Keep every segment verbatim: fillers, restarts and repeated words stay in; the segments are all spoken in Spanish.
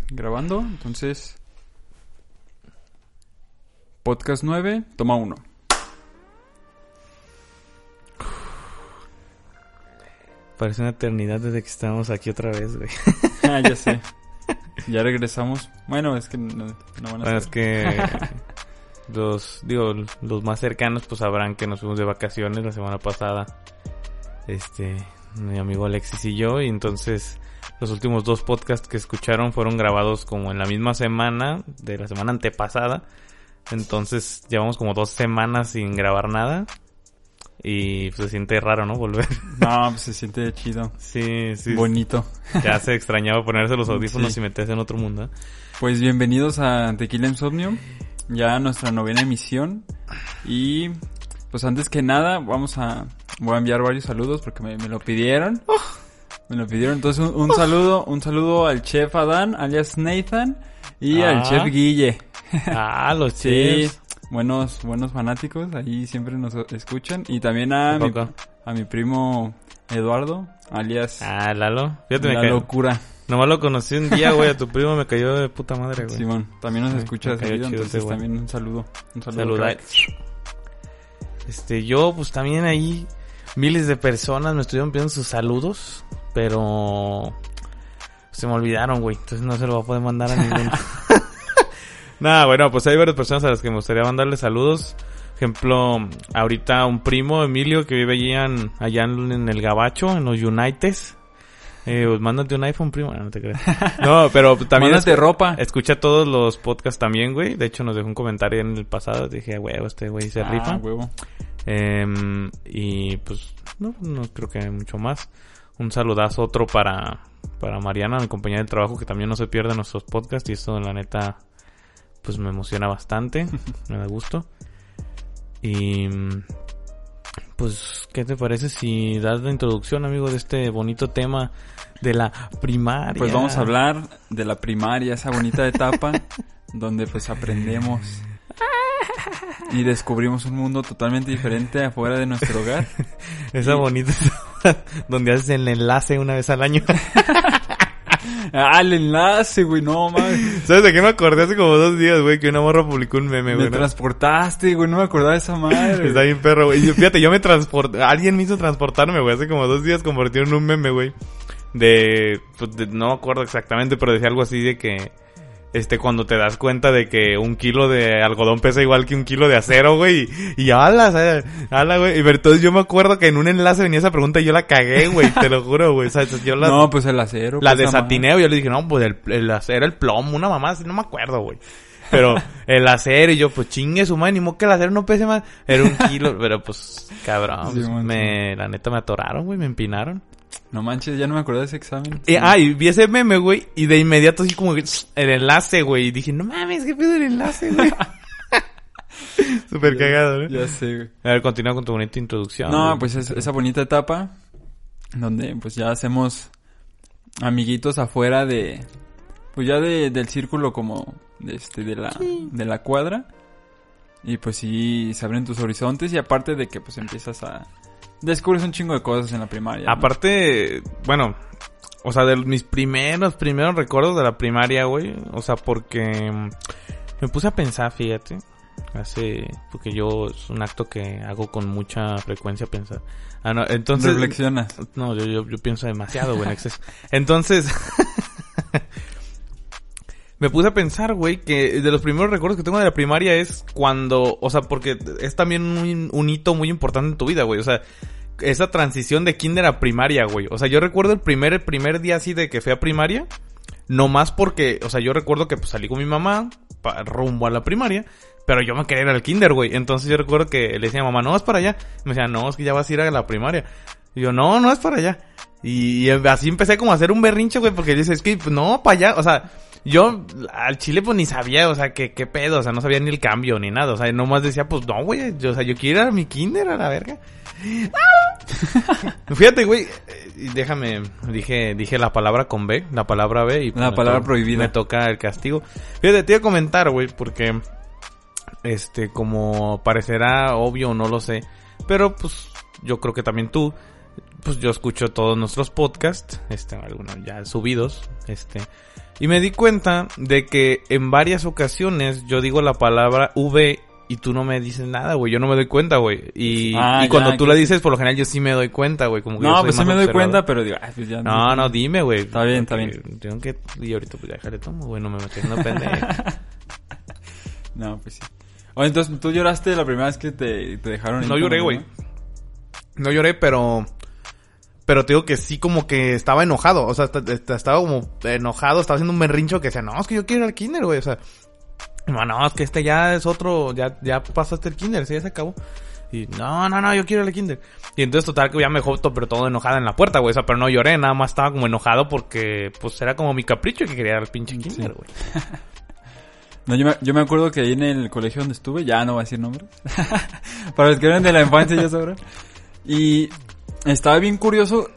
grabando, entonces... Podcast nueve, toma uno. Parece una eternidad desde que estábamos aquí otra vez, güey. Ah, ya sé. Ya regresamos. Bueno, es que no, no van a Bueno, ser. es que los, digo, los más cercanos pues sabrán que nos fuimos de vacaciones la semana pasada. Este, mi amigo Alexis y yo, y entonces los últimos dos podcasts que escucharon fueron grabados como en la misma semana de la semana antepasada. Entonces llevamos como dos semanas sin grabar nada. Y pues, se siente raro, ¿no? Volver. No, pues se siente chido. Sí, sí. Bonito. Ya se extrañaba ponerse los audífonos Sí. y meterse en otro mundo. Pues bienvenidos a Tequila Insomnio. Ya nuestra novena emisión. Y pues antes que nada vamos a... Voy a enviar varios saludos porque me, me lo pidieron. Oh. Me lo pidieron. Entonces un, un oh. saludo, un saludo al chef Adán, alias Nathan. Y ah. al chef Guille. Ah, los sí. chefs. Buenos, buenos fanáticos, ahí siempre nos escuchan. Y también a, mi, a mi primo Eduardo, alias... Ah, Lalo. Fíjate, La me locura. Nomás lo conocí un día, güey, a tu primo me cayó de puta madre, güey. Simón, también nos me, escucha me seguido, entonces ese, también un saludo. Un saludo. Saluda. Este, yo, pues también ahí, miles de personas me estuvieron pidiendo sus saludos, pero se me olvidaron, güey, entonces no se lo voy a poder mandar a ninguno. Nada, bueno, pues hay varias personas a las que me gustaría mandarles saludos. Ejemplo, ahorita un primo, Emilio, que vive allá en, allá en el Gabacho, en los Unites. Eh, pues mándate un iPhone, primo. No, no te creas. No, pero también... Mándate es, ropa. Escucha todos los podcasts también, güey. De hecho, nos dejó un comentario en el pasado. Dije, huevo, este güey se ah, rifa. huevo. Eh, y pues, no, no creo que hay mucho más. Un saludazo otro para, para Mariana, mi compañera de trabajo, que también no se pierde nuestros podcasts. Y esto, la neta... pues me emociona bastante, me da gusto. Y pues, ¿qué te parece si das la introducción, amigo, de este bonito tema de la primaria? Pues vamos a hablar de la primaria, esa bonita etapa donde pues aprendemos y descubrimos un mundo totalmente diferente afuera de nuestro hogar. Esa y... bonita etapa donde haces el enlace una vez al año. Ah, el enlace, güey, no mames. ¿Sabes de qué me acordé hace como dos días, güey? Que una morra publicó un meme, güey. Me ¿no? transportaste, güey, no me acordaba de esa madre. Está bien perro, güey. Fíjate, yo me transporté, alguien me hizo transportarme, güey. Hace como dos días convirtieron en un meme, güey. De, pues, de, no me acuerdo exactamente, pero decía algo así de que... Este, cuando te das cuenta de que un kilo de algodón pesa igual que un kilo de acero, güey. Y, y ala, ¿sabes? Ala, güey. Y pero entonces yo me acuerdo que en un enlace venía esa pregunta y yo la cagué, güey. Te lo juro, güey. ¿Sabes? Yo la, no, pues el acero. La desatiné, güey. Yo le dije, no, pues el, el acero, el plomo, una mamá, no me acuerdo, güey. Pero el acero y yo, pues chingue su madre, ni modo que el acero no pese más. Era un kilo, pero pues, cabrón. Sí, pues, me, la neta me atoraron, güey, me empinaron. No manches, ya no me acuerdo de ese examen. Eh, ah, y vi ese meme, güey, y de inmediato así como el enlace, güey. Y dije, no mames, ¿qué pedo el enlace, güey? Súper cagado, ¿no? Ya sé, güey. A ver, continúa con tu bonita introducción. No, güey. pues es, esa bonita etapa donde pues ya hacemos amiguitos afuera de... Pues ya de, del círculo como de, este, de, la, sí. de la cuadra. Y pues sí, se abren tus horizontes y aparte de que pues empiezas a... Descubres un chingo de cosas en la primaria. Aparte, ¿no? Bueno, o sea, de mis primeros, primeros recuerdos de la primaria, güey. O sea, porque me puse a pensar, fíjate. Hace, porque yo es un acto que hago con mucha frecuencia pensar. Ah, no, entonces. Reflexionas. No, yo, yo, yo pienso demasiado, güey, en exceso. Entonces, me puse a pensar, güey, que de los primeros recuerdos que tengo de la primaria es cuando, o sea, porque es también un, un hito muy importante en tu vida, güey. O sea, esa transición de kinder a primaria, güey. O sea, yo recuerdo el primer, el primer día así de que fui a primaria, no más porque, o sea, yo recuerdo que pues salí con mi mamá pa, rumbo a la primaria, pero yo me quería ir al kinder, güey. Entonces yo recuerdo que le decía a mamá, no, es para allá. Me decía, no, es que ya vas a ir a la primaria. Y yo, no, no es para allá. Y, y así empecé como a hacer un berrinche, güey, porque dice, es que pues, no, para allá, o sea... Yo al chile pues ni sabía, o sea, qué, qué pedo, o sea, no sabía ni el cambio ni nada, o sea, nomás decía, pues no, güey, yo, o sea, yo quiero ir a mi kinder a la verga. Fíjate, güey, y déjame, dije, dije la palabra con B, la palabra B y... La palabra to- prohibida. Me toca el castigo. Fíjate, te iba a comentar, güey, porque, este, como parecerá obvio o no lo sé, pero pues yo creo que también tú, pues yo escucho todos nuestros podcasts, este, algunos ya subidos, este... Y me di cuenta de que en varias ocasiones yo digo la palabra V y tú no me dices nada, güey. Yo no me doy cuenta, güey. Y, Ah, y cuando ya, tú que la sí. dices, por lo general yo sí me doy cuenta, güey. Como que yo No, soy pues sí más me doy observador. cuenta, pero digo, ay, pues ya. No, no, dime, güey. Está bien, está Porque bien. Tengo que... Y ahorita pues ya déjale tomo, güey. No me metes no pendejo. No, pues sí. Oye, entonces, ¿tú lloraste la primera vez que te, te dejaron ir No con lloré, la güey. mamá? No lloré, pero... Pero te digo que sí como que estaba enojado. O sea, est- est- estaba como enojado. Estaba haciendo un berrincho que decía, no, es que yo quiero ir al kinder, güey. O sea, no, no, es que este ya es otro... Ya, ya pasaste el kinder, sí, ya se acabó. Y no, no, no, yo quiero ir al kinder. Y entonces total que ya me dejó to- pero todo enojada en la puerta, güey. O sea, pero no lloré, nada más estaba como enojado porque pues era como mi capricho que quería ir al pinche kinder, güey. No, yo me, yo me acuerdo que ahí en el colegio donde estuve, ya no voy a decir nombres. Para los que eran de la infancia ya sabrán. Y estaba bien curioso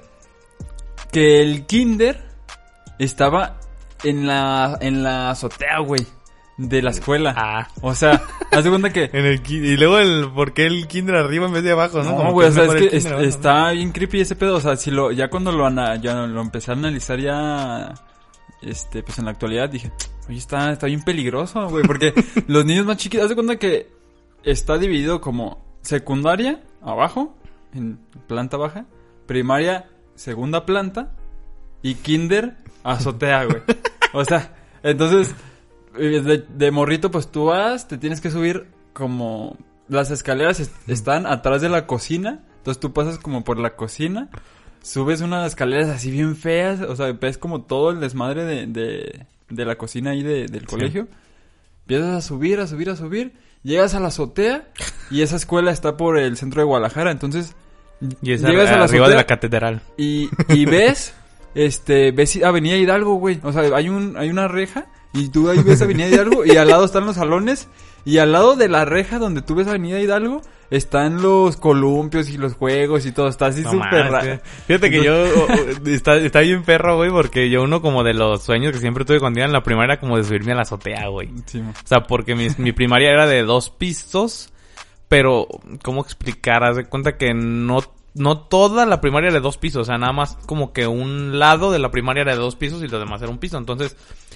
que el kinder estaba en la, en la azotea, güey, de la escuela. Ah. O sea, haz de cuenta que... En el ki- y luego el ¿por qué el kinder arriba en vez de abajo, no? No, Como güey, o sea, es mejor que el es- kinder abajo, está bien creepy ese pedo. O sea, si lo, ya cuando lo, ana, ya lo empecé a analizar ya, este, pues en la actualidad dije, oye, está, está bien peligroso, güey, porque los niños más chiquitos, haz de cuenta que está dividido como secundaria, abajo, en planta baja, primaria, segunda planta, y kinder, azotea, güey. O sea, entonces, de, de morrito, pues tú vas, te tienes que subir como... Las escaleras est- están atrás de la cocina, entonces tú pasas como por la cocina, subes unas escaleras así bien feas, o sea, ves como todo el desmadre de, de, de la cocina ahí de, del colegio. Empiezas a subir, a subir, a subir, llegas a la azotea y esa escuela está por el centro de Guadalajara, entonces Y es llegas a la arriba de azotea la catedral. y, y ves, este, ves Avenida Hidalgo, güey, o sea, hay un, hay una reja y tú ahí ves Avenida Hidalgo y al lado están los salones y al lado de la reja donde tú ves Avenida Hidalgo están los columpios y los juegos y todo, está así No súper más, raro. eh. Fíjate que yo, o- o- está, está bien perro, güey, porque yo uno como de los sueños que siempre tuve cuando iba en la primaria era como de subirme a la azotea, güey. Sí, mo. O sea, porque mi, mi primaria era de dos pisos, pero, ¿cómo explicar? Haz de cuenta que no, no toda la primaria era de dos pisos, o sea, nada más como que un lado de la primaria era de dos pisos y lo demás era un piso, entonces...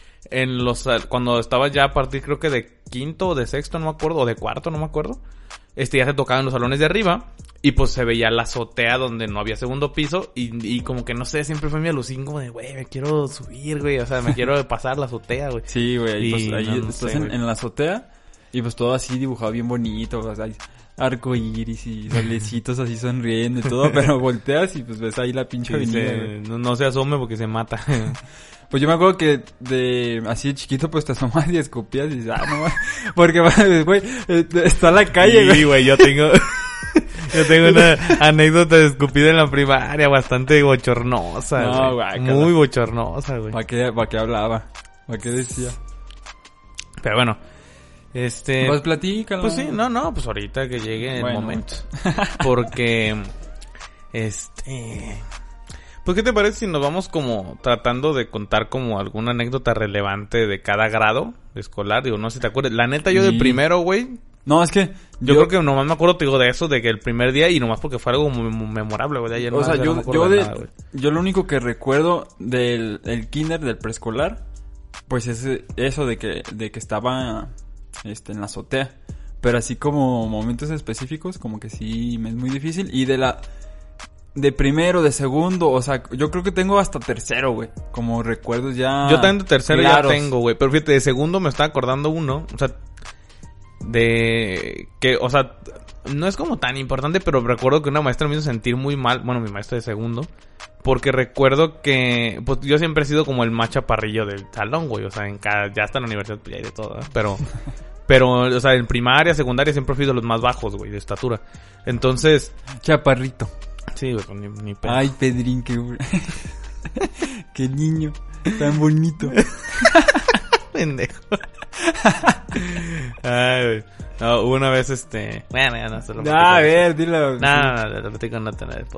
En los, cuando estaba ya a partir creo que de quinto o de sexto, no me acuerdo, o de cuarto, no me acuerdo, este ya se tocaba en los salones de arriba y pues se veía la azotea donde no había segundo piso y, y como que no sé, siempre fue mi alucín como de, güey, me quiero subir, güey, o sea, me quiero pasar la azotea, güey. Sí, güey, Y pues ahí no, no estás sé, en, güey. en la azotea y pues todo así dibujado bien bonito, o sea, hay arco iris y solecitos así sonriendo y todo, pero volteas y pues ves ahí la pinche Sí, avenida, se- güey. no, no se asome porque se mata. Pues yo me acuerdo que de así de chiquito pues te asomabas y escupías y dices, ah, no, ma- porque güey, eh, está la calle, güey. Sí, güey, yo tengo... Yo tengo una anécdota de escupida en la primaria bastante bochornosa, No, güey. guácala. Muy bochornosa, güey. ¿Para qué, para qué hablaba? ¿Para qué decía? Pero bueno, este... Pues platícalo. Pues sí, no, no, pues ahorita que llegue el Bueno, momento. Porque, este... Pues, ¿qué te parece si nos vamos como tratando de contar como alguna anécdota relevante de cada grado escolar? Digo, no sé si te acuerdas. La neta, yo Sí. del primero, güey, No, es que yo, creo que nomás me acuerdo, te digo, de eso, de que el primer día y nomás porque fue algo muy, muy memorable, güey. De ayer O no, sea, ya yo, no me acuerdo yo de de, nada, güey. yo lo único que recuerdo del el kinder, del preescolar, pues es eso de que, de que estaba, este, en la azotea. Pero así como momentos específicos, como que sí me es muy difícil. Y de la, de primero, de segundo, o sea, yo creo que tengo hasta tercero, güey. Como recuerdos ya. Yo también de tercero claros. ya tengo, güey. Pero fíjate, de segundo me estaba acordando uno. O sea, de que, o sea, no es como tan importante, pero recuerdo que una maestra me hizo sentir muy mal. Bueno, mi maestra de segundo. Porque recuerdo que, pues yo siempre he sido como el más chaparrillo del salón, güey. O sea, en cada, ya hasta en la universidad, pues ya hay de todo, ¿eh? Pero, pero, o sea, en primaria, secundaria siempre he sido los más bajos, güey, de estatura. Entonces, Chaparrito. sí, güey, con mi, mi pe- Ay, Pedrín, qué, qué niño. Tan bonito. pendejo. Ay, güey. No, hubo una vez, este... Bueno, ya no, se lo Ah, a ver, dilo. No, no, no, lo platico en otra vez.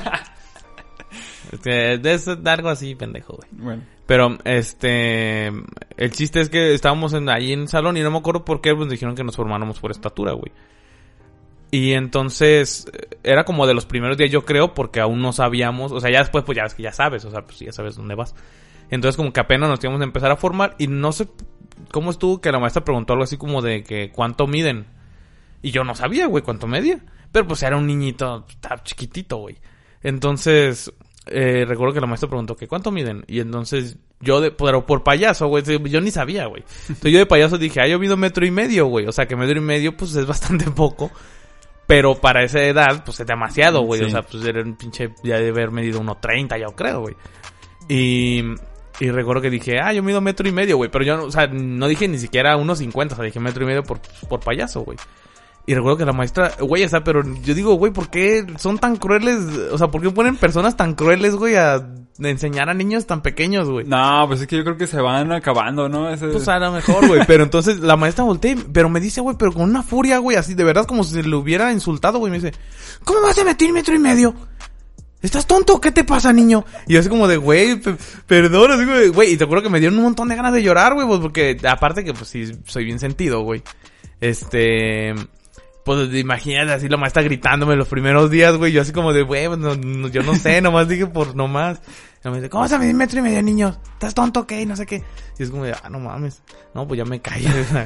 Este, es algo así, pendejo, güey. Bueno. Pero, este... El chiste es que estábamos en, ahí en el salón y no me acuerdo por qué, pues dijeron que nos formáramos por estatura, güey. Y entonces, era como de los primeros días, yo creo, porque aún no sabíamos... O sea, ya después, pues ya ves que ya sabes, o sea, pues ya sabes dónde vas. Entonces como que apenas nos íbamos a empezar a formar y no sé cómo estuvo que la maestra preguntó algo así como de que cuánto miden. Y yo no sabía, güey, cuánto medía. Pero pues era un niñito, estaba chiquitito, güey. Entonces, eh, recuerdo que la maestra preguntó que cuánto miden. Y entonces yo, de, pero por payaso, güey, yo ni sabía, güey. Entonces yo de payaso dije, ah, yo mido metro y medio, güey. O sea que metro y medio, pues es bastante poco. Pero para esa edad, pues es demasiado, güey. Sí. O sea, pues era un pinche, ya de haber medido uno treinta, yo creo, güey. Y... Y recuerdo que dije, ah, yo mido metro y medio, güey. Pero yo, o sea, no dije ni siquiera uno cincuenta. O sea, dije metro y medio por, por payaso, güey. Y recuerdo que la maestra, güey, o sea, pero yo digo, güey, ¿por qué son tan crueles? O sea, ¿por qué ponen personas tan crueles, güey, a enseñar a niños tan pequeños, güey? No, pues es que yo creo que se van acabando, ¿no? Ese... Pues a lo mejor, güey. Pero entonces la maestra voltea, pero me dice, güey, pero con una furia, güey, así, de verdad, como si se le hubiera insultado, güey. Me dice, ¿cómo vas a meter metro y medio? ¿Estás tonto? ¿Qué te pasa, niño? Y yo así como de, güey, p- perdón, así como de, güey. Y te acuerdo que me dieron un montón de ganas de llorar, güey, pues porque aparte que, pues sí, soy bien sentido, güey. Este... Pues imagínate así la maestra gritándome los primeros días, güey. Yo así como de, güey, no, no, yo no sé, nomás dije por nomás. Y me dice, ¿cómo vas a medir metro y medio, niño? ¿Estás tonto, qué? No sé qué. Y es como de, ah, no mames. No, pues ya me caí.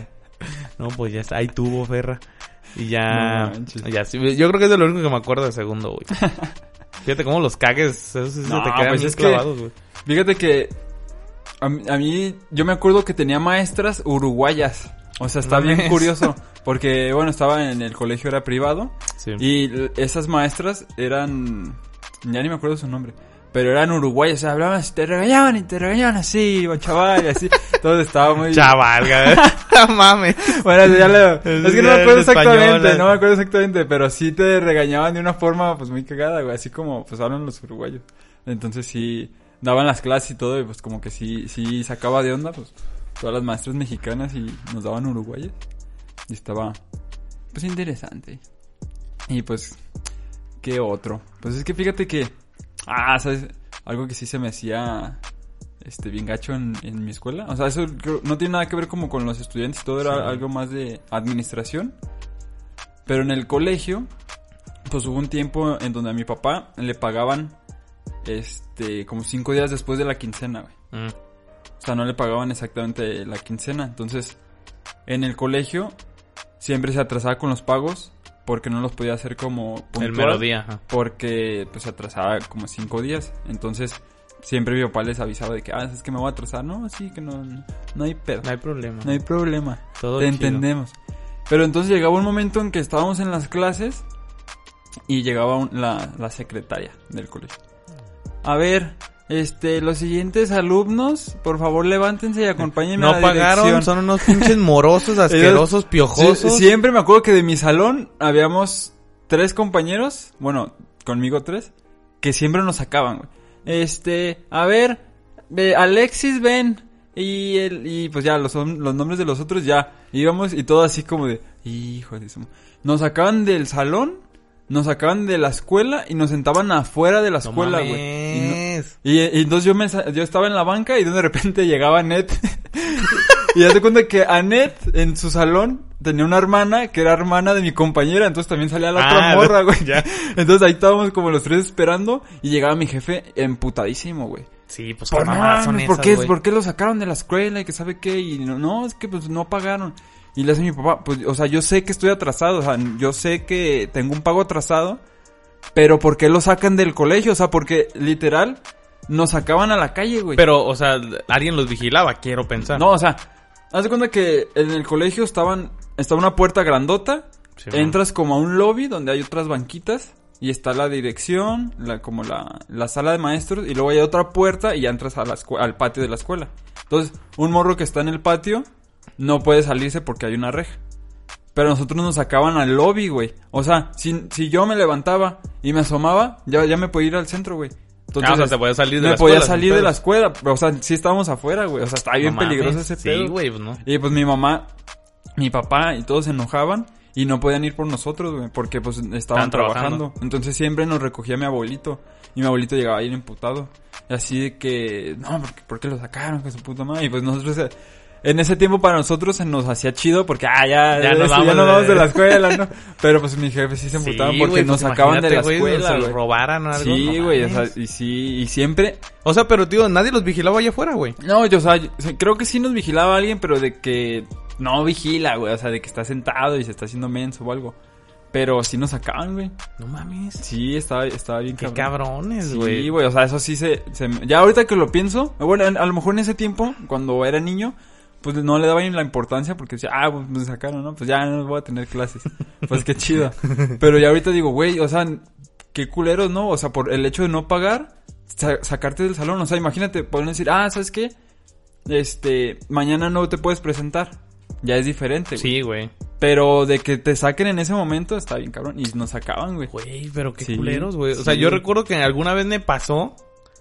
No, pues ya está, ahí tuvo, Ferra. Y ya, no, ya sí. Yo creo que es de lo único que me acuerdo de segundo, güey. Fíjate cómo los cagues, eso sí no, se te quedan pues bien es clavados, güey. Fíjate que a, a mí, yo me acuerdo que tenía maestras uruguayas. O sea, está no bien es. curioso. Porque, bueno, estaba en el colegio, era privado. Sí. Y esas maestras eran... Ya ni me acuerdo su nombre. Pero eran uruguayas, o sea, hablaban así, te regañaban y te regañaban así, chaval, y así. Entonces estaba muy... Chaval, no mames. Bueno, ya le... Es que no me acuerdo exactamente, no me acuerdo exactamente, pero sí te regañaban de una forma, pues, muy cagada, güey. Así como, pues, hablan los uruguayos. Entonces sí, daban las clases y todo, y pues como que sí, sí sacaba de onda, pues, todas las maestras mexicanas y nos daban uruguayas. Y estaba, pues, interesante. Y pues, ¿qué otro? Pues es que fíjate que, ah, ¿sabes? Algo que sí se me hacía, este, bien gacho en, en mi escuela. O sea, eso creo, no tiene nada que ver como con los estudiantes, todo era sí. algo más de administración. Pero en el colegio, pues hubo un tiempo en donde a mi papá le pagaban, este, como cinco días después de la quincena, güey. Mm. O sea, no le pagaban exactamente la quincena. Entonces, en el colegio siempre se atrasaba con los pagos porque no los podía hacer como puntual. El mero día. Ajá. Porque pues se atrasaba como cinco días. Entonces, siempre mi papá les avisaba de que, ah, es que me voy a atrasar. No, sí, que no, no, no hay pedo. No hay problema. No hay problema. Todo Te chido. entendemos. Pero entonces llegaba un momento en que estábamos en las clases y llegaba un, la, la secretaria del colegio. A ver... Este, los siguientes alumnos, por favor levántense y acompáñenme no a la pagaron, dirección. Son unos pinches morosos, asquerosos, Ellos, piojosos. Sí, siempre me acuerdo que de mi salón habíamos tres compañeros, bueno, conmigo tres, que siempre nos sacaban, güey. Este, a ver, eh, Alexis, ven. Y el, y pues ya, los, los nombres de los otros ya íbamos y todo así como de, hijo de eso. Nos sacaban del salón. Nos sacaban de la escuela y nos sentaban afuera de la escuela, güey. No y, y, y entonces yo me yo estaba en la banca y de repente llegaba Anet. Y ya te cuenta que Anet en su salón tenía una hermana que era hermana de mi compañera, entonces también salía la otra ah, morra, güey. Ya. Entonces ahí estábamos como los tres esperando y llegaba mi jefe emputadísimo, güey. Sí, pues por nada, son esas, ¿por qué, ¿por qué lo sacaron de la escuela y que sabe qué? Y no, no, es que pues no pagaron. Y le hace mi papá, pues, o sea, yo sé que estoy atrasado, o sea, yo sé que tengo un pago atrasado, pero ¿por qué lo sacan del colegio? O sea, porque literal nos sacaban a la calle, güey. Pero, o sea, alguien los vigilaba, quiero pensar. No, o sea, haz de cuenta que en el colegio estaban, estaba una puerta grandota, sí, entras como a un lobby donde hay otras banquitas y está la dirección, la como la, la sala de maestros y luego hay otra puerta y ya entras a la escu- al patio de la escuela. Entonces, un morro que está en el patio no puede salirse porque hay una reja. Pero nosotros nos sacaban al lobby, güey. O sea, si, si yo me levantaba y me asomaba, ya, ya me podía ir al centro, güey. Entonces, ah, o sea, te podías salir de me la podía escuela. salir de la escuela. O sea, sí estábamos afuera, güey. O sea, estaba bien no peligroso ese pedo. Sí, güey, pues no. Y pues mi mamá, mi papá y todos se enojaban y no podían ir por nosotros, güey. Porque pues estaban, estaban trabajando. trabajando. Entonces siempre nos recogía mi abuelito. Y mi abuelito llegaba ahí emputado. Y así de que, no, ¿por qué, ¿por qué lo sacaron? Que su puta madre. Y pues nosotros... en ese tiempo para nosotros se nos hacía chido porque, ah, ya, Ya nos este, vamos ya nos de- vamos de la escuela, ¿no? Pero pues mi jefe sí se Sí, emputaban porque güey, nos pues sacaban de la imagínate, güey, escuela, se los güey. robaran o algo. Sí, no güey, o sea, mames. y sí, y siempre... O sea, pero tío, nadie los vigilaba allá afuera, güey. No, yo, o sea, yo- o sea, creo que sí nos vigilaba alguien, pero de que no vigila, güey, o sea, de que está sentado y se está haciendo menso o algo. Pero sí nos sacaban, güey. No mames. Sí, estaba, estaba bien Qué cabrón. cabrones, Sí, güey. güey, o sea, eso sí se, se... Ya ahorita que lo pienso, bueno, a, a lo mejor en ese tiempo, cuando era niño, pues no le daba ni la importancia porque decía, ah, pues me sacaron, ¿no? Pues ya no voy a tener clases. Pues qué chido. Pero ya ahorita digo, güey, o sea, qué culeros, ¿no? O sea, por el hecho de no pagar, sa- sacarte del salón. O sea, imagínate, pueden decir, ah, ¿sabes qué? Este, mañana no te puedes presentar. Ya es diferente, güey. Sí, güey. Pero de que te saquen en ese momento está bien cabrón. Y nos sacaban, güey. Güey, pero qué Sí, culeros, güey. O sí, sea, yo güey. recuerdo que alguna vez me pasó,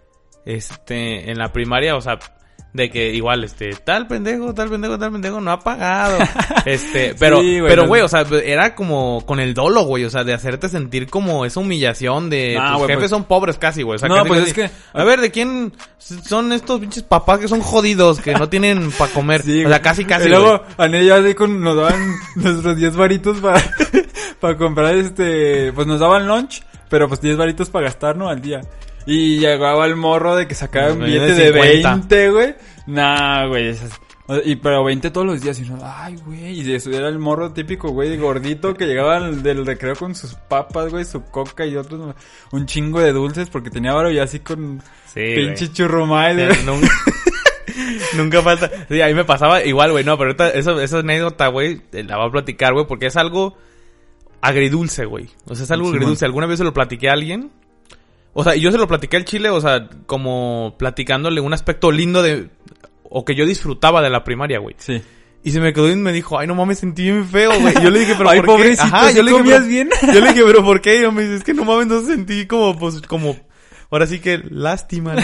este, en la primaria, o sea, de que igual, este, tal pendejo, tal pendejo, tal pendejo, no ha pagado. Este, pero, Sí, güey, pero, no- güey, o sea, era como con el dolo, güey, o sea, de hacerte sentir como esa humillación de Ah, tus güey, jefes pues- son pobres casi, güey. O sea, No, casi, pues casi, es que- a ver, ¿de quién son estos pinches papás que son jodidos, que no tienen para comer? Sí, o sea, güey. casi, casi, Y luego, güey. Anel así con, nos daban nuestros diez varitos para, para comprar este, pues nos daban lunch, pero pues diez varitos para gastar, ¿no? Al día. Y llegaba el morro de que sacaba un Güey, billete de de cincuenta. veinte, güey. Nah, güey, esas- y pero veinte todos los días y no, ay, güey, y eso era el morro típico, güey, gordito que llegaba al- del recreo con sus papas, güey, su coca y otros, un chingo de dulces porque tenía varo y así con Sí, güey. pinche churrumay, Eh, güey. Nunca, nunca falta. Sí, a mí me pasaba igual, güey. No, pero ahorita eso, esa anécdota, güey, eh, la voy a platicar, güey, porque es algo agridulce, güey. O sea, es algo Sí, agridulce. Alguna vez se lo platiqué a alguien. O sea, y yo se lo platiqué al chile, o sea, como platicándole un aspecto lindo de... O que yo disfrutaba de la primaria, güey. Sí. Y se me quedó y me dijo, ay, no mames, sentí bien feo, güey. Y yo le dije, pero Ay, ¿por pobrecito, qué? Ajá, ¿sí yo le dije, comías pero- bien? Yo le dije, pero ¿por qué? Y yo me dice, es que no mames, no sentí como, pues, como... Ahora sí que lástima, ¿no?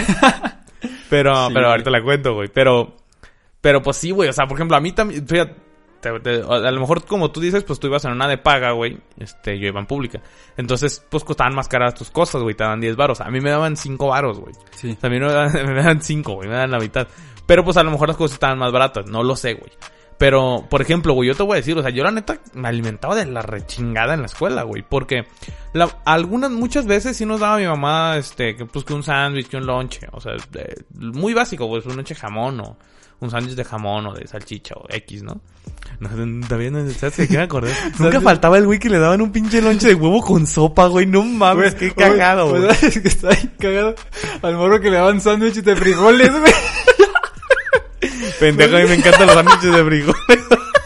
Pero, Sí. pero ahorita la cuento, güey. Pero, pero pues sí, güey. O sea, por ejemplo, a mí también, fíjate, te- te- a lo mejor como tú dices, pues tú ibas en una de paga, güey. Este, yo iba en pública. Entonces, pues costaban más caras tus cosas, güey. Te daban diez varos. A mí me daban cinco varos, güey. Sí. O sea, a mí no me daban, me daban cinco, güey. Me daban la mitad. Pero pues a lo mejor las cosas estaban más baratas. No lo sé, güey. Pero, por ejemplo, güey, yo te voy a decir, o sea, yo la neta me alimentaba de la rechingada en la escuela, güey. Porque la, algunas, muchas veces sí nos daba mi mamá, este, que pues que un sándwich, que un lonche. O sea, de- muy básico, pues un lonche de jamón o un sándwich de jamón o de salchicha o X, ¿no? No, también, no, ¿sabes de qué me acordé? Nunca faltaba el güey que le daban un pinche lonche de huevo con sopa, güey. No mames, Güey, qué cagado, güey. güey. Es que está ahí cagado al morro que le daban sándwiches de frijoles, güey. Pendejo, a mí me encantan los sándwiches de frijoles.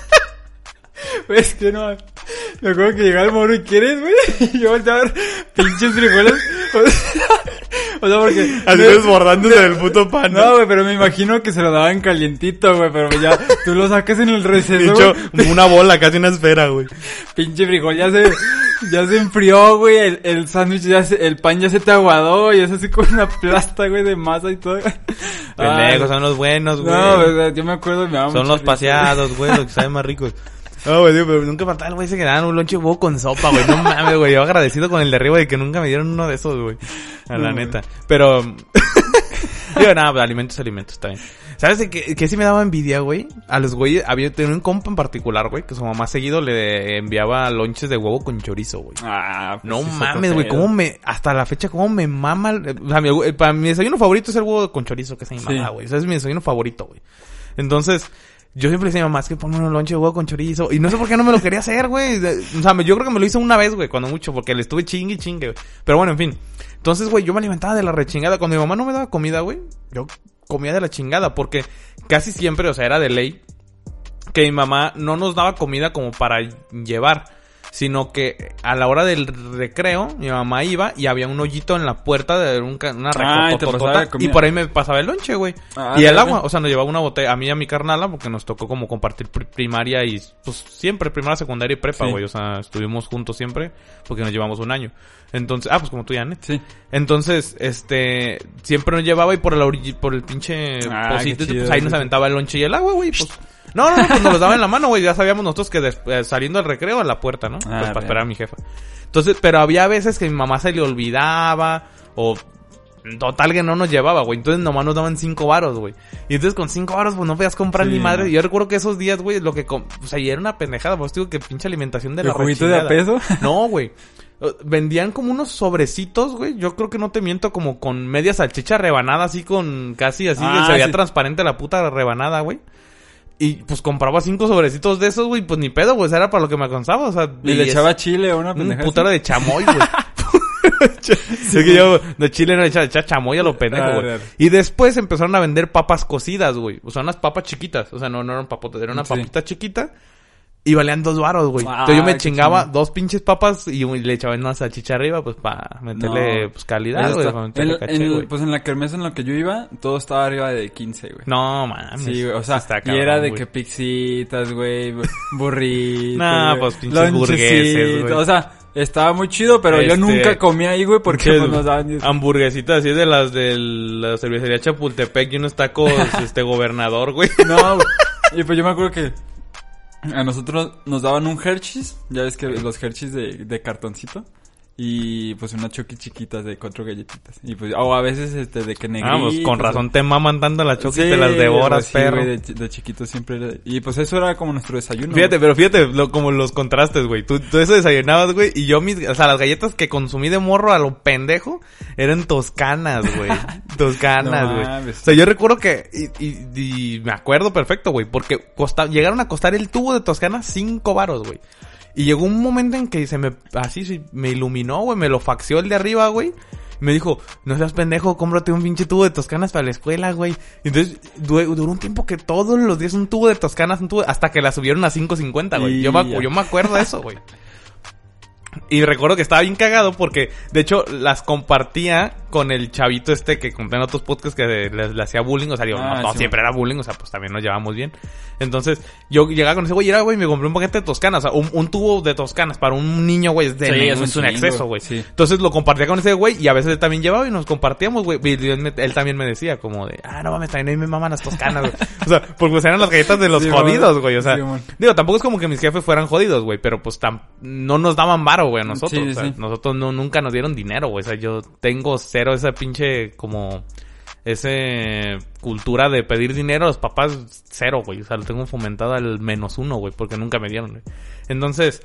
Es que no, me acuerdo que llegaba el morro y ¿quieres, güey? Y yo volteaba a ver pinches frijoles. O sea, o sea, porque... Así desbordándose del puto pan, ¿no? No, güey, pero me imagino que se lo daban calientito, güey, pero ya tú lo sacas en el receso, Dicho, güey. una bola, casi una esfera, güey. Pinche frijol ya se, ya se enfrió, güey, el, el sándwich ya se, el pan ya se te aguadó y es así como una plasta, güey, de masa y todo. Pendejos, son los buenos, güey. No, güey, yo me acuerdo de mi mamá. Son los paseados, güey, los que saben más ricos. No, güey, tío, pero nunca faltaba el güey se quedaban un lonche de huevo con sopa, güey. No mames, güey. Yo agradecido con el de arriba de que nunca me dieron uno de esos, güey. A la No, neta. Pero... Digo, nada, alimentos, alimentos, está bien. ¿Sabes de qué, qué sí me daba envidia, güey? A los güeyes, había tenía un compa en particular, güey, que su mamá seguido le enviaba lonches de huevo con chorizo, güey. Ah, pues No sí, mames, otro güey, pedo. cómo me, hasta la fecha, cómo me mama, el- o sea, mi, el- para mi desayuno favorito es el huevo con chorizo, que es mi Sí. mamá, güey. O sea, es mi desayuno favorito, güey. Entonces, yo siempre decía a mi mamá, es que ponme un lonche de huevo con chorizo. Y no sé por qué no me lo quería hacer, güey. De- O sea, me- yo creo que me lo hice una vez, güey, cuando mucho, porque le estuve chingue y chingue, güey. Pero bueno, en fin. Entonces, güey, yo me alimentaba de la rechingada. Cuando mi mamá no me daba comida, güey, yo comía de la chingada, porque casi siempre, o sea, era de ley que mi mamá no nos daba comida como para llevar, sino que a la hora del recreo mi mamá iba y había un hoyito en la puerta de un ca- una Ah, y te recototota, pasaba la comida. y por ahí me pasaba el lonche, güey. Ah, Y el bien, agua, bien. o sea, nos llevaba una botella a mí y a mi carnala porque nos tocó como compartir pri- primaria y pues siempre primaria, secundaria y prepa, Sí. güey, o sea, estuvimos juntos siempre porque nos llevamos un año. Entonces, ah, pues como tú y Anet. Sí. Entonces, este, siempre nos llevaba y por la orilla, por el pinche Ah, pocito, qué chido, pues ahí nos sí. aventaba el lonche y el agua, güey, pues. No, no, no, pues nos los daba en la mano, güey. Ya sabíamos nosotros que des- eh, saliendo del recreo a la puerta, ¿no? Ah, pues para bien. esperar a mi jefa. Entonces, pero había veces que mi mamá se le olvidaba o total que no nos llevaba, güey. Entonces nomás nos daban cinco varos, güey. Y entonces con cinco varos, pues no podías comprar Sí, ni madre. no. Y yo recuerdo que esos días, güey, lo que... Com- o sea, y era una pendejada. Pues digo que pinche alimentación de ¿El la juguito de a rechingada. peso? No, güey. Vendían como unos sobrecitos, güey. Yo creo que no te miento, como con media salchicha rebanada, así con casi así. Ah, se veía sí. transparente la puta rebanada, güey. Y pues compraba cinco sobrecitos de esos, güey. Pues ni pedo, güey. Eso era para lo que me alcanzaba. O sea, Y le es- echaba chile o una un pendeja. putero de chamoy, güey. Es que yo de chile no le echaba, echaba chamoy a lo pendejo, Ah, güey. claro. Y después empezaron a vender papas cocidas, güey. O sea, unas papas chiquitas. O sea, no, no eran papotas, era una Sí. papita chiquita. Y valían dos varos, güey. Ah, Entonces yo me qué chingaba chingón. dos pinches papas y un- le echaba una salchicha arriba, pues para meterle No. pues calidad, Eso güey. está- para meterle en- caché, en- güey. Pues en la kermés en la que yo iba, todo estaba arriba de quince, güey. No, mames. Sí, güey, o sea, Está y cabrón, era de güey. que pixitas, güey, bu- burritos. Nah, güey, pues, pinches lonchecitos, burgueses, güey. O sea, estaba muy chido, pero yo Este, nunca comía ahí, güey, porque Pinches pues, nos daban diez. hamburguesitas así de las de la cervecería Chapultepec y unos tacos, este, gobernador, güey. No, güey. Y pues yo me acuerdo que a nosotros nos daban un Hershey's, ya ves que los Hershey's de, de cartoncito. Y pues unas Chokis chiquitas de cuatro galletitas. Y pues, o a veces este de que negritos. Ah, pues con razón te maman tanto las choquis, Sí, te las devoras, pues, sí, perro. güey, de, chi- de chiquito siempre era... Y pues eso era como nuestro desayuno. Fíjate, güey. pero fíjate lo, como los contrastes, güey. Tú, tú eso desayunabas, güey. Y yo mis... O sea, las galletas que consumí de morro a lo pendejo eran toscanas, güey. Toscanas, No güey. mames. O sea, yo recuerdo que... Y, y, y me acuerdo perfecto, güey. Porque costa, llegaron a costar el tubo de toscana cinco varos, güey. Y llegó un momento en que se me... Así se me iluminó, güey. Me lo faxeó el de arriba, güey. Me dijo, no seas pendejo, cómprate un pinche tubo de toscanas para la escuela, güey. Y entonces du- duró un tiempo que todos los días un tubo de toscanas, un tubo, hasta que la subieron a cinco cincuenta, güey. Y Yo, me, ya. acu- yo me acuerdo de eso, güey. Y recuerdo que estaba bien cagado porque, de hecho, las compartía con el chavito este que conté en otros podcasts que le, le- le hacía bullying. O sea, digo, Ah, no, no sí, siempre era bullying, o sea, pues también nos llevamos bien. Entonces, yo llegaba con ese güey y era, güey, me compré un paquete de toscanas. O sea, un, un tubo de toscanas para un niño, güey, es, de, Sí, es, es un un chingo, exceso, güey. sí. Entonces lo compartía con ese güey y a veces él también llevaba y nos compartíamos, güey. Y él, me- él también me decía como de, ah, no mames, también a mí me maman las toscanas, güey. O sea, porque pues eran las galletas de los Sí, jodidos, mon. güey. O sea, Sí, mon. digo, tampoco es como que mis jefes fueran jodidos, güey, pero pues tam no nos daban varo, güey, a nosotros. Sí, o sea, sí. nosotros no, nunca nos dieron dinero, güey. O sea, yo tengo cero esa pinche como... Ese cultura de pedir dinero a los papás, cero, güey. O sea, lo tengo fomentado al menos uno, güey, porque nunca me dieron, güey. Entonces,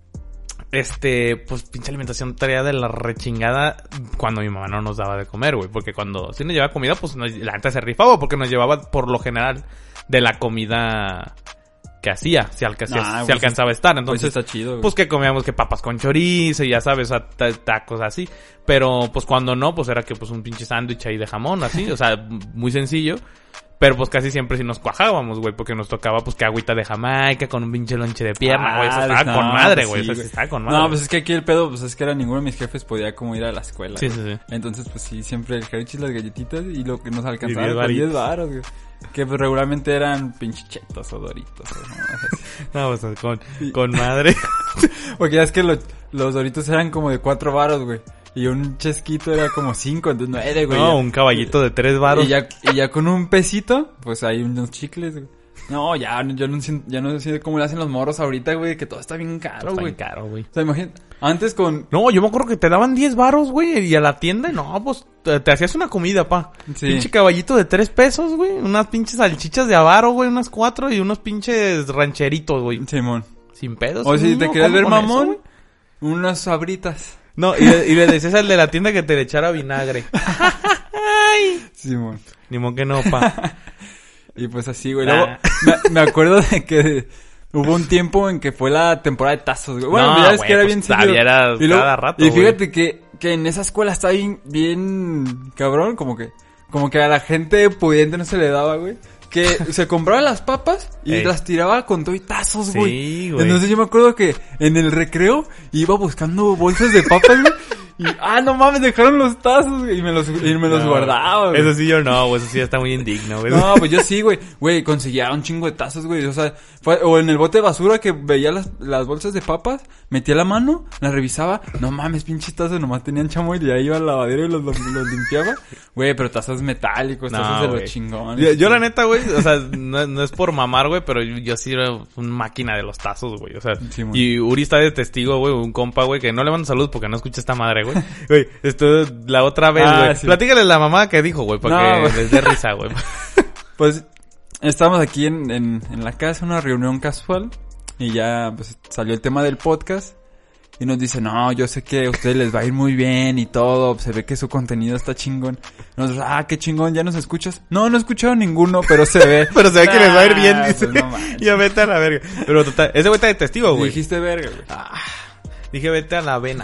este, pues pinche alimentación traía de la rechingada cuando mi mamá no nos daba de comer, güey. Porque cuando sí nos llevaba comida, pues nos, la neta se rifaba, porque nos llevaba por lo general de la comida que hacía, si, alca si- Ah, si pues, alcanzaba a estar. Pues Entonces, está chido, güey. pues que comíamos que papas con chorizo y ya sabes, o sea, ta- tacos así. Pero pues cuando no, pues era que pues un pinche sándwich ahí de jamón, así, o sea, muy sencillo. Pero pues casi siempre sí nos cuajábamos, güey, porque nos tocaba pues que agüita de Jamaica con un pinche lonche de pierna, güey. Eso Ah, estaba no, con madre, pues güey. sí, Eso sí güey. estaba con madre. No, pues es que aquí el pedo, pues es que era ninguno de mis jefes podía como ir a la escuela. Sí, güey. sí, sí. Entonces, pues sí, siempre el Hershey's, las galletitas y lo que nos Y alcanzaba diez con diez varitos. baros, güey. Que pues regularmente eran pinche chetos o doritos. o mamadas así. No, pues con, con madre. Porque ya es que los, los doritos eran como de cuatro varos, güey. Y un chesquito era como cinco, entonces nueve, güey. No, ya. un caballito de tres varos. Y ya, y ya con un pesito, pues hay unos chicles, güey. No, ya, yo no siento, ya no sé cómo le hacen los morros ahorita, güey, que todo está bien caro, Está güey. bien caro, güey. O sea, imagínate, antes con... No, yo me acuerdo que te daban diez varos, güey, y a la tienda, no, pues, te, te hacías una comida, pa. Sí. Pinche caballito de tres pesos, güey, unas pinches salchichas de avaro, güey, unas cuatro, y unos pinches rancheritos, güey. Simón. Sin pedos. O si niño, te querías ¿cómo ver con eso, mamón, güey? unas sabritas. No, y le, y le decías al de la tienda que te le echara vinagre. Ay. Simón. Ni modo que no, pa. Y pues así, güey. Ah. Luego, me, me acuerdo de que hubo un tiempo en que fue la temporada de tazos, güey. Bueno, No, ya ves güey, que era pues, bien seguido. todavía era Y luego- cada rato, Y güey. fíjate que, que en esa escuela está bien, bien cabrón, como que, como que a la gente pudiente no se le daba, güey. Que se compraba las papas y Ey. las tiraba con todo y tazos, güey. Sí, güey. Entonces yo me acuerdo que en el recreo iba buscando bolsas de papas, güey. Y, ah, no mames, dejaron los tazos, güey. Y me los, y me los No, guardaba, güey. Eso sí yo no, güey, eso sí ya está muy indigno, güey. No, pues yo sí, güey. Güey, conseguía un chingo de tazos, güey. O sea, fue, o en el bote de basura que veía las, las bolsas de papas, metía la mano, las revisaba. No mames, pinches tazos, nomás tenían chamoy y ahí iba al lavadero y los, los, los limpiaba. Güey, pero tazos metálicos, No, tazos de güey. los chingones. Yo, yo la neta, güey, o sea, no, no es por mamar, güey, pero yo, yo sí era una máquina de los tazos, güey, o sea, Sí, man. y Uri está de testigo, güey, un compa, güey, que no le mando salud porque no escucha esta madre, güey, güey. Güey, esto la otra vez, güey. Ah, sí. Platícale a la mamá que dijo, güey, para No, que güey. les dé risa, güey. Pues estamos aquí en, en, en la casa, una reunión casual. Y ya pues salió el tema del podcast. Y nos dice, no, yo sé que a ustedes les va a ir muy bien y todo. Se ve que su contenido está chingón. Y nosotros, ah, qué chingón, ¿ya nos escuchas? No, no he escuchado ninguno, pero se ve. Pero se ve que les va a ir bien, Ah, dice. pues no manches. Ya vete a la verga. Pero total, ese güey está de testigo, güey. Dijiste verga, güey. Ah, dije, vete a la avena.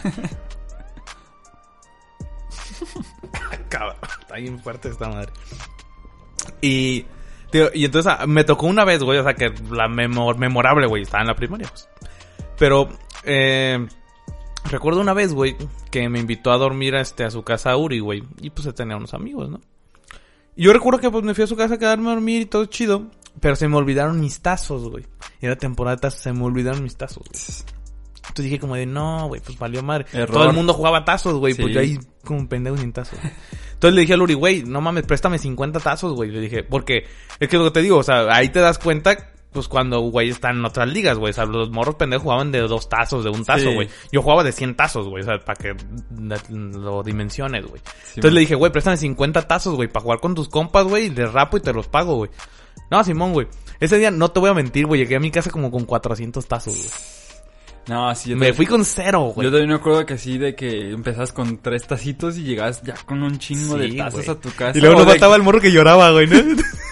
Cabrón, está bien fuerte esta madre. Y, tío, y entonces ah, me tocó una vez, güey, o sea, que la memor memorable, güey, estaba en la primaria, pues. Pero, eh, recuerdo una vez, güey, que me invitó a dormir a, este, a su casa Uri, güey. Y pues tenía unos amigos, ¿no? Y yo recuerdo que pues me fui a su casa a quedarme a dormir y todo chido. Pero se me olvidaron mis tazos, güey. Era temporada de tazos, se me olvidaron mis tazos, güey. Entonces dije como de, no, güey, pues valió madre. Error. Todo el mundo jugaba tazos, güey. Sí. Pues yo ahí como un pendejo sin tazos. Entonces le dije a Luri, güey, no mames, préstame cincuenta tazos, güey. Le dije, porque es que lo que te digo, o sea, ahí te das cuenta, pues cuando, güey, están en otras ligas, güey. O sea, los morros pendejos jugaban de dos tazos, de un tazo, Sí. güey. Yo jugaba de cien tazos, güey. O sea, para que lo dimensiones, güey. Sí, Entonces man. le dije, güey, préstame cincuenta tazos, güey, para jugar con tus compas, güey. Y les rapo y te los pago, güey. No, Simón, güey. Ese día, no te voy a mentir, güey. Llegué a mi casa como con cuatrocientos tazos, güey. No, sí, yo Me también- fui con cero, güey. Yo también me acuerdo que así de que empezabas con tres tacitos y llegabas ya con un chingo Sí, de tazos güey. a tu casa. Y luego O nos de- faltaba el morro que lloraba, güey, ¿no?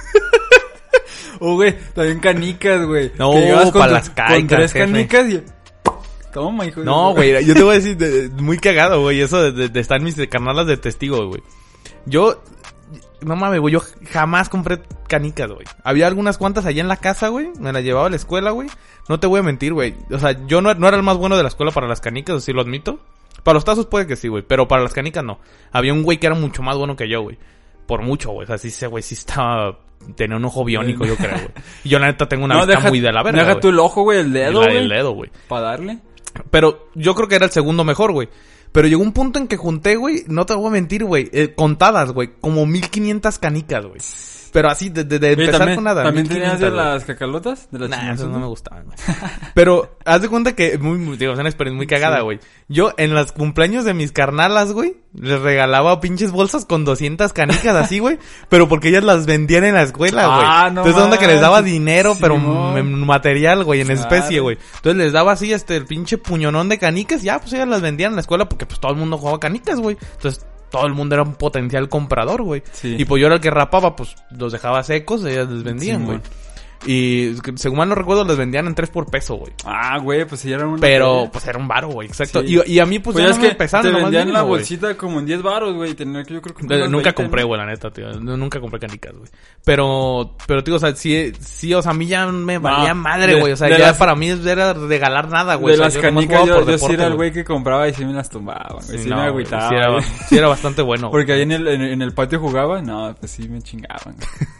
O, güey, también canicas, güey. No, Que llegabas con pa' tu- las Con caicas, tres jefe. canicas y... Toma, hijo de No, su- güey, yo te voy a decir, de- de- muy cagado, güey, eso de, de, de estar en mis carnalas de testigo, güey. Yo, no mames, güey, yo jamás compré canicas, güey. Había algunas cuantas allá en la casa, güey, me las llevaba a la escuela, güey. No te voy a mentir, güey. O sea, yo no, no era el más bueno de la escuela para las canicas, sí lo admito. Para los tazos puede que sí, güey, pero para las canicas no. Había un güey que era mucho más bueno que yo, güey. Por mucho, güey. O sea, sí, ese güey sí estaba... Tenía un ojo biónico, yo creo, güey. Y yo, la neta, tengo una No, vista deja, muy de la verga, deja güey. tú el ojo, güey, el dedo, Y la del güey. dedo, güey. Para darle. Pero yo creo que era el segundo mejor, güey. Pero llegó un punto en que junté, güey, no te voy a mentir, güey, eh, contadas, güey, como mil quinientas canicas, güey. Pero así, de, de, de Oye, empezar también, con nada. ¿También tenías de mil quinientas, güey. las cacalotas? De las Nah, esas chingazonas? no me gustaban, güey. Pero, haz de cuenta que, muy, muy, digo, es una experiencia muy cagada, Sí. güey. Yo, en los cumpleaños de mis carnalas, güey, les regalaba pinches bolsas con doscientas canicas así, güey. Pero porque ellas las vendían en la escuela, güey. Ah, no Entonces, onda que les daba manches, dinero, pero Simón. en material, güey, en Claro. especie, güey. Entonces les daba así, este, el pinche puñonón de canicas. Ya, pues ellas las vendían en la escuela porque, pues, todo el mundo jugaba canicas, güey. Entonces, todo el mundo era un potencial comprador, güey. Sí. Y pues yo era el que rapaba, pues, los dejaba secos, ellas les vendían, Sí, güey. güey. Y según mal no recuerdo, les vendían en tres por peso, güey. Ah, güey, pues sí era una... Pero, pues era un varo, güey, exacto. Sí. Y, y a mí, pues, Pues ya ya es no me que pesaban, te nomás vendían mínimo, la güey. bolsita como en diez baros, güey. Y tenía que yo creo que... De- unas nunca veinte, compré, ¿no? güey, la neta, tío. No, nunca compré canicas, güey. Pero, pero, tío, o sea, sí, sí, o sea, a mí ya me valía madre, de- güey. O sea, de ya las- para mí era regalar nada, güey. De O sea, las yo nomás canicas jugaba yo, por yo sí deporte, era el güey que compraba y sí me las tumbaba, güey. Sí, Sí, no, me güey, agüitaba. sí era, güey. sí era bastante bueno, güey. Porque ahí en el, en, en el patio jugaba, no, pues sí me chingaban.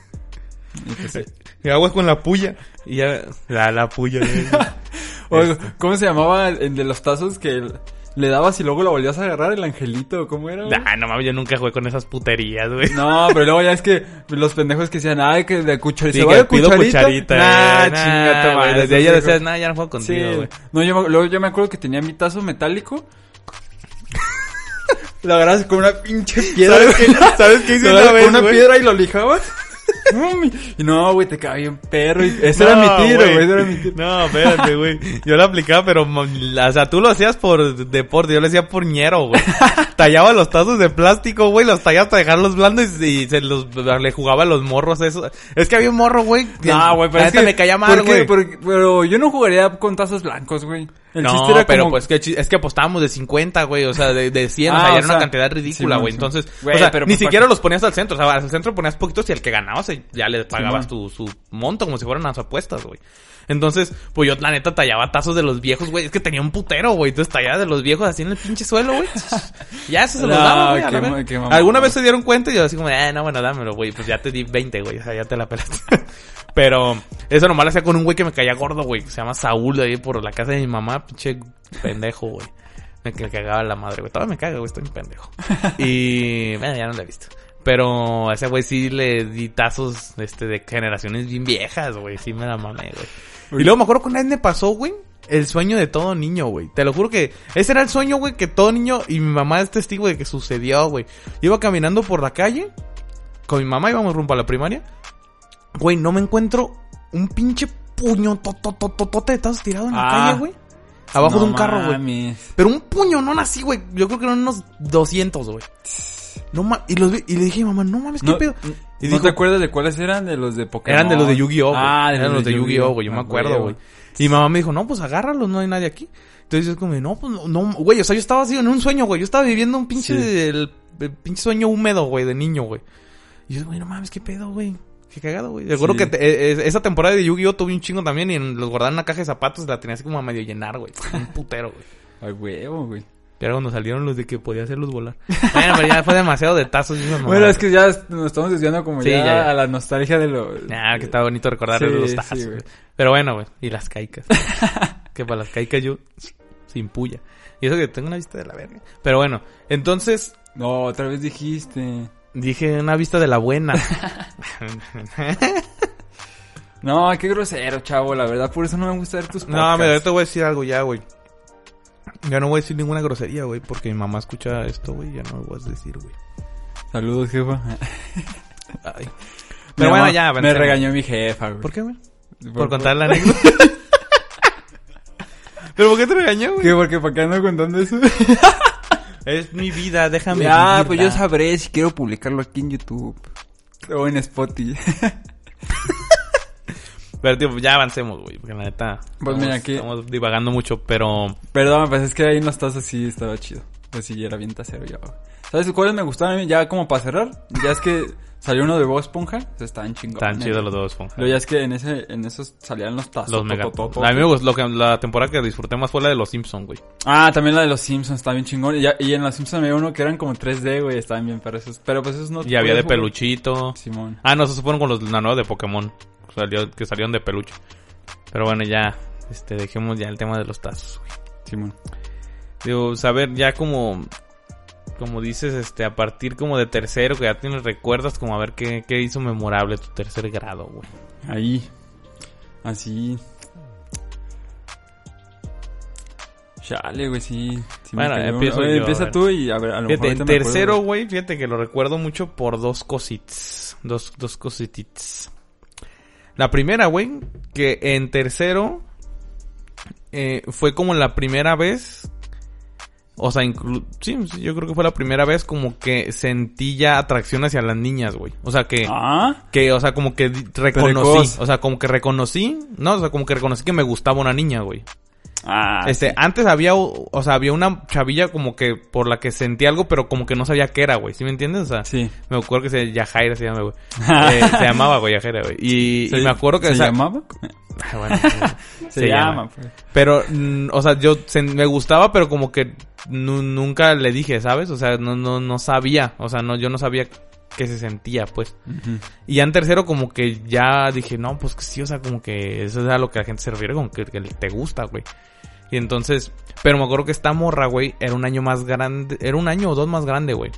Y pues sí. Y aguas con la puya. Y ya, la, la puya, güey. Oye, ¿cómo se llamaba el de los tazos que le dabas y luego lo volvías a agarrar, el angelito? ¿Cómo era, güey? Nah, no mames, yo nunca jugué con esas puterías, güey. No, pero luego ya es que los pendejos que decían, ay, que de cucharita. Sí, ¿Se va que de pido cucharita? cucharita. Nah, eh, nah, chinga tu güey. madre. Desde ahí ya esos decías, viejos. nah, ya no juego contigo, Sí. güey. No, yo, me- luego yo me acuerdo que tenía mi tazo metálico. Lo agarrabas con una pinche piedra. ¿Sabes qué? ¿Sabes qué hice Lo una agarrabas vez, con una güey? piedra y lo lijabas. Y no, güey, te quedaba bien perro. Y ese No, era mi tiro, güey. güey. Ese era mi tiro. No, espérate, güey. Yo lo aplicaba, pero, o sea, tú lo hacías por deporte, yo lo hacía por ñero, güey. Tallaba los tazos de plástico, güey, los tallaba hasta dejarlos blandos y, y se los, le jugaba a los morros eso. Es que había un morro, güey. que No, güey, pero la es neta que me caía mal, ¿por qué? güey. Porque- Pero yo no jugaría con tazos blancos, güey. El no, chiste era pero como... pues que chi- es que apostábamos de cincuenta, güey, o sea, de, de cien, o Ah, sea, ya o era una sea, cantidad ridícula, sí, güey. sí. Entonces, Güey, o sea, pero ni pues, siquiera ¿para los ponías al centro, o sea, al centro ponías poquitos y el que ganaba se, ya le pagabas Sí, tu, su monto como si fueran las apuestas, güey. Entonces, pues yo la neta tallaba tazos de los viejos, güey. Es que tenía un putero, güey. Entonces tallaba de los viejos así en el pinche suelo, güey. Ya eso se los No, daba, güey. a la qué verga. ma- qué mamón. Alguna vez se dieron cuenta y yo así como, eh, no, bueno, dámelo, güey. Pues ya te di veinte, güey. O sea, ya te la pelaste. Pero eso nomás lo hacía con un güey que me caía gordo, güey. Que se llama Saúl, de ahí por la casa de mi mamá. Pinche pendejo, güey. Me que cagaba la madre, güey. Todavía me caga, güey. Estoy un pendejo. Y, bueno, ya no lo he visto. Pero a ese güey sí le di tazos, este, de generaciones bien viejas, güey. Sí me la mamé, güey. Y luego me acuerdo que una vez me pasó, güey, el sueño de todo niño, güey. Te lo juro que ese era el sueño, güey, que todo niño, y mi mamá es testigo de que sucedió, güey. Iba caminando por la calle con mi mamá, íbamos rumbo a la primaria. Güey, no me encuentro un pinche puño totototote de tazos tirado en la ah, calle, güey. Abajo no de un carro, güey. mames. Pero un puño, no así, güey. Yo creo que eran unos doscientos, güey. No mames. Y, los vi, y le dije a mi mamá, no mames, ¿qué no, pedo? Y ¿No dijo, te acuerdas de cuáles eran? De los de Pokémon. eran de los de Yu-Gi-Oh, güey. Ah, de eran los de Yu-Gi-Oh, güey. Yo me acuerdo, güey. Y mi mamá me dijo, no, pues agárralos, no hay nadie aquí. Entonces yo como, no, pues no, no, güey. O sea, yo estaba así en un sueño, güey. Yo estaba viviendo un pinche, sí. el, el pinche sueño húmedo, güey, de niño, güey. Y yo, güey, no mames, ¿qué pedo, güey? Qué cagado, güey. Recuerdo sí. que te, eh, esa temporada de Yu-Gi-Oh tuve un chingo también y en, los guardaba en una caja de zapatos y la tenía así como a medio llenar, güey. Un putero, güey. Ay, huevo, güey. Y ahora cuando salieron los de que podía hacerlos volar. Bueno, pero ya fue demasiado de tazos. Y bueno, es que ya nos estamos desviando como sí, ya, ya, ya a la nostalgia de lo... Ah, que está bonito recordar sí, los tazos. Sí, güey. Pero bueno, güey. Y las caicas. Que para las caicas yo sin puya. Y eso que tengo una vista de la verga. Pero bueno, entonces... No, otra vez dijiste... Dije una vista de la buena. No, qué grosero, chavo, la verdad. Por eso no me gusta ver tus podcasts. No, mira, yo te voy a decir algo ya, güey. Ya no voy a decir ninguna grosería, güey. Porque mi mamá escucha esto, güey. Ya no lo voy a decir, güey. Saludos, jefa. Ay. Pero bueno, ya. Me regañó mi jefa, güey. ¿Por qué, güey? Por, por contar la anécdota. ¿Pero por qué te regañó, güey? ¿Qué? Porque ¿para qué ando contando eso? Es mi vida, déjame Ah, vivirla. pues yo sabré si quiero publicarlo aquí en YouTube. O en Spotify. Pero, tío, ya avancemos, güey. Porque la neta... Pues estamos, mira, aquí... Estamos divagando mucho, pero... Perdón, pues es que ahí unos tazos sí estaba chido. Pues sí, era bien tacero ya, güey. ¿Sabes cuáles me gustaron a mí? Ya como para cerrar. Ya es que salió uno de Bob Esponja. O sea, estaban chingones. Estaban chidos los dos Esponja. Pero ya es que en ese en esos salían los tazos. Los mega... A mí me gustó. Lo que, la temporada que disfruté más fue la de los Simpsons, güey. Ah, también la de los Simpsons. Está bien chingón. Y, ya, y en los Simpsons había uno que eran como tres D, güey. Estaban bien para esos. Pero pues esos no... Y había de jugar. Peluchito. Simón. Ah, no, esos fueron con los la nueva de Pokémon. Salió, que salieron de peluche. Pero bueno, ya... Este, dejemos ya el tema de los tazos, güey. Simón. Digo, saber ya como... Como dices, este, a partir como de tercero, que ya tienes recuerdas, como a ver qué, qué hizo memorable tu tercer grado, güey. Ahí. Así. Chale, güey, sí. sí bueno, empiezo Oye, yo, empieza a tú y a ver, a lo fíjate, mejor en tercero, güey, fíjate que lo recuerdo mucho por dos cositas. Dos, dos cosititas. La primera, güey, que en tercero eh, fue como la primera vez... O sea, inclu- sí, yo creo que fue la primera vez como que sentí ya atracción hacia las niñas, güey. O sea, que... ¿Ah? Que, o sea, como que reconocí. O sea, como que reconocí, ¿no? O sea, como que reconocí que me gustaba una niña, güey. Ah, Este, sí. antes había, o sea, había una chavilla como que por la que sentí algo, pero como que no sabía qué era, güey. ¿Sí me entiendes? O sea, sí. Me acuerdo que se Yajaira se llama, güey. eh, se llamaba, güey, Yajaira, güey. Y, y me acuerdo que... ¿Se o sea, llamaba? bueno, se, se, se llama, llama. pues. Pero, mm, o sea, yo se, me gustaba, pero como que nu- nunca le dije, ¿sabes? O sea, no, no, no sabía. O sea, no, yo no sabía qué se sentía, pues. Uh-huh. Y ya en tercero como que ya dije, no, pues que sí, o sea, como que eso es a lo que la gente se refiere, como que, que te gusta, güey. Y entonces, pero me acuerdo que esta morra, güey, era un año más grande, era un año o dos más grande, güey.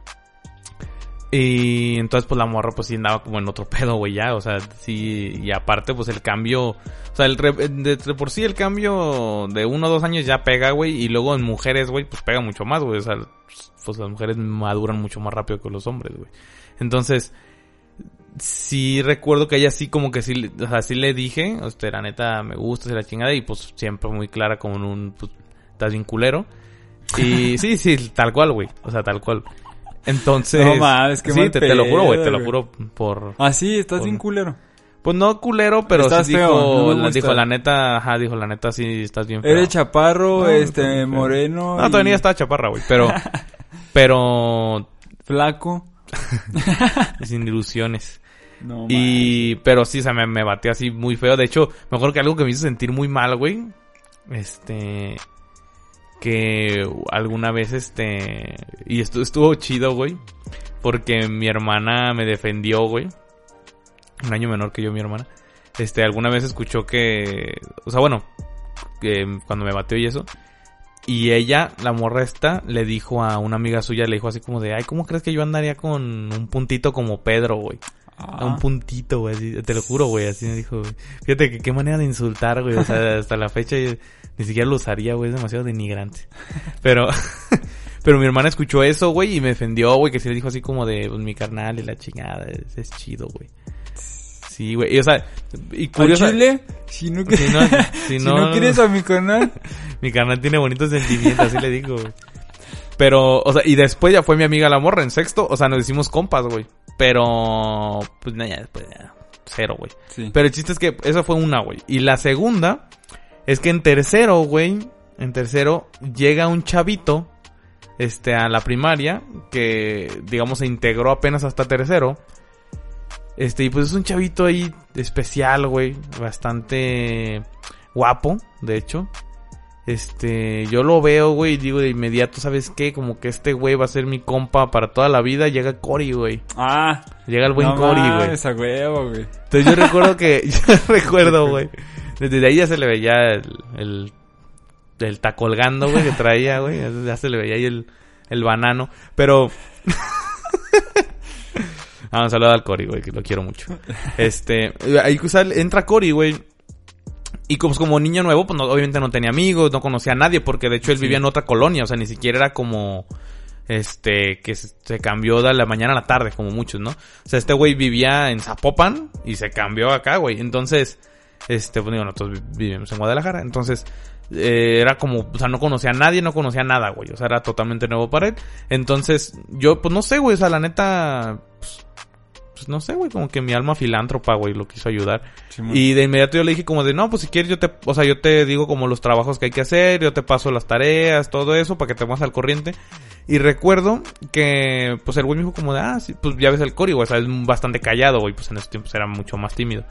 Y entonces, pues la morra, pues sí andaba como en otro pedo, güey, ya, o sea, sí, y aparte, pues el cambio, o sea, el re, de, de por sí el cambio de uno o dos años ya pega, güey, y luego en mujeres, güey, pues pega mucho más, güey, o sea, pues las mujeres maduran mucho más rápido que los hombres, güey. Entonces, sí recuerdo que ella sí como que sí, o sea, sí le dije, o sea, la neta me gusta, se la chingada, y pues siempre muy clara como en un, pues, estás bien culero. Y sí, sí, tal cual, güey, o sea, tal cual. Entonces... No mames, qué sí, mal te, te lo juro, güey, te pedo, lo juro por... Ah, sí, estás por, bien culero. Pues no culero, pero estás sí feo, dijo, no me la, gusta. dijo la neta, ajá, dijo la neta, sí, estás bien feo. Eres chaparro, No, este, no, moreno. No, y... todavía estaba chaparra, güey, pero... pero... Flaco. sin ilusiones. No, Y, pero sí, o sea, me, me batió así muy feo. De hecho, me acuerdo que algo que me hizo sentir muy mal, güey. Este... Que alguna vez, este... Y esto estuvo chido, güey. Porque mi hermana me defendió, güey. Un año menor que yo, mi hermana. Este, alguna vez escuchó que... O sea, bueno... Que cuando me batió y eso... Y ella, la morra esta, le dijo a una amiga suya, le dijo así como de... Ay, ¿cómo crees que yo andaría con un puntito como Pedro, güey? A un puntito, güey, así, te lo juro, güey, así me dijo, güey. Fíjate que qué manera de insultar, güey, o sea, hasta la fecha yo ni siquiera lo usaría, güey, es demasiado denigrante. Pero, pero mi hermana escuchó eso, güey, y me defendió, güey, que se le dijo así como de, pues, mi carnal y la chingada, es, es chido, güey. Sí, güey, y o sea, y curioso. Chile, si no, que... si no, si si no, no quieres a mi canal. Mi carnal tiene bonitos sentimientos, así le digo, güey. Pero, o sea, y después ya fue mi amiga la morra en sexto, o sea, nos hicimos compas, güey. Pero, pues, nada, después ya, cero, güey. Sí. Pero el chiste es que esa fue una, güey. Y la segunda es que en tercero, güey, en tercero llega un chavito, este, a la primaria, que, digamos, se integró apenas hasta tercero. Este, y pues es un chavito ahí especial, güey, bastante guapo, de hecho. Este, yo lo veo, güey, y digo de inmediato, ¿sabes qué? Como que este güey va a ser mi compa para toda la vida. Llega Cory, güey. Ah. Llega el buen no Cory, güey. Esa huevo, güey. Entonces yo recuerdo que, yo recuerdo, güey. Desde ahí ya se le veía el, el, el tacolgando, güey, que traía, güey. Ya se le veía ahí el, el banano. Pero... Ah, un saludo al Cory, güey, que lo quiero mucho. Este, ahí entra Cory, güey. Y como, como niño nuevo, pues no, obviamente no tenía amigos, no conocía a nadie, porque de hecho él sí. vivía en otra colonia, o sea, ni siquiera era como, este, que se, se cambió de la mañana a la tarde, como muchos, ¿no? O sea, este güey vivía en Zapopan y se cambió acá, güey. Entonces, este, pues digo, nosotros vivimos en Guadalajara, entonces, eh, era como, o sea, no conocía a nadie, no conocía nada, güey, o sea, era totalmente nuevo para él. Entonces, yo, pues no sé, güey, o sea, la neta, pues, no sé, güey, como que mi alma filántropa, güey, lo quiso ayudar. Sí, y de inmediato yo le dije como de, no, pues si quieres yo te, o sea, yo te digo como los trabajos que hay que hacer, yo te paso las tareas, todo eso, para que te pongas al corriente. Y recuerdo que, pues el güey me dijo como de, ah, sí, pues ya ves el Cory, güey, o sea, es bastante callado, güey, pues en esos tiempos era mucho más tímido.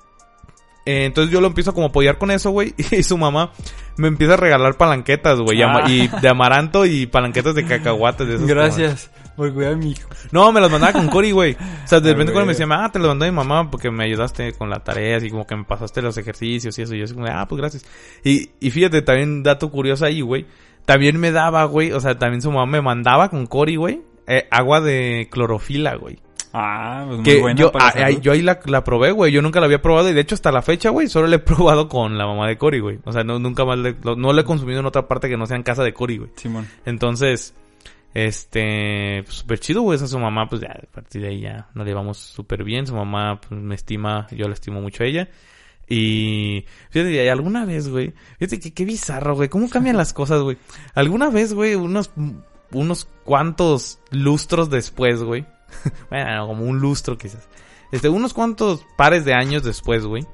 Eh, entonces yo lo empiezo como a apoyar con eso, güey, y su mamá me empieza a regalar palanquetas, güey, ah. y de amaranto y palanquetas de cacahuates. De esos. Gracias por cuidar a mi hijo. No, me las mandaba con Cory, güey. O sea, de repente cuando me decía, ah, te las mandó mi mamá porque me ayudaste con la tarea, así como que me pasaste los ejercicios y eso. Y yo así como, ah, pues gracias. Y, y fíjate, también dato curioso ahí, güey. También me daba, güey, o sea, también su mamá me mandaba con Cory, güey, eh, agua de clorofila, güey. Ah, pues muy que buena yo, para a, a, yo ahí la, la probé, güey. Yo nunca la había probado. Y de hecho, hasta la fecha, güey, solo la he probado con la mamá de Cory, güey. O sea, no, nunca más le, lo, no la he consumido en otra parte que no sea en casa de Cory, güey. Simón. Entonces, este, pues súper chido, güey. Esa su mamá, pues ya, a partir de ahí ya nos llevamos súper bien. Su mamá, pues me estima, yo la estimo mucho a ella. Y fíjate, alguna vez, güey, fíjate que qué bizarro, güey. ¿Cómo cambian las cosas, güey? Alguna vez, güey, unos, unos cuantos lustros después, güey. Bueno, como un lustro quizás. Este, unos cuantos pares de años después, güey.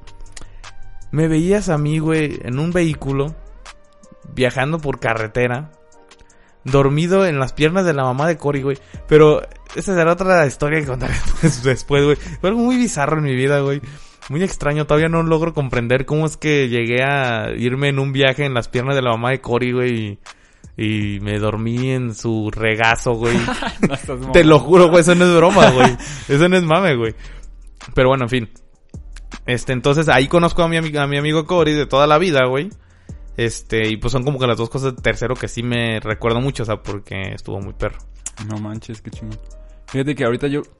Me veías a mí, güey, en un vehículo, viajando por carretera, dormido en las piernas de la mamá de Cory, güey. Pero esa será otra historia que contaré después, después, güey. Fue algo muy bizarro en mi vida, güey. Muy extraño, todavía no logro comprender cómo es que llegué a irme en un viaje en las piernas de la mamá de Cory, güey, y... Y me dormí en su regazo, güey. No, te lo juro, güey, eso no es broma, güey. Eso no es mame, güey. Pero bueno, en fin. Este, entonces ahí conozco a mi, a mi amigo Cory de toda la vida, güey. Este, y pues son como que las dos cosas de tercero que sí me recuerdo mucho, o sea, porque estuvo muy perro. No manches, qué chingón. Fíjate que ahorita yo...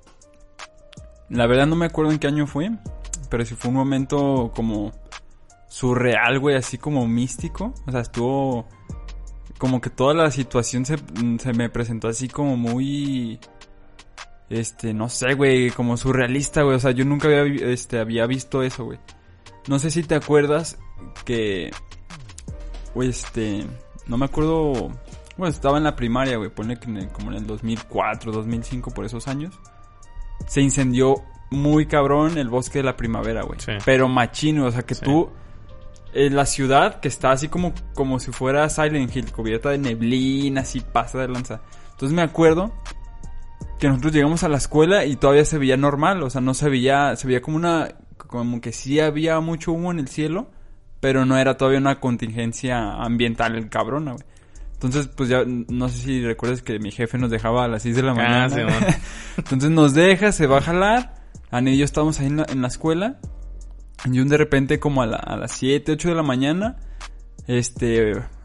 La verdad no me acuerdo en qué año fue, pero sí fue un momento como surreal, güey, así como místico. O sea, estuvo... Como que toda la situación se, se me presentó así como muy... Este, no sé, güey, como surrealista, güey. O sea, yo nunca había, este, había visto eso, güey. No sé si te acuerdas que... Güey, este... No me acuerdo... Bueno, estaba en la primaria, güey. Ponle que en el, como en el dos mil cuatro, dos mil cinco, por esos años. Se incendió muy cabrón el bosque de la primavera, güey. Sí. Pero machino, o sea, que sí. tú... En la ciudad, que está así como, como si fuera Silent Hill, cubierta de neblina, así pasa de lanza. Entonces me acuerdo que nosotros llegamos a la escuela y todavía se veía normal, o sea, no se veía, se veía como una, como que sí había mucho humo en el cielo, pero no era todavía una contingencia ambiental cabrona, güey. Entonces, pues ya, no sé si recuerdas que mi jefe nos dejaba a las seis de la mañana. Ah, sí, bueno. Entonces nos deja, se va a jalar, Ana y yo estábamos ahí en la, en la escuela. Y un de repente como a, la, a las siete, ocho de la mañana, este,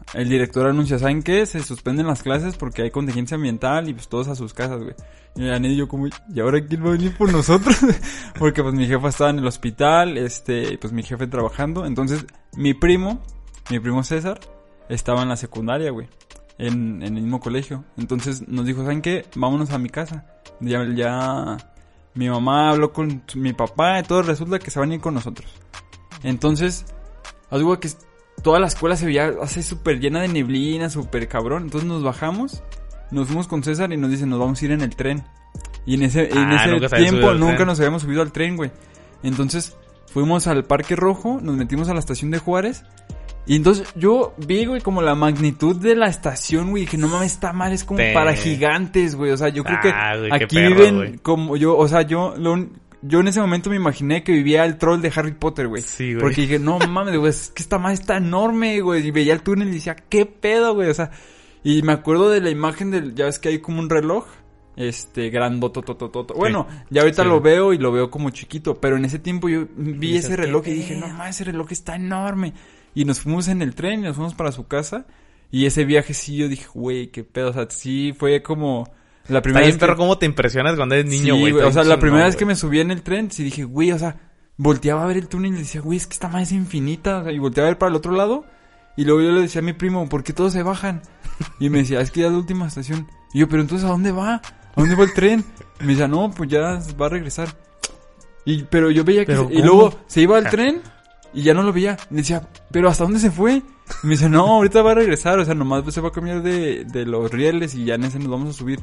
el director anuncia, ¿saben qué? Se suspenden las clases porque hay contingencia ambiental y pues todos a sus casas, güey. Y Anel y yo como, ¿y ahora quién va a venir por nosotros? Porque pues mi jefa estaba en el hospital, este, pues mi jefe trabajando. Entonces, mi primo, mi primo César, estaba en la secundaria, güey. En, en el mismo colegio. Entonces nos dijo, ¿saben qué? Vámonos a mi casa. Ya, ya, mi mamá habló con mi papá y todo, resulta que se van a ir con nosotros. Entonces, os digo que toda la escuela se veía así súper llena de neblina, súper cabrón. Entonces nos bajamos, nos fuimos con César y nos dicen, nos vamos a ir en el tren. Y en ese, ah, en ese nunca tiempo nunca tren. Nos habíamos subido al tren, güey. Entonces fuimos al Parque Rojo, nos metimos a la estación de Juárez. Y entonces yo vi, güey, como la magnitud de la estación, güey, que no mames, está mal, es como Te... para gigantes, güey. O sea, yo creo ah, que güey, aquí perro, viven güey. Como yo, o sea, yo lo, yo en ese momento me imaginé que vivía el troll de Harry Potter, güey. Sí, güey. Porque dije, no mames, güey, es que esta madre está enorme, güey. Y veía el túnel y decía, ¿qué pedo, güey? O sea, y me acuerdo de la imagen del, ya ves que hay como un reloj, este, grandotototototo. Sí. Bueno, ya ahorita sí. Lo veo y lo veo como chiquito, pero en ese tiempo yo vi ese reloj y dije, no mames, ese reloj está enorme. Y nos fuimos en el tren y nos fuimos para su casa. Y ese viaje sí yo dije, güey, qué pedo. O sea, sí fue como la primera vez. Está bien, perro, cómo te impresionas cuando eres niño, güey. Sí, o sea, la primera vez que me subí en el tren, sí dije, güey, o sea, volteaba a ver el túnel y decía, güey, es que esta madre es infinita. O sea, y volteaba a ver para el otro lado. Y luego yo le decía a mi primo, ¿por qué todos se bajan? Y me decía, es que ya es la última estación. Y yo, pero entonces, ¿a dónde va? ¿A dónde va el tren? Y me decía, no, pues ya va a regresar. Y, pero yo veía que... Se, y luego se iba al tren... Y ya no lo veía. Y decía, ¿pero hasta dónde se fue? Y me dice, no, ahorita va a regresar. O sea, nomás se va a cambiar de, de los rieles y ya en ese nos vamos a subir.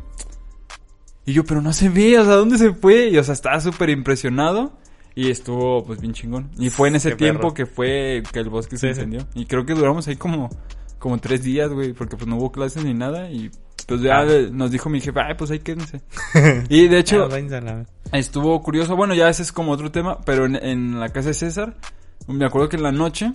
Y yo, pero no se ve, o sea, ¿dónde se fue? Y o sea, estaba súper impresionado. Y estuvo, pues, bien chingón. Y fue en ese Qué tiempo perro. Que fue que el bosque sí, se incendió. Sí. Y creo que duramos ahí como, como tres días, güey. Porque pues no hubo clases ni nada. Y pues ya ah. nos dijo mi jefe, ay, pues ahí quédense. Y de hecho, estuvo curioso. Bueno, ya ese es como otro tema. Pero en, en la casa de César... Me acuerdo que en la noche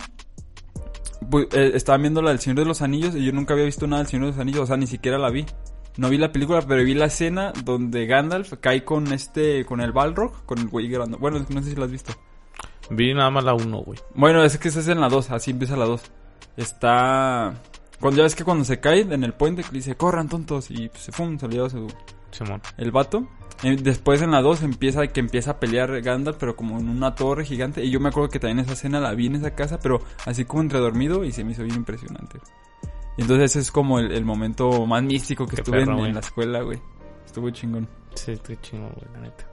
pues, eh, estaban viendo la del Señor de los Anillos y yo nunca había visto nada del Señor de los Anillos, o sea, ni siquiera la vi. No vi la película, pero vi la escena donde Gandalf cae con este, con el Balrog, con el güey grande. Bueno, no sé si la has visto. Vi nada más la uno, güey. Bueno, es que esa es en la dos, así empieza la dos. Está... Cuando ya ves que cuando se cae en el puente, que le dice, corran tontos, y pues, se fue, salió su... Simón. El vato. Después en la dos empieza que empieza a pelear Gandalf, pero como en una torre gigante. Y yo me acuerdo que también esa escena la vi en esa casa, pero así como entre dormido y se me hizo bien impresionante. Y entonces ese es como el, el momento más místico que Qué estuve perro, en, en la escuela, güey. Estuvo chingón. Sí, estuvo chingón, güey, la neta.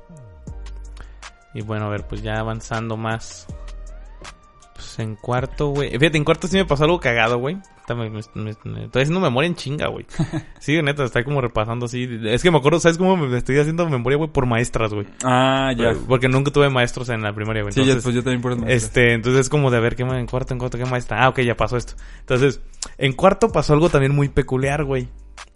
Y bueno, a ver, pues ya avanzando más. Pues en cuarto, güey. Fíjate, en cuarto sí me pasó algo cagado, güey. Me, me, me, me estoy haciendo memoria en chinga, güey. Sí, neta, está como repasando así. Es que me acuerdo, ¿sabes cómo me estoy haciendo memoria, güey? Por maestras, güey. Ah, ya. Porque nunca tuve maestros en la primaria, güey. Sí, entonces, ya, pues yo también por maestras. Este, entonces es como de a ver, ¿qué en cuarto, en cuarto, qué maestra? Ah, ok, ya pasó esto. Entonces, en cuarto pasó algo también muy peculiar, güey.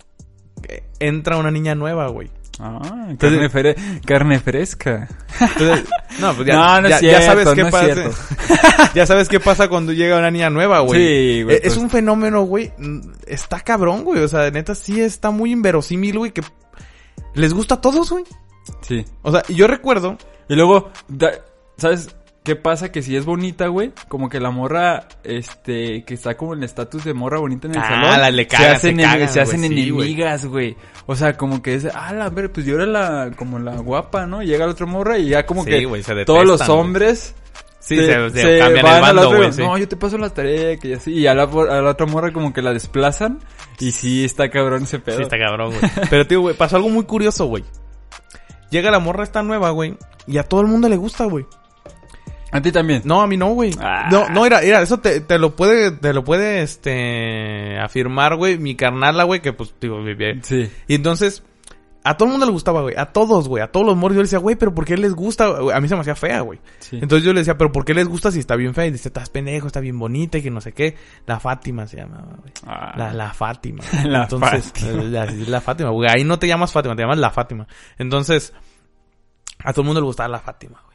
Entra una niña nueva, güey. Ah, entonces, carne, fre carne fresca. Entonces, no, pues ya, no, no ya, cierto, ya sabes qué no pasa. Ya sabes qué pasa cuando llega una niña nueva, güey. Sí, güey. Es, pues... es un fenómeno, güey. Está cabrón, güey. O sea, neta sí está muy inverosímil, güey, que les gusta a todos, güey. Sí. O sea, yo recuerdo. Y luego, da, ¿sabes qué pasa? Que si es bonita, güey, como que la morra, este, que está como en el estatus de morra bonita en el ah, salón. La le cagan, se hacen, se cagan, se hacen güey, enemigas, güey. Sí, o sea, como que es, ah, la ver, pues yo era la, como la guapa, ¿no? Y llega la otra morra y ya como sí, que wey, detestan, todos los hombres... Sí, se, se, se cambian el bando, güey. Sí. No, yo te paso la tarea, que ya sí. Y a la, a la otra morra como que la desplazan. Y sí, está cabrón ese pedo. Sí, está cabrón, güey. Pero, tío, güey, pasó algo muy curioso, güey. Llega la morra esta nueva, güey. Y a todo el mundo le gusta, güey. ¿A ti también? No, a mí no, güey. Ah. No, no, era, era, eso te, te lo puede, te lo puede, este, afirmar, güey, mi carnala, güey, que pues, digo, vivía. Sí. Y entonces, a todo el mundo le gustaba, güey. A todos, güey. A todos los morros. Yo le decía, güey, pero ¿por qué les gusta? A mí se me hacía fea, güey. Sí. Entonces yo le decía, pero ¿por qué les gusta si está bien fea? Y dice, estás pendejo, está bien bonita y que no sé qué. La Fátima se llamaba, güey. Ah. La, la Fátima. La Entonces, Fátima. La, la Fátima, güey. Ahí no te llamas Fátima, te llamas la Fátima. Entonces, a todo el mundo le gustaba la Fátima, güey.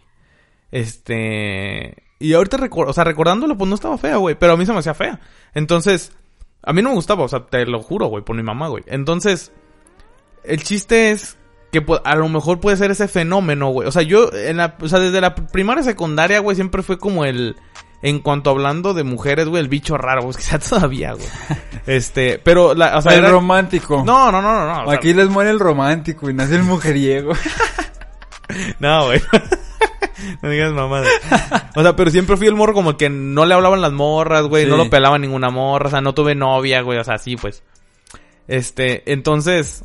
Este... Y ahorita, recuerdo, o sea, recordándolo, pues no estaba fea, güey. Pero a mí se me hacía fea. Entonces, a mí no me gustaba, o sea, te lo juro, güey, por mi mamá, güey. Entonces, el chiste es que a lo mejor puede ser ese fenómeno, güey. O sea, yo, en la, o sea, desde la primaria secundaria, güey, siempre fue como el, en cuanto hablando de mujeres, güey, el bicho raro, güey, quizá todavía, güey. Este, pero, la, o sea, el era... romántico. No, no, no, no, no. Aquí sea... les muere el romántico y nace el mujeriego. No, güey. No digas mamadas. O sea, pero siempre fui el morro como que no le hablaban las morras, güey, sí. No lo pelaba ninguna morra, o sea, no tuve novia, güey, o sea, así pues. Este, entonces...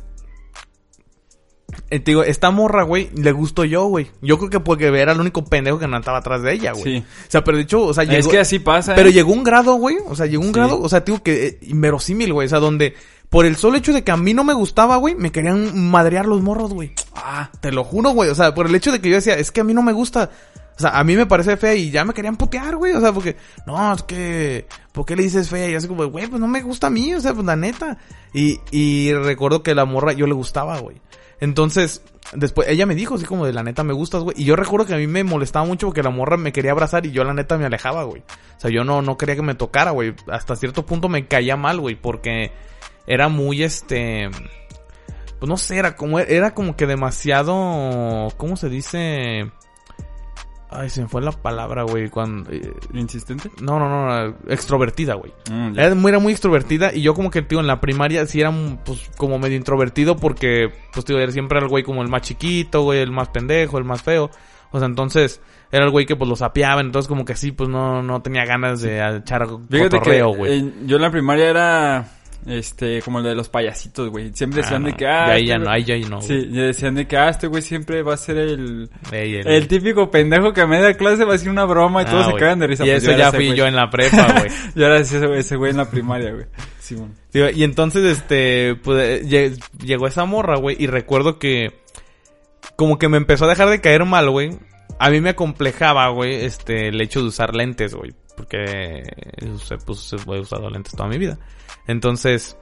Eh, te digo, esta morra, güey, le gustó yo, güey. Yo creo que porque era el único pendejo que no estaba atrás de ella, güey. Sí. O sea, pero de hecho, o sea, llegó... Es que así pasa, ¿eh? Pero llegó un grado, güey, o sea, llegó un sí. grado, o sea, digo que eh, inverosímil, güey, o sea, donde... Por el solo hecho de que a mí no me gustaba, güey, me querían madrear los morros, güey. Ah, te lo juro, güey. O sea, por el hecho de que yo decía, es que a mí no me gusta. O sea, a mí me parece fea y ya me querían putear, güey. O sea, porque, no, es que, ¿por qué le dices fea? Y así como, güey, pues no me gusta a mí, o sea, pues la neta. Y, y recuerdo que la morra yo le gustaba, güey. Entonces, después, ella me dijo así como de la neta me gustas, güey. Y yo recuerdo que a mí me molestaba mucho porque la morra me quería abrazar y yo la neta me alejaba, güey. O sea, yo no, no quería que me tocara, güey. Hasta cierto punto me caía mal, güey, porque... Era muy, este... Pues no sé, era como... Era como que demasiado... ¿Cómo se dice? Ay, se me fue la palabra, güey. Cuando... Eh, ¿Insistente? No, no, no. Extrovertida, güey. Mm, era, muy, era muy extrovertida. Y yo como que, tío, en la primaria sí era, pues, como medio introvertido. Porque, pues, tío, era siempre el güey como el más chiquito, güey. El más pendejo, el más feo. O sea, entonces... Era el güey que, pues, lo sapeaban. Entonces, como que sí, pues, no, no tenía ganas de echar cotorreo, güey. Eh, yo en la primaria era... Este, como el de los payasitos, güey. Siempre decían ah, no. de que, ah... De ahí este ya güey... no, ahí ya no. Sí, ya decían de que, ah, este güey siempre va a ser el... Ey, el... el típico pendejo que a media clase va a decir una broma y ah, todos wey. se cagan de risa. Y pues eso ya fui güey. yo en la prepa, güey. Y ahora sí ese, ese güey en la primaria, güey. Sí, bueno. Sí, y entonces, este, pues, llegó esa morra, güey, y recuerdo que... Como que me empezó a dejar de caer mal, güey. A mí me acomplejaba, güey, este, el hecho de usar lentes, güey. Porque, pues, he usado lentes toda mi vida. Entonces...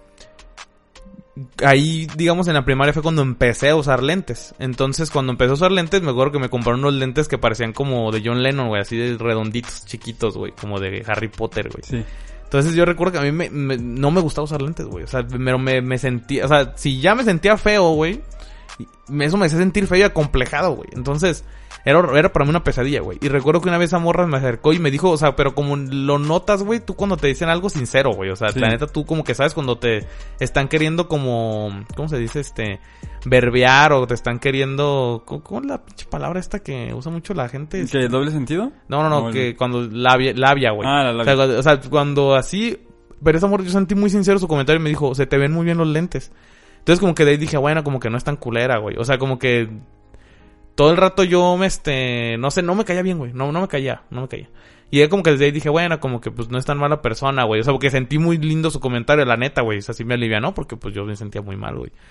Ahí, digamos, en la primaria fue cuando empecé a usar lentes. Entonces, cuando empecé a usar lentes, me acuerdo que me compraron unos lentes que parecían como de John Lennon, güey. Así de redonditos, chiquitos, güey. Como de Harry Potter, güey. Sí. Entonces, yo recuerdo que a mí me, me, no me gustaba usar lentes, güey. O sea, me, me, me sentía... O sea, si ya me sentía feo, güey... Eso me hacía sentir feo y acomplejado, güey. Entonces... Era, era para mí una pesadilla, güey. Y recuerdo que una vez esa morra me acercó y me dijo, o sea, pero como lo notas, güey, tú cuando te dicen algo sincero, güey. O sea, sí. La neta, tú como que sabes cuando te están queriendo como... ¿Cómo se dice? Este... Verbear o te están queriendo... ¿Cómo es la pinche palabra esta que usa mucho la gente? ¿Que doble sentido? No, no, no. El... Que cuando... Labia, labia, güey. Ah, la labia. O sea, o sea, cuando así... Pero esa morra yo sentí muy sincero su comentario y me dijo, se te ven muy bien los lentes. Entonces como que de ahí dije, bueno, como que no es tan culera, güey. O sea, como que... Todo el rato yo me, este, no sé, no me caía bien, güey. No, no me caía, no me caía. Y ya como que desde ahí dije, bueno, como que pues no es tan mala persona, güey. O sea, porque sentí muy lindo su comentario, la neta, güey. O sea, sí me alivianó porque pues yo me sentía muy mal, güey.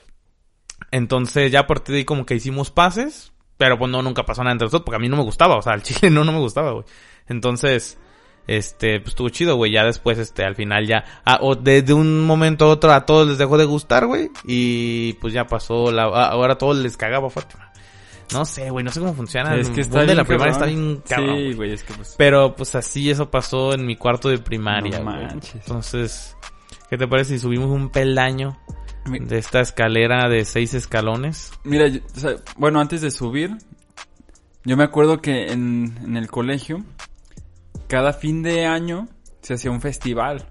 Entonces ya a partir de ahí como que hicimos pases. Pero pues no, nunca pasó nada entre nosotros porque a mí no me gustaba. O sea, al chile no, no me gustaba, güey. Entonces, este, pues estuvo chido, güey. Ya después, este, al final ya... Ah, o desde un momento a otro a todos les dejó de gustar, güey. Y pues ya pasó la... Ahora a todos les cagaba Fátima. No sé, güey, no sé cómo funciona. Es que está bien de la primaria cabrón. Está bien cabrón. Sí, güey, es que pues... Pero pues así eso pasó en mi cuarto de primaria, no güey. manches. Entonces, ¿qué te parece si subimos un peldaño de esta escalera de seis escalones? Mira, yo, o sea, bueno, antes de subir, yo me acuerdo que en, en el colegio, cada fin de año se hacía un festival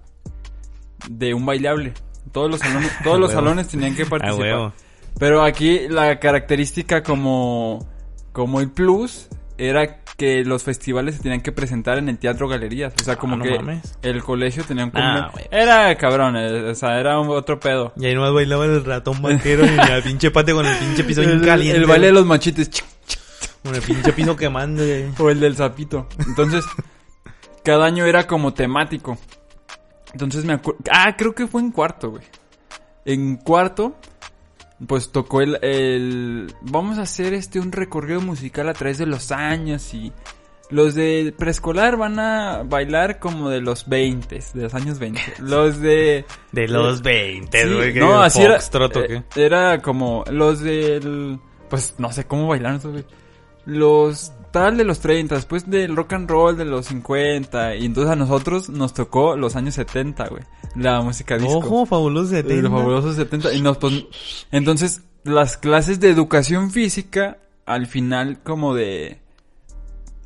de un bailable. Todos los salones, todos los salones tenían que participar. Pero aquí la característica como, como el plus era que los festivales se tenían que presentar en el Teatro Galerías. O sea, como ah, no que mames. El colegio tenía un... Ah, era cabrón, eh, o sea, era un, otro pedo. Y ahí nomás bailaban el ratón vaquero y el pinche patio con el pinche piso bien caliente. El baile de los machites. Con el pinche piso quemando. O el del sapito. Entonces, cada año era como temático. Entonces me acuerdo... Ah, creo que fue en cuarto, güey. En cuarto... Pues tocó el, el... Vamos a hacer este un recorrido musical a través de los años y... Los de preescolar van a bailar como de los veinte, de los años veinte. Los de... De los veinte, güey. Sí, no, así era... Troto, ¿qué? Era como los del... Pues no sé cómo bailaron esos, güey. Los... Tal de los treinta, después del rock and roll de los cincuenta. Y entonces a nosotros nos tocó los años setenta, güey. La música disco. Ojo, fabulosos setenta. Los fabulosos setenta. Y nos pues, entonces, las clases de educación física, al final como de...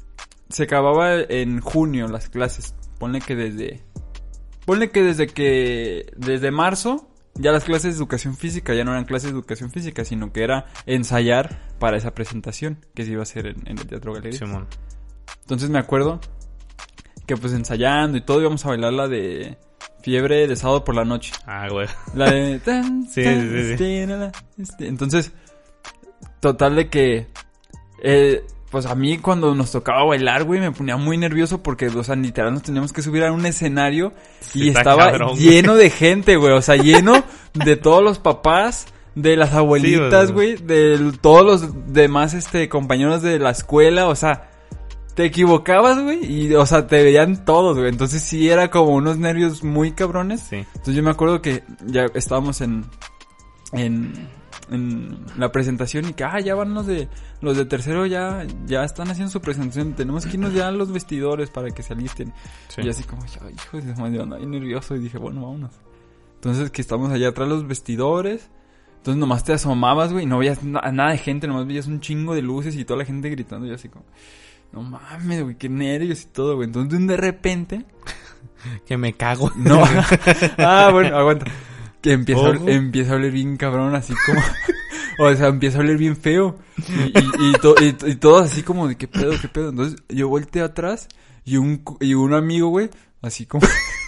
se acababa en junio las clases. Ponle que desde... Ponle que desde que... Desde marzo, ya las clases de educación física ya no eran clases de educación física, sino que era ensayar para esa presentación que se iba a hacer en, en el Teatro Galería. Simón. Entonces me acuerdo que pues ensayando y todo íbamos a bailar la de Fiebre de Sábado por la Noche. Ah, güey. La de... Tan, Sí, tan, sí, sí. estirala, estirala. Entonces, total de que... Eh, pues a mí cuando nos tocaba bailar, güey, me ponía muy nervioso porque, o sea, literal nos teníamos que subir a un escenario Sí, y está estaba cabrón, lleno de gente, güey. O sea, lleno de todos los papás, de las abuelitas, Sí, güey, de todos los demás, este, compañeros de la escuela, o sea... Te equivocabas, güey, y, o sea, te veían todos, güey. Entonces sí era como unos nervios muy cabrones. Sí. Entonces yo me acuerdo que ya estábamos en... En... En la presentación y que, ah, ya van los de... Los de tercero ya... Ya están haciendo su presentación. Tenemos que irnos ya a los vestidores para que se alisten. Sí. Y así como, ay, hijo de madre, ando ahí nervioso. Y dije, bueno, vámonos. Entonces que estamos allá atrás los vestidores... Entonces nomás te asomabas, güey, y no veías na- nada de gente. Nomás veías un chingo de luces y toda la gente gritando. Y así como... No mames, güey, qué nervios y todo, güey. Entonces, de repente... Que me cago. No. Ah, bueno, aguanta. Que empieza, Oh. a, empieza a oler bien cabrón, así como... O sea, empieza a oler bien feo. Y, y, y, to, y, y todos así como de qué pedo, qué pedo. Entonces, yo volteé atrás y un, y un amigo, güey, así como...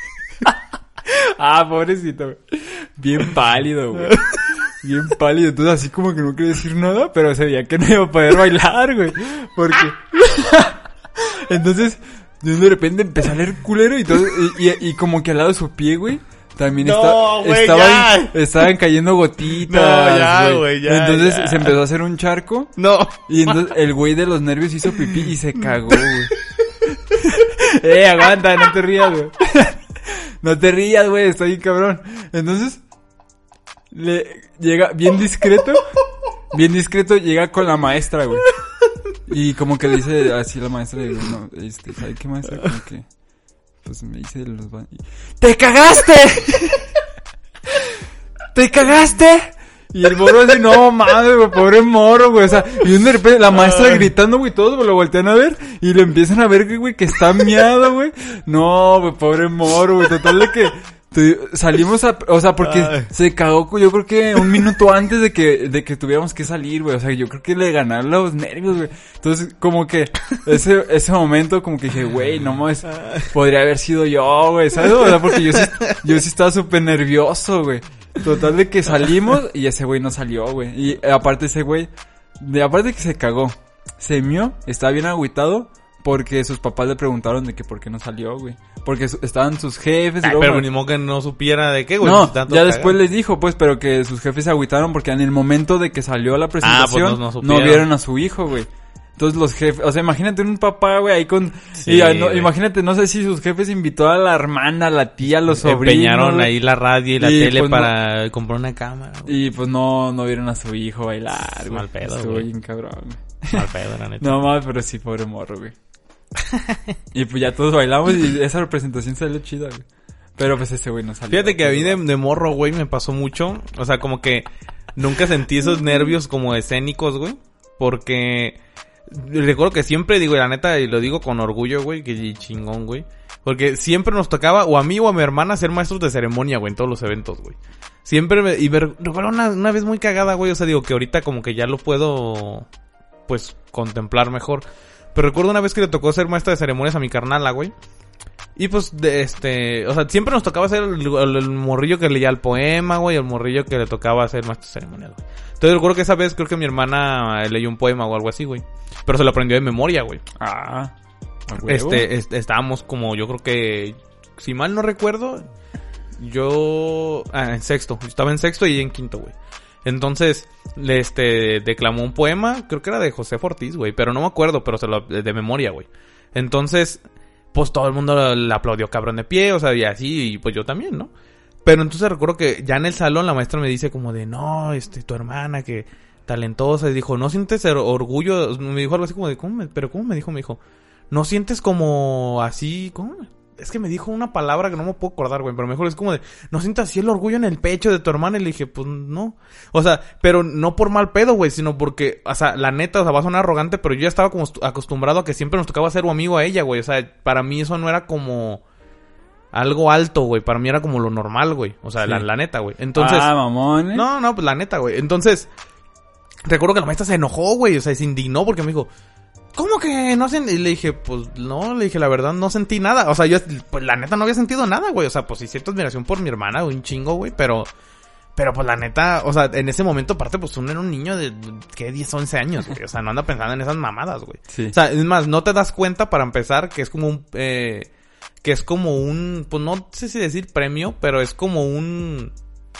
Ah, pobrecito, güey. Bien pálido, güey. Bien pálido, entonces así como que no quería decir nada, pero se veía que no iba a poder bailar, güey. Porque... Entonces, de repente empezó a leer culero y todo, y, y, y como que al lado de su pie, güey, también No, está, güey, estaban, ya. estaban cayendo gotitas. No, ya, güey, ya, Entonces ya. se empezó a hacer un charco. No. Y entonces el güey de los nervios hizo pipí y se cagó, güey. Eh, aguanta, no te rías, güey. No te rías, güey, está bien cabrón. Entonces, le llega bien discreto, bien discreto, llega con la maestra, güey. Y como que le dice así la maestra, y digo, no, este, ¿sabe qué maestra? Como que, pues me dice los ba- ¡Te cagaste! ¡Te cagaste! Y el morro así, no, madre, güey, pobre morro, güey, o sea, y de repente la maestra Ay. gritando, güey, todos lo voltean a ver, y le empiezan a ver, güey, que está miado, güey. No, güey, pobre morro, güey, total de que te- salimos a, o sea, porque Ay. se cagó, yo creo que un minuto antes de que, de que tuviéramos que salir, güey, o sea, yo creo que le ganaron los nervios, güey. Entonces, como que, ese, ese momento, como que dije, güey, no mames, podría haber sido yo, güey, ¿sabes? O sea, porque yo sí, yo sí estaba súper nervioso, güey. Total de que salimos y ese güey no salió, güey. Y eh, aparte ese güey, de aparte de que se cagó, se mió, estaba bien agüitado porque sus papás le preguntaron de que por qué no salió, güey. Porque su- estaban sus jefes y Ay, luego... pero ni modo que no supiera de qué, güey. No, si tanto ya caga. después les dijo, pues, pero que sus jefes se agüitaron porque en el momento de que salió la presentación Ah, pues no- no no, supieron. vieron a su hijo, güey. Entonces los jefes, o sea, imagínate un papá, güey, ahí con... Sí, y, ya, no, güey. imagínate, no sé si sus jefes invitó a la hermana, a la tía, a los sobrinos. Empeñaron güey. ahí la radio y la Y, tele pues, para comprar una cámara, güey. Y pues no, no vieron a su hijo bailar, güey. Mal pedo, Estuvo güey. bien cabrón, güey. Mal pedo, la neta. No más, pero sí, pobre morro, güey. Y pues ya todos bailamos y esa representación salió chida, güey. Pero pues ese güey no salió. Fíjate que a mí de, de morro, güey, me pasó mucho. O sea, como que nunca sentí esos nervios como escénicos, güey. Porque recuerdo que siempre, digo, y la neta, y lo digo con orgullo, güey, que chingón, güey. Porque siempre nos tocaba, o a mí o a mi hermana, ser maestros de ceremonia, güey, en todos los eventos, güey. Siempre me... Y me recuerdo una, una vez muy cagada, güey. O sea, digo que ahorita como que ya lo puedo, pues, contemplar mejor. Pero recuerdo una vez que le tocó ser maestra de ceremonias a mi carnala, güey. Y pues, de este... O sea, siempre nos tocaba ser el, el, el morrillo que leía el poema, güey. El morrillo que le tocaba ser maestro de ceremonias, güey. Entonces recuerdo que esa vez creo que mi hermana leyó un poema o algo así, güey. Pero se lo aprendió de memoria, güey. Ah, a huevo. Este, este, estábamos como, yo creo que... Si mal no recuerdo... Yo... Ah, en sexto. Yo estaba en sexto y ella en quinto, güey. Entonces, le este, declamó un poema, creo que era de José Ortiz, güey, pero no me acuerdo, pero se lo, de, de memoria, güey. Entonces, pues todo el mundo le aplaudió cabrón de pie, o sea, y así, y pues yo también, ¿no? Pero entonces recuerdo que ya en el salón la maestra me dice como de, no, este, tu hermana que talentosa, y dijo, ¿no sientes orgullo? Me dijo algo así como de, ¿cómo me, pero cómo me dijo? Me dijo, ¿no sientes como así, cómo? Es que me dijo una palabra que no me puedo acordar, güey. Pero mejor es como de... ¿No sientas así el orgullo en el pecho de tu hermana? Y le dije, pues, no. O sea, pero no por mal pedo, güey. Sino porque... O sea, la neta, o sea, va a sonar arrogante. Pero yo ya estaba como acostumbrado a que siempre nos tocaba ser un amigo a ella, güey. O sea, para mí eso no era como... algo alto, güey. Para mí era como lo normal, güey. O sea, sí. la, la neta, güey. Entonces... Ah, mamón, ¿eh? No, no, pues la neta, güey. Entonces... Recuerdo que la maestra se enojó, güey. O sea, se indignó porque me dijo... ¿Cómo que no sentí? Y le dije, pues no, le dije, la verdad no sentí nada. O sea, yo, pues la neta no había sentido nada, güey. O sea, pues sí siento admiración por mi hermana, un chingo, güey. Pero, pero pues la neta, o sea, en ese momento aparte, pues uno era un niño de, ¿qué? diez, once años, güey. O sea, no anda pensando en esas mamadas, güey. Sí. O sea, es más, no te das cuenta para empezar que es como un, eh, que es como un, pues no sé si decir premio, pero es como un...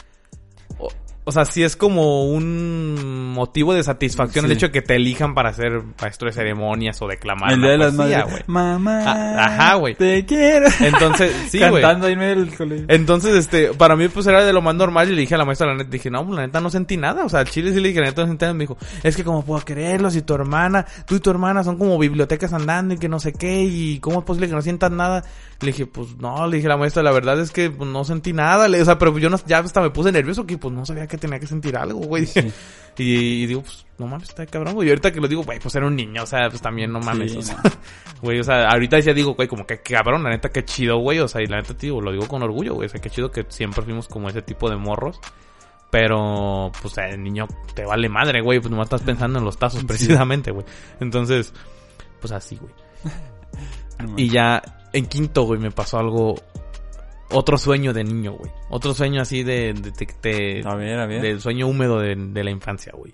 O sea, sí es como un motivo de satisfacción sí. el hecho de que te elijan para ser maestro de ceremonias o declamar el día de las poesía, madres. Mamá. Ah, ajá, güey. Te quiero. Entonces, sí, güey. Cantando ahí en medio del colegio. Entonces, este, para mí pues era de lo más normal y le dije a la maestra, la neta, dije, no, la neta no sentí nada. O sea, al chile sí le dije, la neta no sentí nada. Me dijo, es que cómo puedo creerlo si tu hermana, tú y tu hermana son como bibliotecas andando y que no sé qué y cómo es posible que no sientas nada. Le dije, pues no, le dije a la maestra, la verdad es que pues, no sentí nada. Le, o sea, pero yo no, ya hasta me puse nervioso que pues no sabía que tenía que sentir algo, güey. Sí. Y, y digo, pues, no mames, está cabrón, güey. Y ahorita que lo digo, güey, pues era un niño, o sea, pues también no mames, sí, o sea, güey, no. O sea, ahorita ya digo, güey, como que cabrón, la neta, qué chido, güey, o sea, y la neta, tío, lo digo con orgullo, güey, o sea, qué chido que siempre fuimos como ese tipo de morros. Pero, pues, el niño te vale madre, güey, pues nomás estás pensando en los tazos, precisamente, güey. Entonces, pues así, güey. No, y ya, en quinto, güey, me pasó algo... Otro sueño de niño, güey. Otro sueño así de... de, de, de a ver, a ver. Del sueño húmedo de, de la infancia, güey.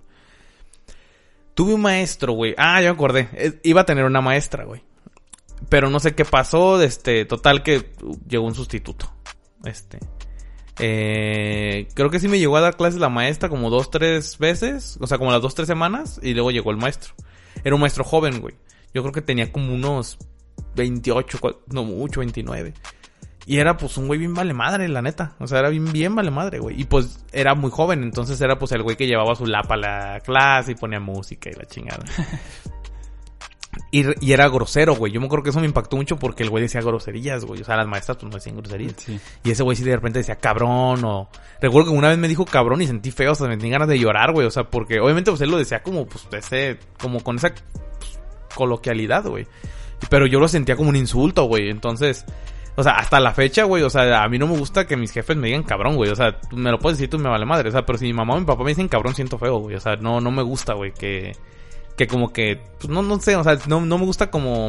Tuve un maestro, güey. Ah, ya me acordé. Eh, iba a tener una maestra, güey. Pero no sé qué pasó. Este, total que llegó un sustituto. Este... Eh, creo que sí me llegó a dar clases la maestra como dos, tres veces. O sea, como las dos, tres semanas. Y luego llegó el maestro. Era un maestro joven, güey. Yo creo que tenía como unos veintiocho, no mucho, veintinueve. Y era pues un güey bien vale madre, la neta. O sea, era bien, bien vale madre, güey. Y pues era muy joven, entonces era pues el güey que llevaba su lapa a la clase y ponía música y la chingada. y, y era grosero, güey. Yo me acuerdo que eso me impactó mucho porque el güey decía groserías, güey. O sea, las maestras pues no decían groserías. Sí. Y ese güey sí de repente decía cabrón o... Recuerdo que una vez me dijo cabrón y sentí feo, o sea, me tenía ganas de llorar, güey. O sea, porque obviamente pues él lo decía como pues ese... Como con esa pues, coloquialidad, güey. Pero yo lo sentía como un insulto, güey. Entonces... O sea, hasta la fecha, güey, o sea, a mí no me gusta que mis jefes me digan cabrón, güey. O sea, me lo puedes decir tú y me vale madre. O sea, pero si mi mamá o mi papá me dicen cabrón, siento feo, güey. O sea, no, no me gusta, güey, que... Que como que... Pues no, no sé, o sea, no, no me gusta como...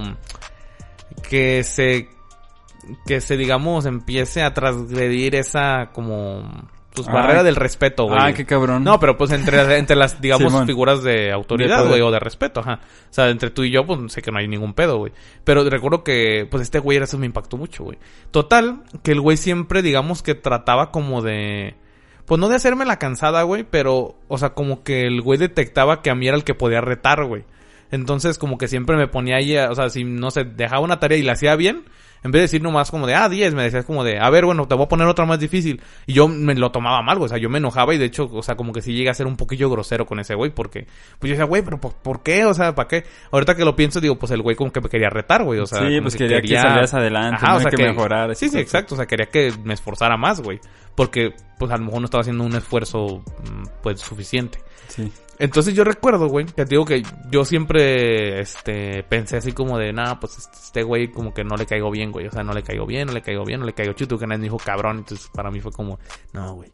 Que se... Que se, digamos, empiece a transgredir esa como... Pues barrera del respeto, güey. Ah, qué cabrón. No, pero pues entre, entre las, digamos, sí, figuras de autoridad, de güey, o de respeto, ajá. O sea, entre tú y yo, pues sé que no hay ningún pedo, güey. Pero recuerdo que, pues este güey, eso me impactó mucho, güey. Total, que el güey siempre, digamos, que trataba como de... Pues no de hacerme la cansada, güey, pero, o sea, como que el güey detectaba que a mí era el que podía retar, güey. Entonces, como que siempre me ponía ahí, o sea, si, no sé, dejaba una tarea y la hacía bien... En vez de decir nomás como de, ah, diez, me decías como de, a ver, bueno, te voy a poner otra más difícil. Y yo me lo tomaba mal, güey. O sea, yo me enojaba y de hecho, o sea, como que sí llegué a ser un poquillo grosero con ese güey. Porque, pues yo decía, güey, pero ¿por, ¿por qué? O sea, ¿para qué? Ahorita que lo pienso, digo, pues el güey como que me quería retar, güey. O sea, sí, pues que quería, quería que salieras adelante, ajá, o sea, que, que mejorar. Sí, sí, exacto. O sea, quería que me esforzara más, güey. Porque, pues a lo mejor no estaba haciendo un esfuerzo, pues, suficiente. Sí. Entonces yo recuerdo, güey, que te digo que yo siempre, este, pensé así como de, nah, pues este güey como que no le caigo bien, güey. O sea, no le caigo bien, no le caigo bien, no le caigo chuto, que nadie me dijo cabrón. Entonces para mí fue como, no, güey.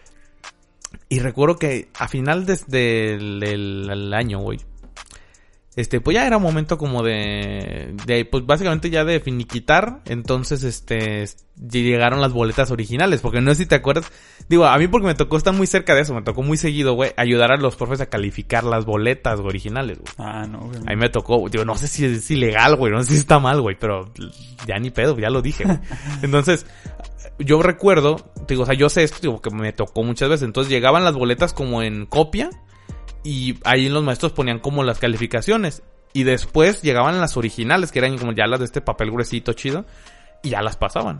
Y recuerdo que a final desde el, el, el año, güey, este, pues ya era momento como de, de, pues básicamente ya de finiquitar. Entonces, este, llegaron las boletas originales, porque no sé si te acuerdas. Digo, a mí porque me tocó estar muy cerca de eso, me tocó muy seguido, güey, ayudar a los profes a calificar las boletas originales, güey. Ah, no, güey. A mí me tocó, digo, no sé si es ilegal, güey, no sé si está mal, güey, pero ya ni pedo, ya lo dije, güey. Entonces, yo recuerdo, digo, o sea, yo sé esto, digo, que me tocó muchas veces. Entonces llegaban las boletas como en copia. Y ahí los maestros ponían como las calificaciones. Y después llegaban las originales, que eran como ya las de este papel gruesito chido. Y ya las pasaban.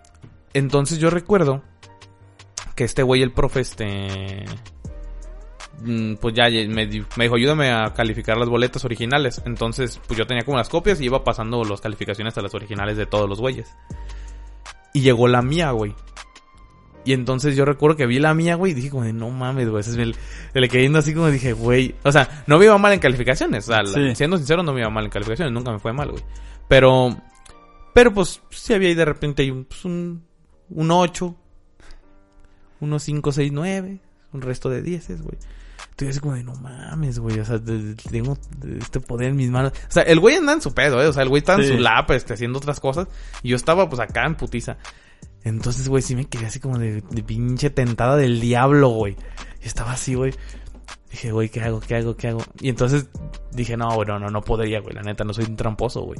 Entonces yo recuerdo que este güey, el profe, este... pues ya me, me dijo, ayúdame a calificar las boletas originales. Entonces, pues yo tenía como las copias y iba pasando las calificaciones a las originales de todos los güeyes. Y llegó la mía, güey. Y entonces yo recuerdo que vi la mía, güey, y dije como de, no mames, güey. Me, me le quedé viendo así como dije, güey. O sea, no me iba mal en calificaciones. O sea, sí. Siendo sincero, no me iba mal en calificaciones. Nunca me fue mal, güey. Pero, pero pues, sí había ahí de repente un, pues, un, un ocho, unos cinco, seis, nueve, un resto de dieces, güey. Estoy así como de, no mames, güey, o sea, de, de, tengo este poder en mis manos. O sea, el güey anda en su pedo, eh, o sea, el güey estaba sí. en su lap, este, haciendo otras cosas. Y yo estaba, pues, acá en putiza. Entonces, güey, sí me quedé así como de, de pinche tentada del diablo, güey. Y estaba así, güey. Dije, güey, ¿qué hago, qué hago, qué hago? Y entonces dije, no, güey, no, no, no podría, güey, la neta, no soy un tramposo, güey.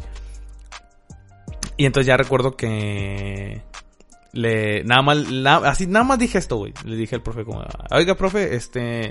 Y entonces ya recuerdo que... Le... Nada más, nada, así, nada más dije esto, güey. Le dije al profe como, oiga, profe, este...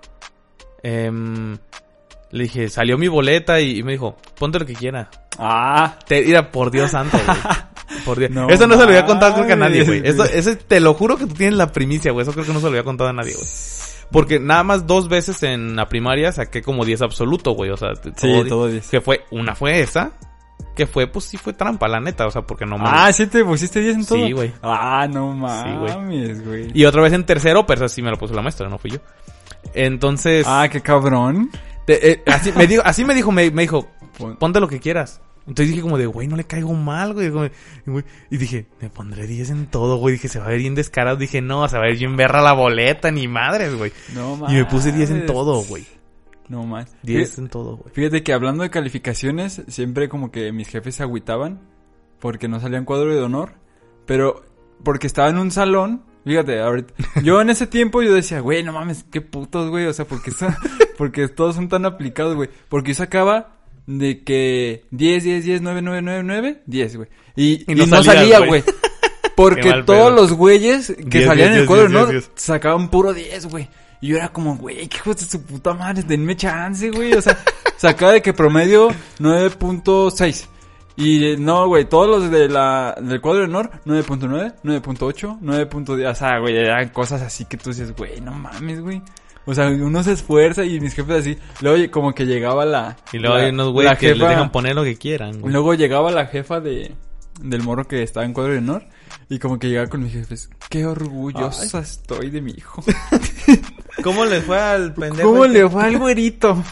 Eh, le dije, salió mi boleta y, y me dijo, ponte lo que quiera. Ah, te mira, por Dios santo, güey. Por Dios. No, eso no se lo voy a contar creo que a nadie, güey. Eso, eso te lo juro que tú tienes la primicia, güey. Eso creo que no se lo había contado a nadie, güey. Porque nada más dos veces en la primaria saqué como diez absoluto, güey. O sea, todo, sí, todo diez. Que fue, una fue esa. Que fue, pues sí fue trampa, la neta. O sea, porque no mames. Ah, ¿sí te pusiste diez en todo? Sí, güey. Ah, no mames, güey. Sí, y otra vez en tercero, pero esa sí me lo puso la maestra, no fui yo. Entonces... Ah, qué cabrón. Te, eh, así me dijo, así me dijo, me, me dijo, ponte lo que quieras. Entonces dije como de, güey, no le caigo mal, güey. Y dije, me pondré diez en todo, güey. Dije, se va a ver bien descarado. Dije, no, se va a ver bien berra la boleta, ni madres, güey. No mames. Y me puse diez en todo, güey. No más. diez en todo, güey. Fíjate que hablando de calificaciones, siempre como que mis jefes se agüitaban porque no salían cuadro de honor. Pero porque estaba en un salón. Fíjate, ahorita, yo en ese tiempo yo decía, güey, no mames, qué putos, güey. O sea, porque, son, porque todos son tan aplicados, güey. Porque yo sacaba de que diez, diez, diez, nueve, nueve, nueve, nueve, diez, güey. Y, y no, y no salía, güey. Porque todos los güeyes que diez, salían diez, en el cuadro, diez, ¿no? diez, diez. Sacaban puro diez, güey. Y yo era como, güey, qué hijos de su puta madre, denme chance, güey. O sea, sacaba de que promedio nueve punto seis. Y no, güey, todos los de la del cuadro de honor, nueve punto nueve, nueve punto ocho, nueve punto diez. O sea, güey, eran cosas así que tú dices, güey, no mames, güey. O sea, uno se esfuerza y mis jefes así. Luego como que llegaba la... Y luego la, hay unos güeyes que jefa, le dejan poner lo que quieran, güey. Luego llegaba la jefa de del morro que estaba en cuadro de honor. Y como que llegaba con mis jefes. Qué orgullosa Ay. estoy de mi hijo. ¿Cómo le fue al pendejo? ¿Cómo este? le fue al güerito?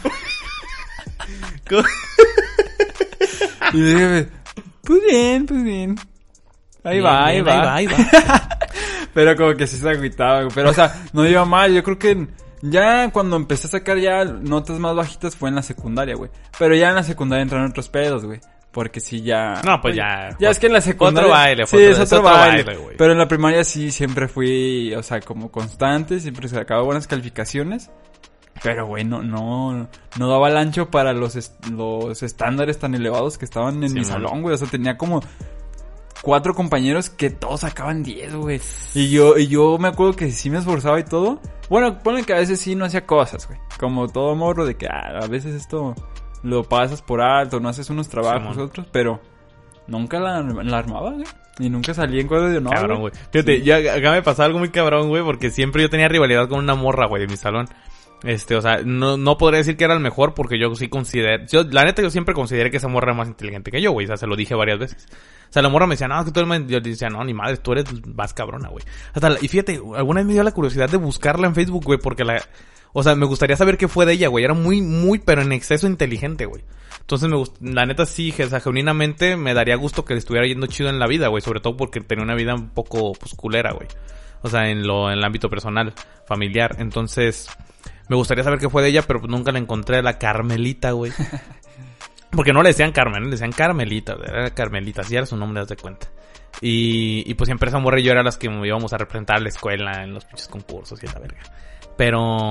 Y dije, pues bien, pues bien. Ahí bien, va, ahí, bien, va. ahí va, ahí va. Pero como que sí se agüitaba, güey. Pero, o sea, no iba mal. Yo creo que ya cuando empecé a sacar ya notas más bajitas fue en la secundaria, güey. Pero ya en la secundaria entraron otros pedos, güey. Porque sí ya... No, pues ya... Ya es que en la secundaria... Otro baile. Sí, otro, es otro, otro baile, baile, güey. Pero en la primaria sí siempre fui, o sea, como constante. Siempre sacaba buenas calificaciones. Pero, güey, no, no, no daba el ancho para los, est- los estándares tan elevados que estaban en sí, mi man. salón, güey. O sea, tenía como cuatro compañeros que todos sacaban diez, güey. Y yo, y yo me acuerdo que sí me esforzaba y todo. Bueno, ponle que a veces sí no hacía cosas, güey. Como todo morro de que ah, a veces esto lo pasas por alto, no haces unos trabajos sí, otros, pero nunca la, la armaba, güey. Y nunca salí en cuadro de honor. Cabrón, güey. Fíjate, sí. ya acá me pasaba algo muy cabrón, güey, porque siempre yo tenía rivalidad con una morra, güey, de mi salón. Este, o sea, no, no podría decir que era el mejor porque yo sí consideré, yo, la neta yo siempre consideré que esa morra era más inteligente que yo, güey, o sea, se lo dije varias veces. O sea, la morra me decía, no, que tú eres, yo decía, no, ni madre, tú eres más cabrona, güey. Hasta la, y fíjate, alguna vez me dio la curiosidad de buscarla en Facebook, güey, porque la, o sea, me gustaría saber qué fue de ella, güey, era muy, muy, pero en exceso inteligente, güey. Entonces me gust, la neta sí, o sea, genuinamente me daría gusto que le estuviera yendo chido en la vida, güey, sobre todo porque tenía una vida un poco, pues, culera, güey. O sea, en lo, en el ámbito personal, familiar, entonces... Me gustaría saber qué fue de ella, pero pues nunca la encontré. La Carmelita, güey. Porque no le decían Carmen, le decían Carmelita. Era Carmelita, así era su nombre, haz de cuenta. Y, y pues siempre esa morra y yo era las que íbamos a representar a la escuela en los pinches concursos y esa verga. Pero...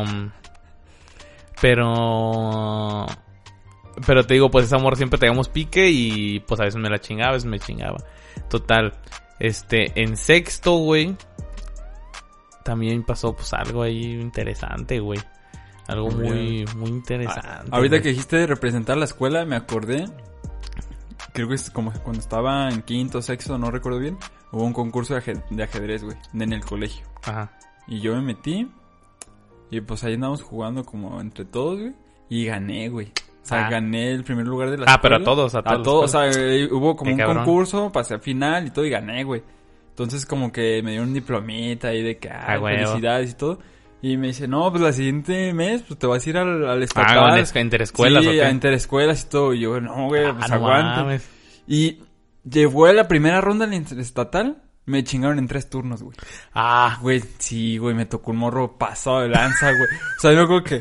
Pero... Pero te digo, pues esa morra siempre teníamos pique y pues a veces me la chingaba, a veces me chingaba. Total. Este, en sexto, güey, también pasó pues algo ahí interesante, güey. Algo muy, muy interesante. Ah, ahorita güey. Que dijiste de representar la escuela, me acordé. Creo que es como cuando estaba en quinto, sexto, no recuerdo bien. Hubo un concurso de, ajed- de ajedrez, güey, en el colegio. Ajá. Y yo me metí. Y pues ahí andamos jugando como entre todos, güey. Y gané, güey. O sea, Ah. gané el primer lugar de la Ah, escuela. pero a todos, a todos. A todos, o sea, eh, hubo como Qué un cabrón. concurso, pasé a final y todo y gané, güey. Entonces como que me dieron un diplomita ahí de que, ah, Ah, huevo. felicidades y todo. Y me dice, no, pues la siguiente mes, pues te vas a ir al, al estatal. Ah, en interescuelas, sí, ¿o qué? a interescuelas y todo. Y yo, no, güey, pues Ah, no aguante. mames. Y llegó a la primera ronda del interestatal, me chingaron en tres turnos, güey. Ah, Güey, sí, güey, me tocó un morro pasado de lanza, güey. O sea, yo creo que...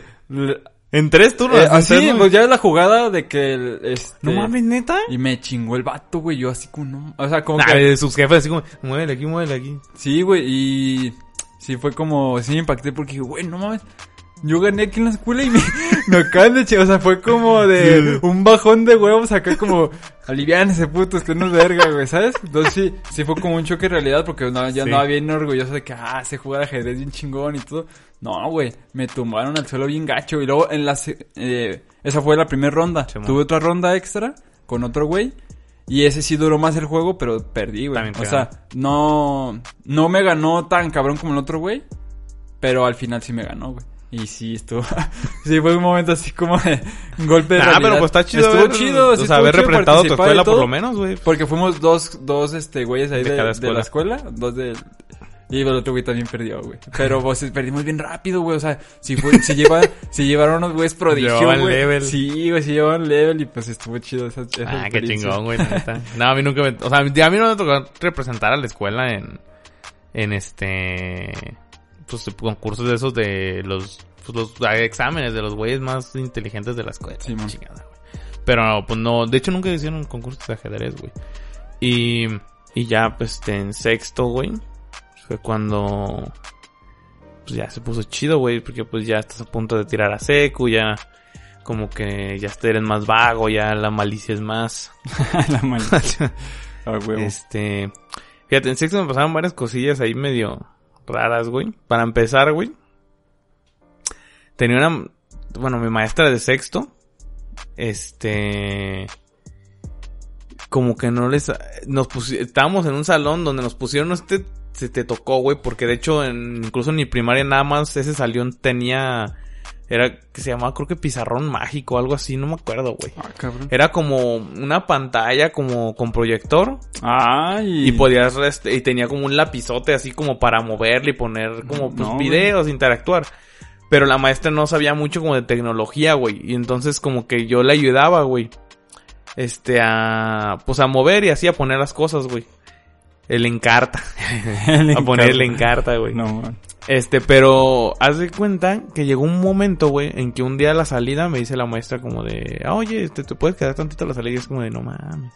en tres turnos. Eh, en así, tres, ¿no? pues ya es la jugada de que... el, este, No mames, ¿neta? Y me chingó el vato, güey, yo así como... No, o sea, como Nah, que... de sus jefes así como, muévele aquí, muévele aquí. Sí, güey, y... Sí, fue como... Sí me impacté porque dije, güey, no mames... Yo gané aquí en la escuela y me, me acaban de chingar. O sea, fue como de un bajón de huevos acá como... Aliviánese, putos, que no es verga, güey, ¿sabes? Entonces sí, sí fue como un choque de realidad porque no, ya Sí. andaba bien orgulloso de que, ah, sé jugar ajedrez bien chingón y todo. No, güey, me tumbaron al suelo bien gacho. Y luego en la... se- Eh, esa fue la primera ronda. Sí, man. Tuve otra ronda extra con otro güey. Y ese sí duró más el juego, pero perdí, güey. También te O sea, no... No me ganó tan cabrón como el otro güey. Pero al final sí me ganó, güey. Y sí, estuvo... sí, fue un momento así como de golpe de Ah, realidad. pero pues está chido. Estuvo haber- chido. O sí, sea, estuvo haber chido representado tu participar y escuela por todo, lo menos, güey. Porque fuimos dos, dos, este, güeyes ahí De de, cada de escuela. la escuela. Dos de... Y el otro güey también perdió, güey. Pero pues perdimos bien rápido, güey. O sea, si fue, si lleva, si llevaron unos güeyes prodigio, Llevaban güey. level. Sí, güey, si llevaban level y pues estuvo chido esa, esa Ah, qué experiencia. chingón, güey, la neta. No, a mí nunca me... O sea, a mí no me tocó representar a la escuela en... En este... Pues concursos de esos de los... Pues los exámenes de los güeyes más inteligentes de la escuela. Sí, man. Chingada, güey. Pero, pues no... De hecho, nunca hicieron concursos de ajedrez, güey. Y... Y ya, pues, en sexto, güey... Fue cuando... Pues ya se puso chido, güey. Porque pues ya estás a punto de tirar a secu, ya... Como que ya eres más vago, ya la malicia es más... La maldita. Ah, huevo. Este... Fíjate, en sexto me pasaron varias cosillas ahí medio raras, güey. Para empezar, güey. Tenía una... Bueno, mi maestra de sexto... Este... Como que no les... Nos pusi... Estábamos en un salón donde nos pusieron este... Se te tocó, güey, porque de hecho en, incluso en mi primaria nada más ese salón tenía... Era que se llamaba, creo que pizarrón mágico o algo así, no me acuerdo, güey. Ah, cabrón. Era como una pantalla como con proyector Ay. y podías rest- y tenía como un lapizote así como para moverle y poner como pues, No, videos, interactuar. Pero la maestra no sabía mucho como de tecnología, güey, y entonces como que yo le ayudaba, güey. Este a pues a mover y así a poner las cosas, güey. El encarta. A ponerle encarta, güey. No, man. Este, pero haz de cuenta que llegó un momento, güey, en que un día a la salida me dice la maestra como de, ah, oye, este, te puedes quedar tantito a la salida, y es como de, no mames.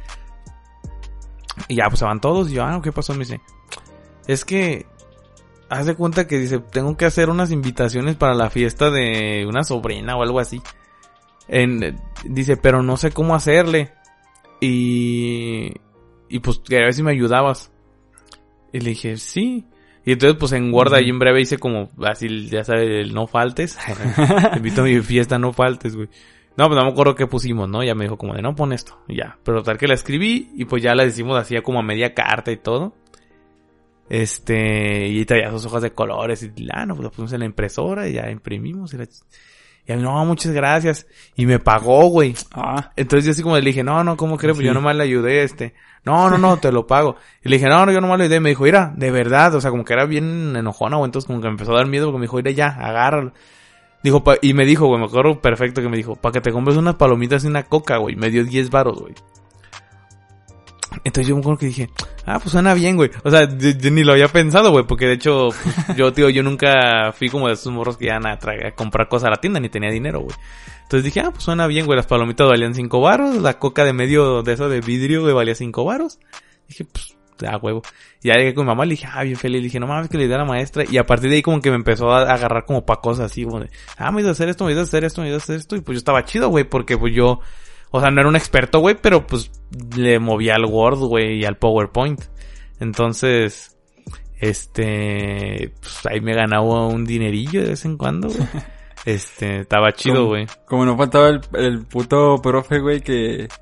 Y ya, pues se van todos, y yo, ah, ¿qué pasó? Me dice, es que, haz de cuenta que dice, tengo que hacer unas invitaciones para la fiesta de una sobrina o algo así. En, dice, pero no sé cómo hacerle. Y, y pues, quería ver si me ayudabas. Y le dije, sí. Y entonces, pues, en Word ahí en breve hice como, así, ya sabes, el no faltes. Te invito a mi fiesta, no faltes, güey. No, pues no me acuerdo qué pusimos, ¿no? Ya me dijo como de, no, pon esto. Y ya. Pero tal que la escribí y pues ya la decimos así como a media carta y todo. Este, y traía sus hojas de colores y, ah, no, pues lo pusimos en la impresora y ya imprimimos. Y, la... y a mí, no, muchas gracias. Y me pagó, güey. Ah. Entonces yo así como le dije, no, no, ¿cómo crees? Pues Sí. yo nomás le ayudé, este. No, no, no, te lo pago. Y le dije, no, no, yo nomás le ayudé. Me dijo, mira, de verdad, o sea, como que era bien enojona, o entonces como que me empezó a dar miedo porque me dijo, mira, ya, agárralo. Dijo, pa... y me dijo, güey, me acuerdo perfecto que me dijo, para que te compres unas palomitas y una coca, güey. Me dio diez varos, güey. Entonces yo me acuerdo que dije, ah, pues suena bien, güey. O sea, yo, yo ni lo había pensado, güey, porque de hecho, pues, yo, tío, yo nunca fui como de esos morros que iban a, tra- a comprar cosas a la tienda, ni tenía dinero, güey. Entonces dije, ah, pues suena bien, güey, las palomitas valían cinco varos, la coca de medio de eso de vidrio, güey, valía cinco varos. Dije, pues, ah, huevo. Y ya llegué con mi mamá, le dije, ah, bien feliz, le dije, no mames, que le di a la maestra. Y a partir de ahí como que me empezó a agarrar como pa' cosas así, como de, ah, me iba a hacer esto, me iba a hacer esto, me iba a hacer esto. Y pues yo estaba chido, güey, porque pues yo... O sea, no era un experto, güey, pero pues le movía al Word, güey, y al PowerPoint. Entonces, este, pues ahí me ganaba un dinerillo de vez en cuando, güey. Este, estaba chido, Como- güey. Como no faltaba el, el puto profe, güey, que...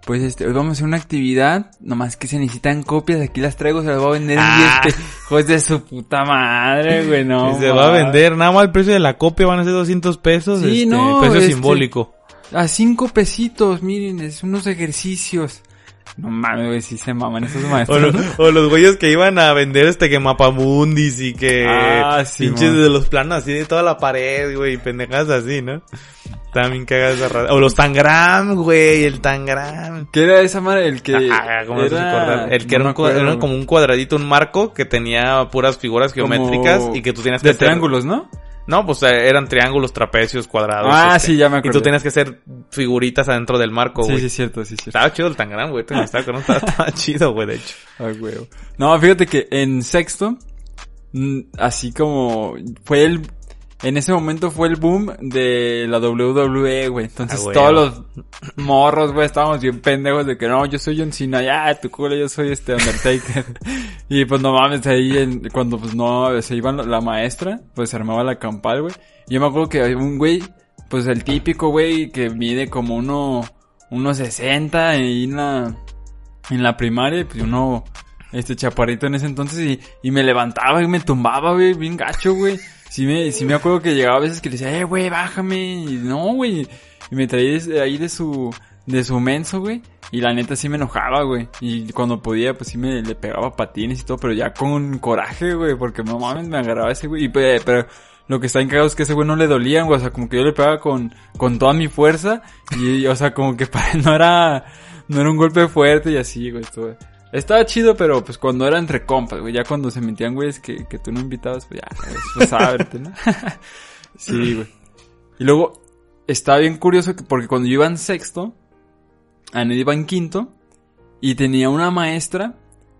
pues este, hoy vamos a hacer una actividad, nomás que se necesitan copias, aquí las traigo, se las voy a vender en Ah. diez pesos. Hijos de su puta madre, güey, no. Y se va a mames. vender, nada más el precio de la copia van a ser doscientos pesos, Sí, este, no, precio este- simbólico. A cinco pesitos, miren, es unos ejercicios. No mames, güey, sí se maman esos O, maestros. lo- o los güeyes que iban a vender este que mapamundis y que Ah, sí, pinches mon. de los planos así de toda la pared, güey, y pendejadas así, ¿no? También cagas esa raza. O los tangram, güey, el tangram. ¿Qué era esa madre? El que Ah, ¿cómo no se era... acuerdan? El que no era, me un, cua- acuerdo, era como un cuadradito, un marco que tenía puras figuras como geométricas y que tú tenías que de hacer... triángulos, ¿no? No, pues eh, eran triángulos, trapecios, cuadrados. Ah, este, sí, ya me Y acuerdo. tú tenías que hacer figuritas adentro del marco, Sí, güey. sí, es cierto, sí, es cierto. Estaba chido el tangram, güey. Te me estaba acordando, estaba, estaba chido, güey, de hecho. Ay, güey. No, fíjate que en sexto, mm, así como fue el... En ese momento fue el boom de la W W E, güey. Entonces Ah, güey. todos los morros, güey, estábamos bien pendejos de que no, yo soy John Cena, ya, tu culo, yo soy este Undertaker. Y pues no mames, ahí en, cuando pues no, se iba la, la maestra, pues se armaba la campal, güey. Y yo me acuerdo que había un güey, pues el típico güey que mide como uno, uno sesenta ahí en la, en la primaria, y pues uno, este chaparrito en ese entonces, y, y me levantaba y me tumbaba, güey, bien gacho, güey. Sí me, sí me acuerdo que llegaba a veces que le decía, eh, güey, bájame, y no, güey, y me traía de- ahí de su, de su menso, güey, y la neta sí me enojaba, güey, y cuando podía, pues sí me, le pegaba patines y todo, pero ya con coraje, güey, porque no mames, me agarraba ese güey, y pe- pero lo que está encagado es que ese güey no le dolían, güey, o sea, como que yo le pegaba con, con toda mi fuerza, y, o sea, como que para él no era, no era un golpe fuerte y así, güey, todo. Estaba chido, pero pues cuando era entre compas, güey. Ya cuando se metían güeyes que, que tú no invitabas, pues ya, pues sábete, ¿no? Sí, güey. Y luego, estaba bien curioso que, porque cuando yo iba en sexto, Anel iba en quinto, y tenía una maestra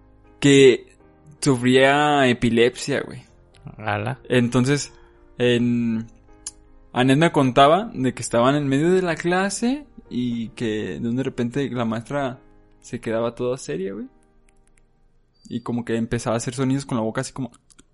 que sufría epilepsia, güey. Ala. Entonces, en... Anet me contaba de que estaban en medio de la clase y que de repente la maestra se quedaba toda seria, güey. Y como que empezaba a hacer sonidos con la boca así como...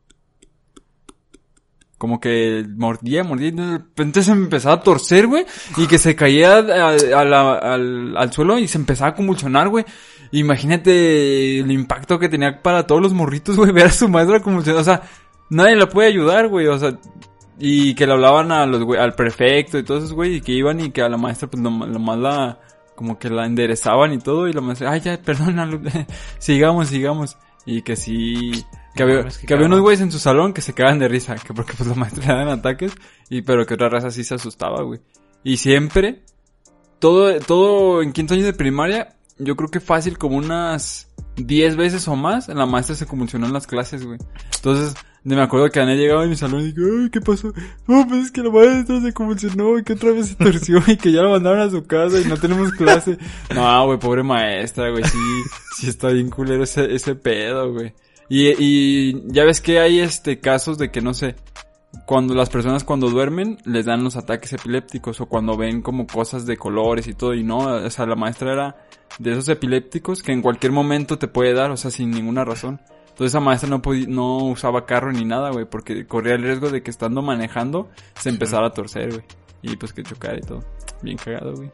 Como que mordía, mordía y de repente se me empezaba a torcer, güey. Y que se caía a, a la- al, al suelo y se empezaba a convulsionar, güey. Imagínate el impacto que tenía para todos los morritos, güey. Ver a su maestra convulsionar. O sea, nadie la puede ayudar, güey. O sea, y que le hablaban a los güey, al prefecto y todos esos, güey. Y que iban y que a la maestra pues lo, lo más la... Como que la enderezaban y todo, y la maestra, ay, ya, perdona, sigamos, sigamos. Y que sí, que había, No, es que que había cabrón. unos güeyes en su salón que se quedaban de risa, que porque pues la maestra le daban ataques, y pero que otra raza sí se asustaba, güey. Y siempre, todo, todo en quinto año de primaria, yo creo que fácil como unas diez veces o más, la maestra se convulsionó en las clases, güey. Entonces, me acuerdo que Ana llegaba en mi salón y dije, ay, ¿qué pasó? No, pues es que la maestra se convulsionó y que otra vez se torció y que ya la mandaron a su casa y no tenemos clase. No, güey, pobre maestra, güey, sí, sí está bien culero ese, ese pedo, güey. Y, y ya ves que hay este casos de que, no sé, cuando las personas cuando duermen les dan los ataques epilépticos o cuando ven como cosas de colores y todo y no, o sea, la maestra era de esos epilépticos que en cualquier momento te puede dar, o sea, sin ninguna razón. Entonces esa maestra no podía, no usaba carro ni nada, güey, porque corría el riesgo de que estando manejando se empezara a torcer, güey. Y pues que chocara y todo. Bien cagado, güey.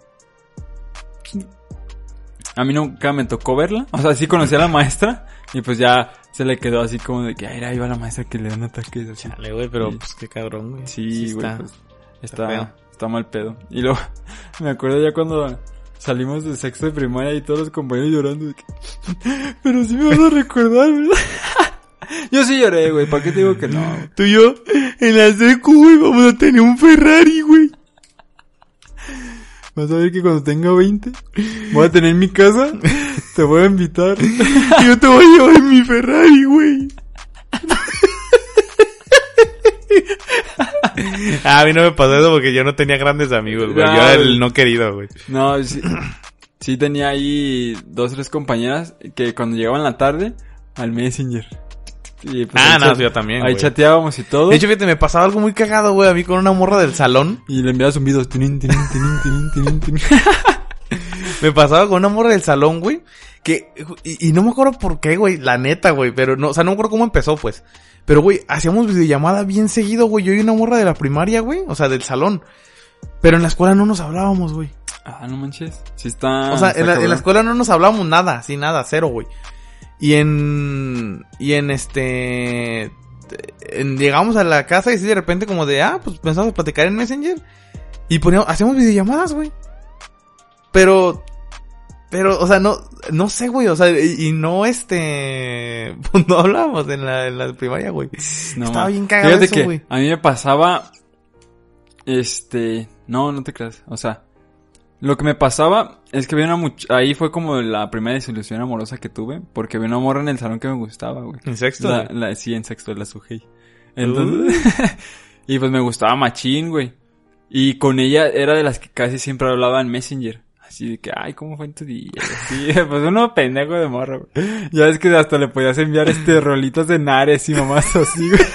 A mí nunca me tocó verla. O sea, sí conocí a la maestra y pues ya se le quedó así como de que, ay, ahí va la maestra que le dan ataques así. Chale, güey, pero Sí. pues qué cabrón, güey. Sí, güey, está. pues está está, feo. está mal pedo. Y luego, me acuerdo ya cuando salimos de sexto de primaria y todos los compañeros llorando de que, pero sí me vas a recordar, ¿verdad? Yo sí lloré, güey, ¿para qué te digo que no? Tú y yo, en la secu, güey, vamos a tener un Ferrari, güey. Vas a ver que cuando tenga veinte, voy a tener mi casa, te voy a invitar. Y yo te voy a llevar en mi Ferrari, güey. Ah, a mí no me pasó eso porque yo no tenía grandes amigos, güey. No, Yo era el güey. no querido, güey. No, sí, sí tenía ahí dos o tres compañeras que cuando llegaban la tarde, al Messenger. Y pues Ah, ahí no, chat- sí, yo también, Ahí güey. chateábamos y todo. De hecho, fíjate, me pasaba algo muy cagado, güey, a mí con una morra del salón. Y le enviaba zumbidos. Tinin, tinin, tinin, tinin, tinin, tinin. Me pasaba con una morra del salón, güey. Que, y, y no me acuerdo por qué, güey, la neta, güey. Pero no, o sea, no me acuerdo cómo empezó, pues. Pero, güey, hacíamos videollamada bien seguido, güey. Yo y una morra de la primaria, güey. O sea, del salón. Pero en la escuela no nos hablábamos, güey. Ah, no manches. Sí está... O sea, está en, la, en la cabrón. escuela no nos hablábamos nada, así nada, cero, güey. Y en... Y en este... En, llegamos a la casa y así de repente como de... Ah, pues pensamos platicar en Messenger. Y poníamos... Hacíamos videollamadas, güey. Pero... Pero, o sea, no... No sé, güey. O sea, y, y no este... Pues no hablábamos en la, en la primaria, güey. No, Estaba man. bien cagado Fíjate eso, que güey. a mí me pasaba... Este... No, no te creas. O sea... Lo que me pasaba es que había una much... Ahí fue como la primera desilusión amorosa que tuve. Porque había una morra en el salón que me gustaba, güey. ¿En sexto? La, la, sí, en sexto, la Sujei. Entonces... Uh. Y pues me gustaba machín, güey. Y con ella era de las que casi siempre hablaba en Messenger. Así de que, ay, ¿cómo fue en tu día? Así, pues uno pendejo de morro, güey. Ya es que hasta le podías enviar este rolitos de Nares y mamás así, güey.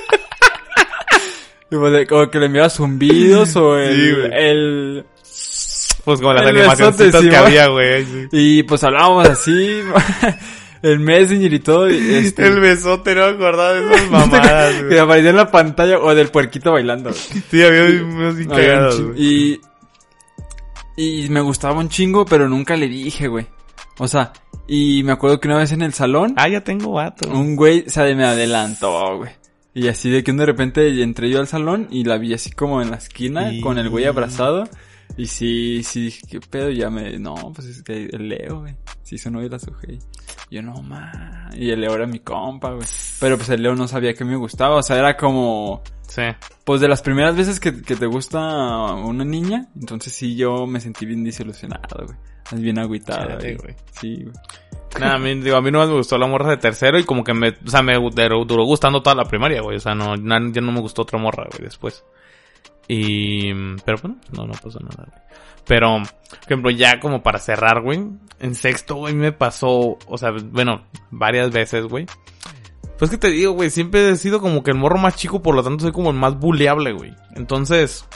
Y pues como que le enviabas zumbidos o el... Sí, güey. el Pues como las el animacioncitas besote, sí, que ma. había, güey. Sí. Y pues hablábamos así, el Messenger y todo. Y este... El besote, no me acordaba de esas mamadas, Que güey. aparecía en la pantalla o del puerquito bailando, güey. Sí, había unos bien Había un cagados, chingo. güey. Y... Y me gustaba un chingo, pero nunca le dije, güey. O sea, y me acuerdo que una vez en el salón... Ah, ya tengo vato. Un güey se me adelantó, güey. Y así de que de repente entré yo al salón y la vi así como en la esquina Y... con el güey abrazado. Y sí, sí dije, ¿qué pedo? Y ya me... No, pues es que el Leo, güey. Sí, sonó de la Sujei. Yo, no, ma. Y el Leo era mi compa, güey. Pero pues el Leo no sabía que me gustaba. O sea, era como... Sí. Pues de las primeras veces que, que te gusta una niña. Entonces sí, yo me sentí bien desilusionado, güey. Bien agüitado, Chale, güey. güey. Sí, güey. Nada, a mí, digo, a mí no me gustó la morra de tercero y como que me, o sea, me duró, duró gustando toda la primaria, güey. O sea, no, na, ya no me gustó otra morra, güey, después. Y, pero bueno, no, no pasó nada, güey. Pero, por ejemplo, ya como para cerrar, güey, en sexto, güey, me pasó, o sea, bueno, varias veces, güey. Pues que te digo, güey, siempre he sido como que el morro más chico, por lo tanto soy como el más buleable, güey. Entonces,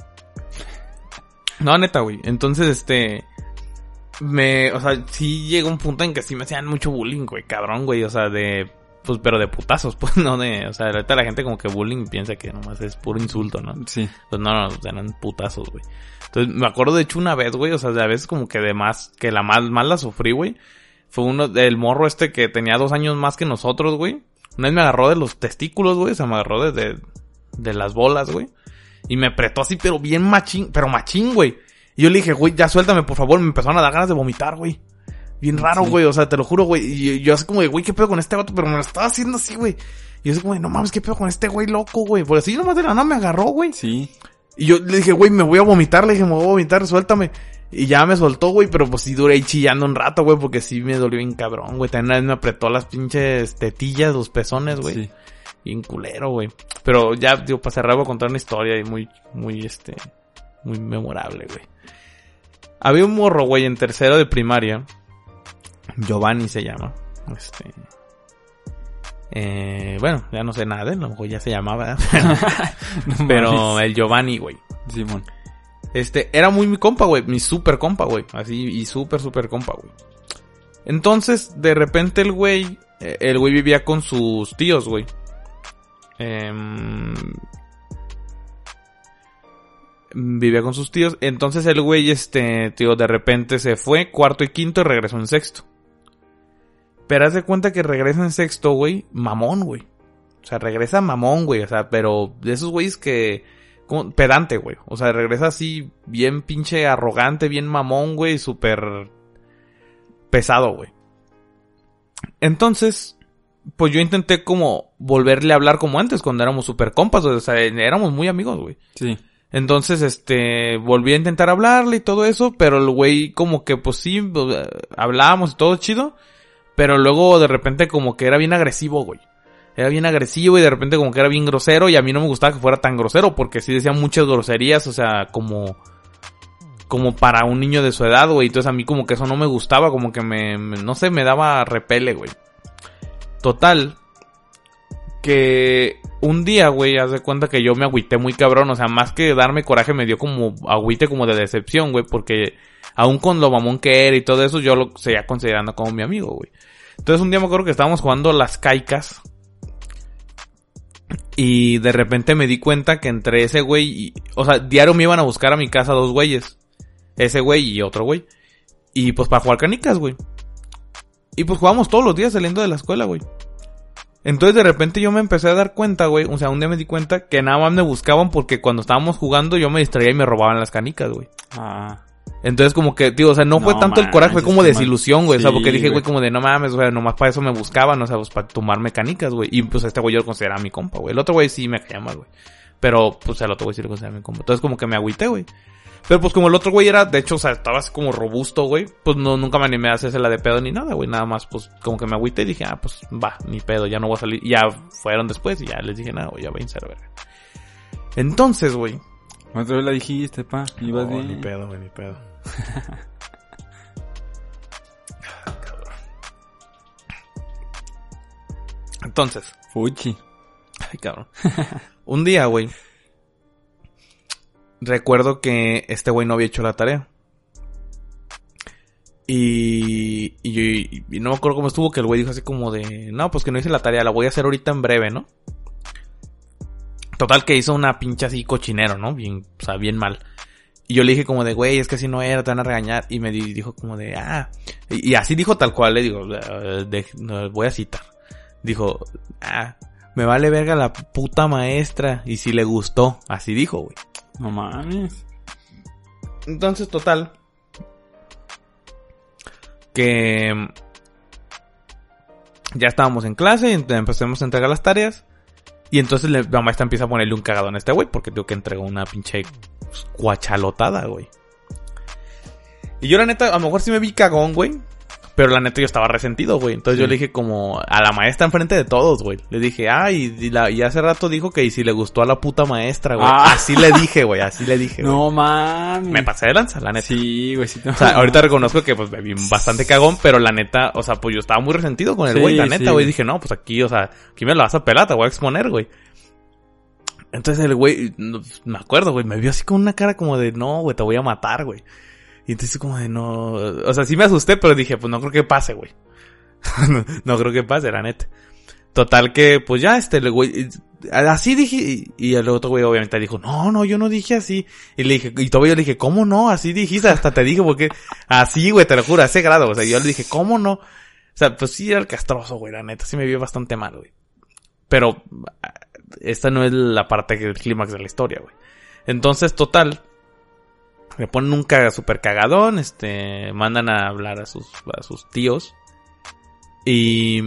no, neta, güey. Entonces, este... Me, o sea, sí llegó un punto en que sí me hacían mucho bullying, güey, cabrón, güey, o sea, de, pues, pero de putazos, pues, no de, o sea, ahorita la gente como que bullying piensa que nomás es puro insulto, ¿no? Sí. Pues no, no, eran putazos, güey. Entonces, me acuerdo de hecho una vez, güey, o sea, de a veces como que de más, que la más, más la sufrí, güey. Fue uno, del morro este que tenía dos años más que nosotros, güey. Una vez me agarró de los testículos, güey, o sea, me agarró de, de, de las bolas, güey. Y me apretó así, pero bien machín, pero machín, güey. Y yo le dije, güey, ya suéltame, por favor. Me empezaron a dar ganas de vomitar, güey. Bien raro, güey. Sí. O sea, te lo juro, güey. Y yo así como de, güey, ¿qué pedo con este vato? Pero me lo estaba haciendo así, güey. Y yo así como de, no mames, ¿qué pedo con este güey loco, güey? Porque así nomás de la nada me agarró, güey. Sí. Y yo le dije, güey, me voy a vomitar. Le dije, me voy a vomitar, suéltame. Y ya me soltó, güey. Pero pues sí duré ahí chillando un rato, güey. Porque sí me dolió bien cabrón, güey. También una vez me apretó las pinches tetillas, los pezones, güey. Sí. Bien culero, güey. Pero ya, digo, para cerrar voy a contar una historia y muy, muy, este, muy memorable, güey. Había un morro, güey, en tercero de primaria. Giovanni se llama. Este... Eh, bueno, ya no sé nada de él. A lo mejor ya se llamaba. no Pero el Giovanni, güey. Simón. Este, era muy mi compa, güey. Mi super compa, güey. Así, y super, super compa, güey. Entonces, de repente el güey... El güey vivía con sus tíos, güey. Eh... Vivía con sus tíos. Entonces el güey, este, tío, de repente se fue cuarto y quinto y regresó en sexto. Pero haz de cuenta que regresa en sexto, güey, mamón, güey. O sea, regresa mamón, güey. O sea, pero de esos güeyes que... Como, pedante, güey. O sea, regresa así bien pinche arrogante, bien mamón, güey. Súper pesado, güey. Entonces, pues yo intenté como volverle a hablar como antes, cuando éramos súper compas. O sea, éramos muy amigos, güey. Sí. Entonces, este, volví a intentar hablarle y todo eso, pero el güey como que pues sí, hablábamos y todo chido, pero luego de repente como que era bien agresivo, güey. Era bien agresivo y de repente como que era bien grosero y a mí no me gustaba que fuera tan grosero porque sí decía muchas groserías, o sea, como, como para un niño de su edad, güey. Entonces a mí como que eso no me gustaba, como que me, me no sé, me daba repele, güey. Total, que un día, güey, haz de cuenta que yo me agüité muy cabrón, o sea, más que darme coraje me dio como agüite como de decepción, güey, porque aún con lo mamón que era y todo eso, yo lo seguía considerando como mi amigo, güey. Entonces un día me acuerdo que estábamos jugando las caicas y de repente me di cuenta que entre ese güey y, o sea, diario me iban a buscar a mi casa dos güeyes. Ese güey y otro güey. Y pues para jugar canicas, güey. Y pues jugábamos todos los días saliendo de la escuela, güey. Entonces de repente yo me empecé a dar cuenta, güey. O sea, un día me di cuenta que nada más me buscaban porque cuando estábamos jugando yo me distraía y me robaban las canicas, güey. Ah. Entonces como que, tío, o sea, no, no fue tanto man, el coraje, fue como desilusión, güey. Sí, o sea, porque dije, güey, como de no mames, güey, nomás para eso me buscaban, o sea, pues para tomarme canicas, güey. Y pues este güey yo lo consideraba mi compa, güey. El otro güey sí me caía mal, güey. Pero pues el otro güey sí lo consideraba mi compa. Entonces como que me agüité, güey. Pero pues como el otro güey era, de hecho, o sea, estaba así como robusto, güey. Pues no, nunca me animé a hacerse la de pedo ni nada, güey. Nada más, pues, como que me agüité y dije, ah, pues, va, ni pedo, ya no voy a salir. Y ya fueron después y ya les dije, nada, güey, ya váyanse a la verga. Entonces, güey. Otra vez la dijiste, pa. Ibas no, bien. Ni pedo, güey, ni pedo. Entonces. Fuchi. Ay, cabrón. Un día, güey. Recuerdo que este güey no había hecho la tarea. Y, y, y, y no me acuerdo cómo estuvo, que el güey dijo así como de... No, pues que no hice la tarea, la voy a hacer ahorita en breve, ¿no? Total que hizo una pinche así cochinero, ¿no? Bien, o sea, bien mal. Y yo le dije como de, güey, es que así no era, te van a regañar. Y me di, dijo como de, ah... Y, y así dijo tal cual, le digo, de, de, no, voy a citar. Dijo, ah, me vale verga la puta maestra. Y si le gustó, así dijo, güey. No mames. Entonces, total... que ya estábamos en clase y empezamos a entregar las tareas. Y entonces la maestra empieza a ponerle un cagadón a este güey, porque digo que entregó una pinche cuachalotada, güey. Y yo la neta, a lo mejor sí me vi cagón, güey. Pero la neta yo estaba resentido, güey. Entonces sí. Yo le dije como a la maestra enfrente de todos, güey. Le dije, ah, y, y, la, y hace rato dijo que y si le gustó a la puta maestra, güey. Ah. Así le dije, güey, así le dije, güey. No mames. Me pasé de lanza, la neta. Sí, güey, sí. No. O sea, ahorita reconozco que pues me vi bastante cagón, pero la neta, o sea, pues yo estaba muy resentido con el güey, sí, la neta, güey. Sí. Dije, no, pues aquí, o sea, aquí me la vas a pelar, te voy a exponer, güey. Entonces el güey, no, me acuerdo, güey, me vio así con una cara como de, no, güey, te voy a matar, güey. Y entonces como de no... O sea, sí me asusté, pero dije, pues no creo que pase, güey. no, no creo que pase, la neta. Total que, pues ya, este, el güey... Así dije... Y, y el otro güey obviamente dijo, no, no, yo no dije así. Y le dije... Y todavía yo le dije, ¿cómo no? Así dijiste, hasta te dije porque... Así, güey, te lo juro, a ese grado. O sea, yo le dije, ¿cómo no? O sea, pues sí era el castroso, güey, la neta. Sí me vio bastante mal, güey. Pero... Esta no es la parte del clímax de la historia, güey. Entonces, total... Me ponen un caga super cagadón, este, mandan a hablar a sus, a sus tíos. Y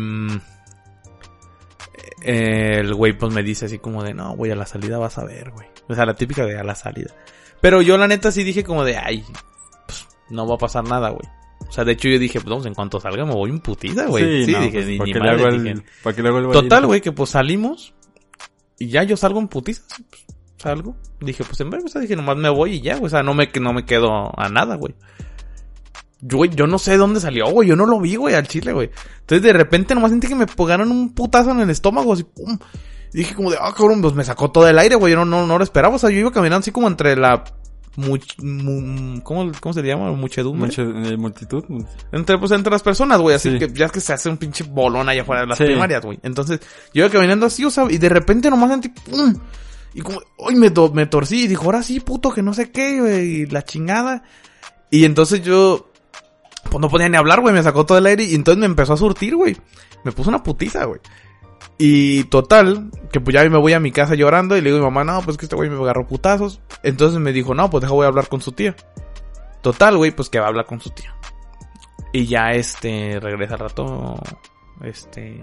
eh, el güey pues me dice así como de, no, güey, a la salida vas a ver, güey. O sea, la típica de a la salida. Pero yo la neta sí dije como de, ay, pues, no va a pasar nada, güey. O sea, de hecho yo dije, pues vamos, en cuanto salga me voy en putiza, güey. Sí, sí no, dije, pues, ni, ni madre, el, dije. ¿Para qué le hago el Total, güey, que pues salimos. Y ya yo salgo en putiza, pues. Algo. Dije, pues en breve, o sea, dije, nomás me voy y ya, güey. O sea, no me, no me quedo a nada, güey. Yo, yo no sé de dónde salió, güey. Yo no lo vi, güey, al chile, güey. Entonces, de repente, nomás sentí que me pegaron un putazo en el estómago, así, pum. Y dije como de, ah, cabrón, pues me sacó todo el aire, güey. Yo no, no, no lo esperaba. O sea, yo iba caminando así como entre la... Much, mu, ¿cómo, ¿Cómo se le llama? Muchedumbre. Mucha, eh, multitud. Entre, pues, entre las personas, güey. Así sí. Que ya es que se hace un pinche bolón allá afuera de las sí. primarias, güey. Entonces, yo iba caminando así, o sea, y de repente nomás sentí, pum. Y como, hoy me, to- me torcí y dijo, ahora sí, puto, que no sé qué, güey, y la chingada. Y entonces yo, pues no podía ni hablar, güey, me sacó todo el aire y entonces me empezó a surtir, güey. Me puso una putiza, güey. Y total, que pues ya me voy a mi casa llorando y le digo a mi mamá, no, pues que este güey me agarró putazos. Entonces me dijo, no, pues deja, voy a hablar con su tía. Total, güey, pues que va a hablar con su tía. Y ya, este, regresa al rato, este,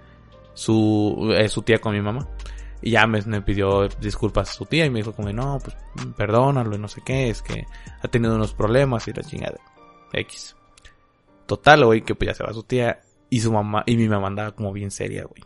su, eh, su tía con mi mamá. Y ya me, me pidió disculpas a su tía y me dijo como, no, pues perdónalo y no sé qué, es que ha tenido unos problemas y la chingada. X. Total, güey, que pues ya se va su tía y su mamá, y mi mamá andaba como bien seria, güey.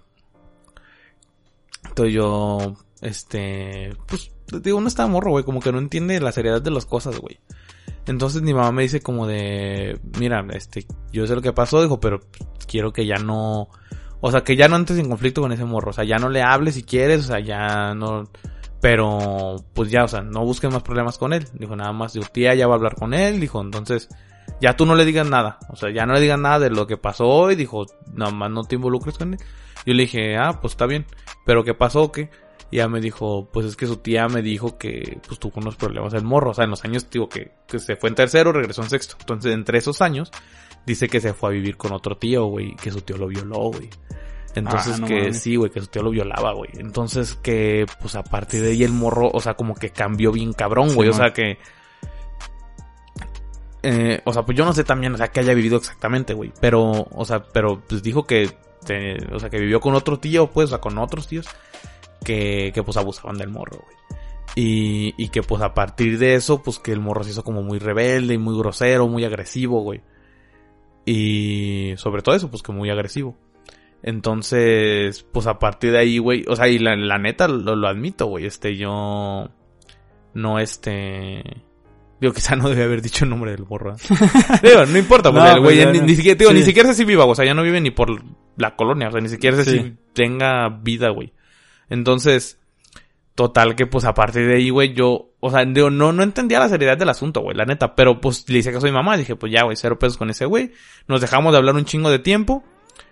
Entonces yo, este, pues, digo, no está morro, güey, como que no entiende la seriedad de las cosas, güey. Entonces mi mamá me dice como de, mira, este, yo sé lo que pasó, dijo, pero quiero que ya no... O sea, que ya no entres en conflicto con ese morro. O sea, ya no le hables si quieres. O sea, ya no... Pero, pues ya, o sea, no busques más problemas con él. Dijo, nada más, tu tía ya va a hablar con él. Dijo, entonces, ya tú no le digas nada. O sea, ya no le digas nada de lo que pasó hoy. Dijo, nada más no te involucres con él. Yo le dije, ah, pues está bien. ¿Pero qué pasó o qué? Y ella me dijo, pues es que su tía me dijo que pues tuvo unos problemas el morro. O sea, en los años, digo, que, que se fue en tercero, regresó en sexto. Entonces, entre esos años, dice que se fue a vivir con otro tío, güey. Que su tío lo violó, güey. Entonces, ah, no que mames. Sí, güey, que su tío lo violaba, güey. Entonces, que, pues, a partir de ahí el morro, o sea, como que cambió bien cabrón, güey. Sí, o sea, que... Eh, o sea, pues yo no sé también, o sea, que haya vivido exactamente, güey. Pero, o sea, pero, pues dijo que... Te, o sea, que vivió con otro tío, pues, o sea, con otros tíos... Que, que pues abusaban del morro, güey. Y, y que pues a partir de eso, pues que el morro se hizo como muy rebelde y muy grosero, muy agresivo, güey. Y sobre todo eso, pues que muy agresivo. Entonces, pues a partir de ahí, güey, o sea, y la, la neta lo, lo admito, güey, este, yo no, este... Digo, quizá no debía haber dicho el nombre del morro. Digo, no importa, pues, no, el güey, pues ni, ni siquiera, digo, sí. ni siquiera sé si viva, o sea, ya no vive ni por la colonia, o sea, ni siquiera sé sí. si tenga vida, güey. Entonces, total que pues a partir de ahí, güey, yo, o sea, digo, no, no entendía la seriedad del asunto, güey, la neta, pero pues le hice caso a mi mamá, dije, pues ya, güey, cero pesos con ese güey, nos dejamos de hablar un chingo de tiempo,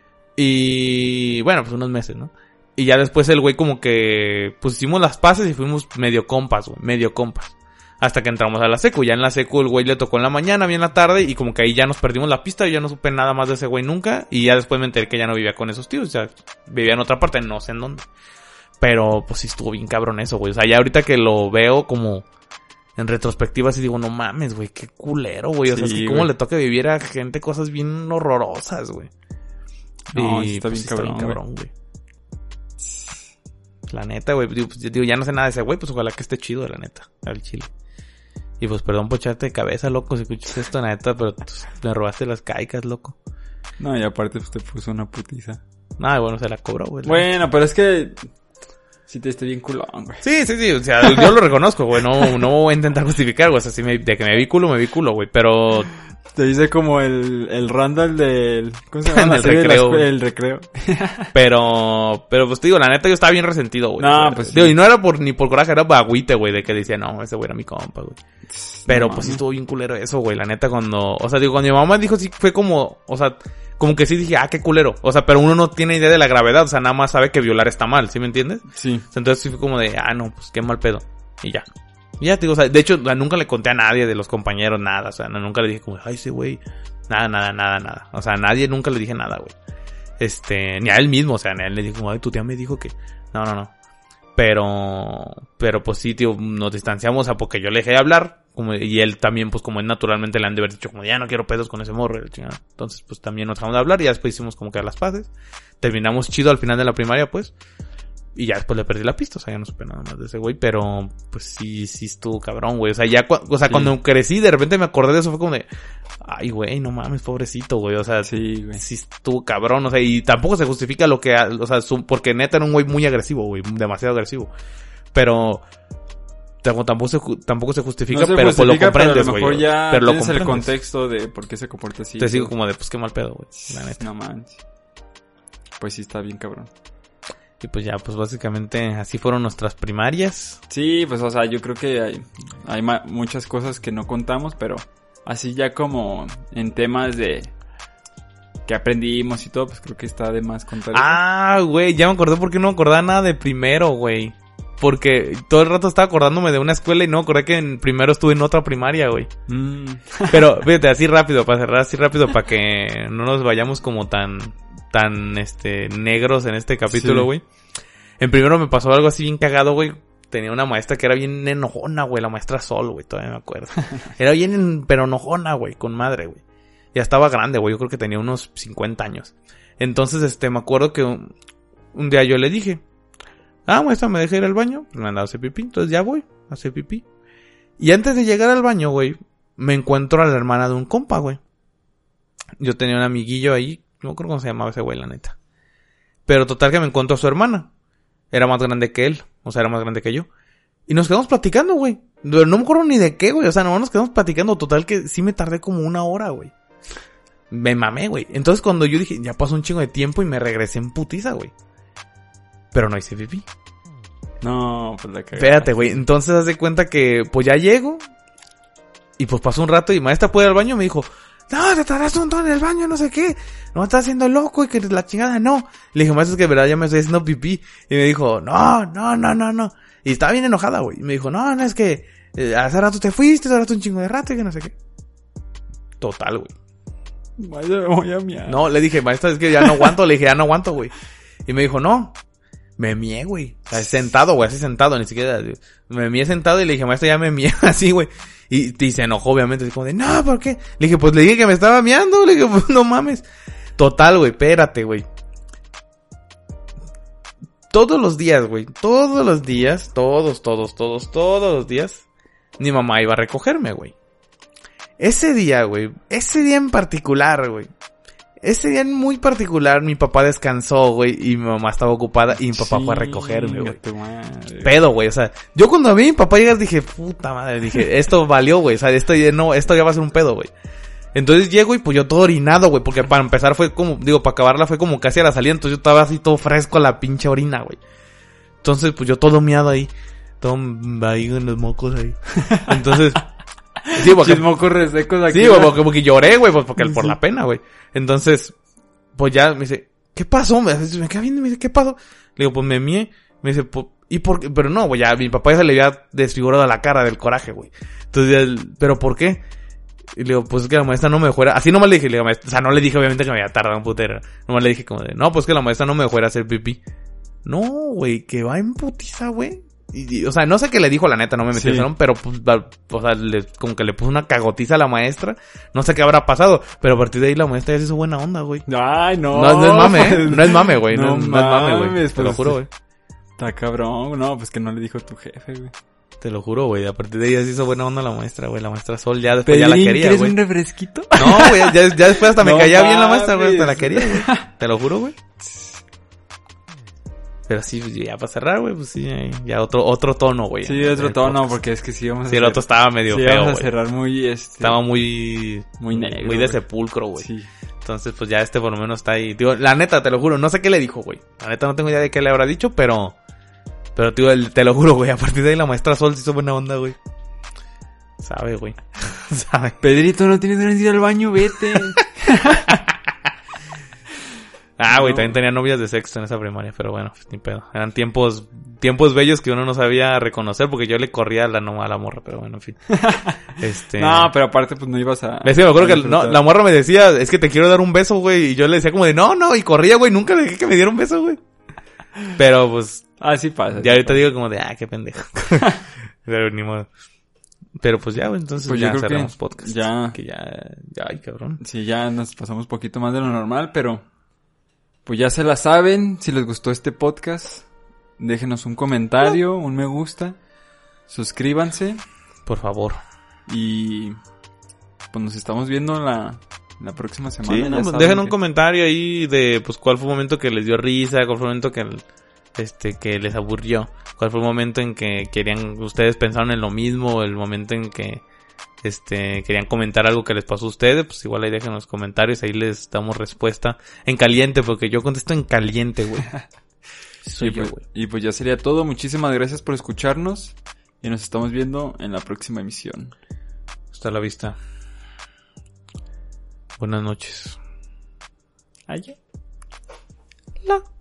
y bueno, pues unos meses, ¿no? Y ya después el güey como que, pues hicimos las paces y fuimos medio compas, güey, medio compas, hasta que entramos a la secu, ya en la secu el güey le tocó en la mañana, bien en la tarde, y como que ahí ya nos perdimos la pista, yo ya no supe nada más de ese güey nunca, y ya después me enteré que ya no vivía con esos tíos, o sea, vivía en otra parte, no sé en dónde. Pero, pues sí estuvo bien cabrón eso, güey. O sea, ya ahorita que lo veo como en retrospectiva, sí digo, no mames, güey, qué culero, güey. O sí, sea, es que cómo le toca vivir a gente cosas bien horrorosas, güey. No, y está, pues, bien, sí, cabrón, está bien cabrón, güey. La neta, güey. Digo, pues, digo, ya no sé nada de ese güey, pues ojalá que esté chido, la neta, al chile. Y pues perdón por echarte de cabeza, loco, si escuchas esto, la neta, pero pues, me robaste las caicas, loco. No, y aparte pues te puso una putiza. No, bueno, se la cobró, güey. Bueno, pero es que... Sí te estoy bien culón, güey. Sí, sí, sí, o sea, yo lo reconozco, güey, no, no voy a intentar justificar, güey, o sea, si me, de que me vi culo, me vi culo, güey, pero... Te dice como el, el Randall del... ¿Cómo se llama? el recreo. La, el recreo. Pero, pero pues te digo, la neta yo estaba bien resentido, güey. No, o sea, pues digo, sí. y no era por, ni por coraje, era por agüite, güey, de que decía, no, ese güey era mi compa, güey. Pero no, pues sí estuvo bien culero eso, güey, la neta cuando, o sea, digo, cuando mi mamá dijo sí fue como, o sea, como que sí dije, ah, qué culero. O sea, pero uno no tiene idea de la gravedad, o sea, nada más sabe que violar está mal, ¿sí me entiendes? Sí. Entonces sí fue como de, ah, no, pues qué mal pedo. Y ya. Y ya te digo, o sea, de hecho, nunca le conté a nadie de los compañeros nada, o sea, no, nunca le dije como, ay, ese güey, nada, nada, nada, nada. O sea, a nadie nunca le dije nada, güey. Este, ni a él mismo, o sea, ni a él le dije como, ay, tu tía me dijo que, no, no, no. Pero, pero pues sí, tío, nos distanciamos, o sea, porque yo le dejé de hablar, como, y él también, pues como él naturalmente le han de haber dicho como, ya no quiero pedos con ese morro, chingada. Entonces, pues también nos dejamos de hablar y ya después hicimos como que las paces. Terminamos chido al final de la primaria, pues. Y ya después le perdí la pista, o sea, ya no supe nada más de ese güey, pero pues sí, sí estuvo cabrón, güey. O sea, ya, cu- o sea, sí. Cuando crecí, de repente me acordé de eso, fue como de, ay, güey, no mames, pobrecito, güey. O sea, sí, güey. Sí estuvo cabrón, o sea, y tampoco se justifica lo que, o sea, su, porque neta era un güey muy agresivo, güey, demasiado agresivo. Pero, tampoco se, tampoco se justifica, no se pero justifica, pues lo comprendes, güey. Pero a lo mejor ya pero lo tienes comprendes. El contexto de por qué se comporta así. Te sigo como de, pues qué mal pedo, güey, la neta. No manches. Pues sí está bien cabrón. Y pues ya, pues básicamente así fueron nuestras primarias. Sí, pues o sea, yo creo que hay, hay ma- muchas cosas que no contamos, pero así ya como en temas de que aprendimos y todo, pues creo que está de más contar. Ah, güey, ya me acordé porque no me acordaba nada de primero, güey. Porque todo el rato estaba acordándome de una escuela y no me acordé que en primero estuve en otra primaria, güey. Mm. Pero, fíjate, así rápido, para cerrar así rápido, para que no nos vayamos como tan... tan este negros en este capítulo, güey. Sí. En primero me pasó algo así bien cagado, güey. Tenía una maestra que era bien enojona, güey, la maestra Sol, güey, todavía me acuerdo. Era bien pero enojona, güey, con madre, güey. Ya estaba grande, güey, yo creo que tenía unos cincuenta años. Entonces, este, me acuerdo que un, un día yo le dije, "Ah, maestra, me deja ir al baño." Pues me andaba a hacer pipí, entonces ya voy a hacer pipí. Y antes de llegar al baño, güey, me encuentro a la hermana de un compa, güey. Yo tenía un amiguillo ahí, no creo cómo se llamaba ese güey, la neta. Pero total que me encontró a su hermana. Era más grande que él. O sea, era más grande que yo. Y nos quedamos platicando, güey. No me acuerdo ni de qué, güey. O sea, no nos quedamos platicando. Total que sí me tardé como una hora, güey. Me mamé, güey. Entonces cuando yo dije, ya pasó un chingo de tiempo y me regresé en putiza, güey. Pero no hice pipí. No, pues la cagada. Espérate, güey. Entonces haz de cuenta que, pues ya llego. Y pues pasó un rato y maestra puede ir al baño. Me dijo, no, te tardaste un montón en el baño, no sé qué. No me estás haciendo loco y que la chingada no. Le dije, maestro, es que de verdad ya me estoy haciendo pipí. Y me dijo, no, no, no, no, no. Y estaba bien enojada, güey. Y me dijo, no, no, es que eh, hace rato te fuiste, tardaste un chingo de rato y que no sé qué. Total, güey. Vaya, me voy a miar. No, le dije, maestra, es que ya no aguanto. Le dije, ya no aguanto, güey. Y me dijo, no. Me mié, güey. O sea, sentado, güey, así sentado, ni siquiera. Me mié sentado y le dije, maestra, ya me mié así, güey. Y, y se enojó, obviamente. Así como de, no, ¿por qué? Le dije, pues le dije que me estaba miando. Le dije, pues no mames. Total, güey, espérate, güey. Todos los días, güey. Todos los días. Todos, todos, todos, todos los días. Mi mamá iba a recogerme, güey. Ese día, güey. Ese día en particular, güey. Ese día en muy particular, mi papá descansó, güey, y mi mamá estaba ocupada, y mi papá sí, fue a recogerme, güey. Pedo, güey, o sea, yo cuando vi a mi papá llegar dije, puta madre, dije, esto valió, güey, o sea, esto ya no, esto ya va a ser un pedo, güey. Entonces llego y pues yo todo orinado, güey, porque para empezar fue como, digo, para acabarla fue como casi a la salida, entonces yo estaba así todo fresco a la pinche orina, güey. Entonces, pues yo todo miado ahí, todo ahí en los mocos ahí. Entonces... Sí, porque... mocos resecos aquí. Sí, güey, porque, porque lloré, güey, pues porque sí. Por la pena, güey. Entonces, pues ya me dice, ¿qué pasó? Me, me queda viendo y me dice, ¿qué pasó? Le digo, pues me mié. Me dice, pues, ¿y por qué? Pero no, güey, ya mi papá ya se le había desfigurado la cara del coraje, güey. Entonces, ya, ¿pero por qué? Y le digo, pues es que la maestra no me dejó ir a... Así nomás le dije, le digo, o sea, no le dije obviamente que me había tardado un putero. Nomás le dije como de, no, pues que la maestra no me dejó ir a hacer pipí. No, güey, que va en putiza, güey. Y, y, o sea, no sé qué le dijo, la neta, no me metí sí. en el salón, pero pues, la, o sea, le, como que le puso una cagotiza a la maestra. No sé qué habrá pasado, pero a partir de ahí la maestra ya se hizo buena onda, güey. Ay, no. No, no es mame, ¿eh? No es mame, güey. No, no, no es mame, güey. Te pues, lo juro, güey. Está cabrón. No, pues que no le dijo tu jefe, güey. Te lo juro, güey. A partir de ahí ya se hizo buena onda la maestra, güey. La maestra Sol ya después Pedrín, ya la quería, güey. ¿Quieres un refresquito? No, güey. Ya, ya después hasta me no caía mames. bien la maestra, güey. Hasta la quería, güey. Te lo juro, güey. Pero sí, ya para cerrar, güey, pues sí, ya otro otro tono, güey. Sí, otro tono, podcast. Porque es que sí vamos a Sí, el otro estaba medio sí, feo, güey. vamos a cerrar muy, este... Estaba muy... Muy negro, Muy de wey. sepulcro, güey. Sí. Entonces, pues ya este por lo menos está ahí. Digo, la neta, te lo juro, no sé qué le dijo, güey. La neta no tengo idea de qué le habrá dicho, pero... Pero, tío, el, te lo juro, güey, a partir de ahí la maestra Sol se hizo buena onda, güey. Sabe, güey. Sabe. Pedrito, no tienes ganas de ir al baño, vete. Ah, güey, no. También tenía novias de sexto en esa primaria, pero bueno, ni pedo. Eran tiempos tiempos bellos que uno no sabía reconocer porque yo le corría a la, no, a la morra, pero bueno, en fin. Este... No, pero aparte pues no ibas a... Es que me acuerdo que no, la morra me decía, es que te quiero dar un beso, güey, y yo le decía como de, no, no, y corría, güey, nunca le dije que me diera un beso, güey. Pero pues... Así pasa. Ya ahorita pasa. Digo como de, ah, qué pendejo. Pero ni modo. Pero pues ya, güey, entonces pues ya cerramos podcast. Ya. Que ya, ya, ay, cabrón. Sí, ya nos pasamos un poquito más de lo normal, pero... Pues ya se la saben, si les gustó este podcast, déjenos un comentario, un me gusta, suscríbanse. Por favor. Y pues nos estamos viendo la, la próxima semana. Sí, no, pues dejen un que... comentario ahí de pues cuál fue el momento que les dio risa, cuál fue el momento que, este, que les aburrió, cuál fue el momento en que querían, ustedes pensaron en lo mismo, el momento en que... Este, querían comentar algo que les pasó a ustedes, pues igual ahí dejen los comentarios, ahí les damos respuesta en caliente, porque yo contesto en caliente, güey. Soy y, yo, pues, y pues ya sería todo, muchísimas gracias por escucharnos y nos estamos viendo en la próxima emisión. Hasta la vista. Buenas noches. Ay. La.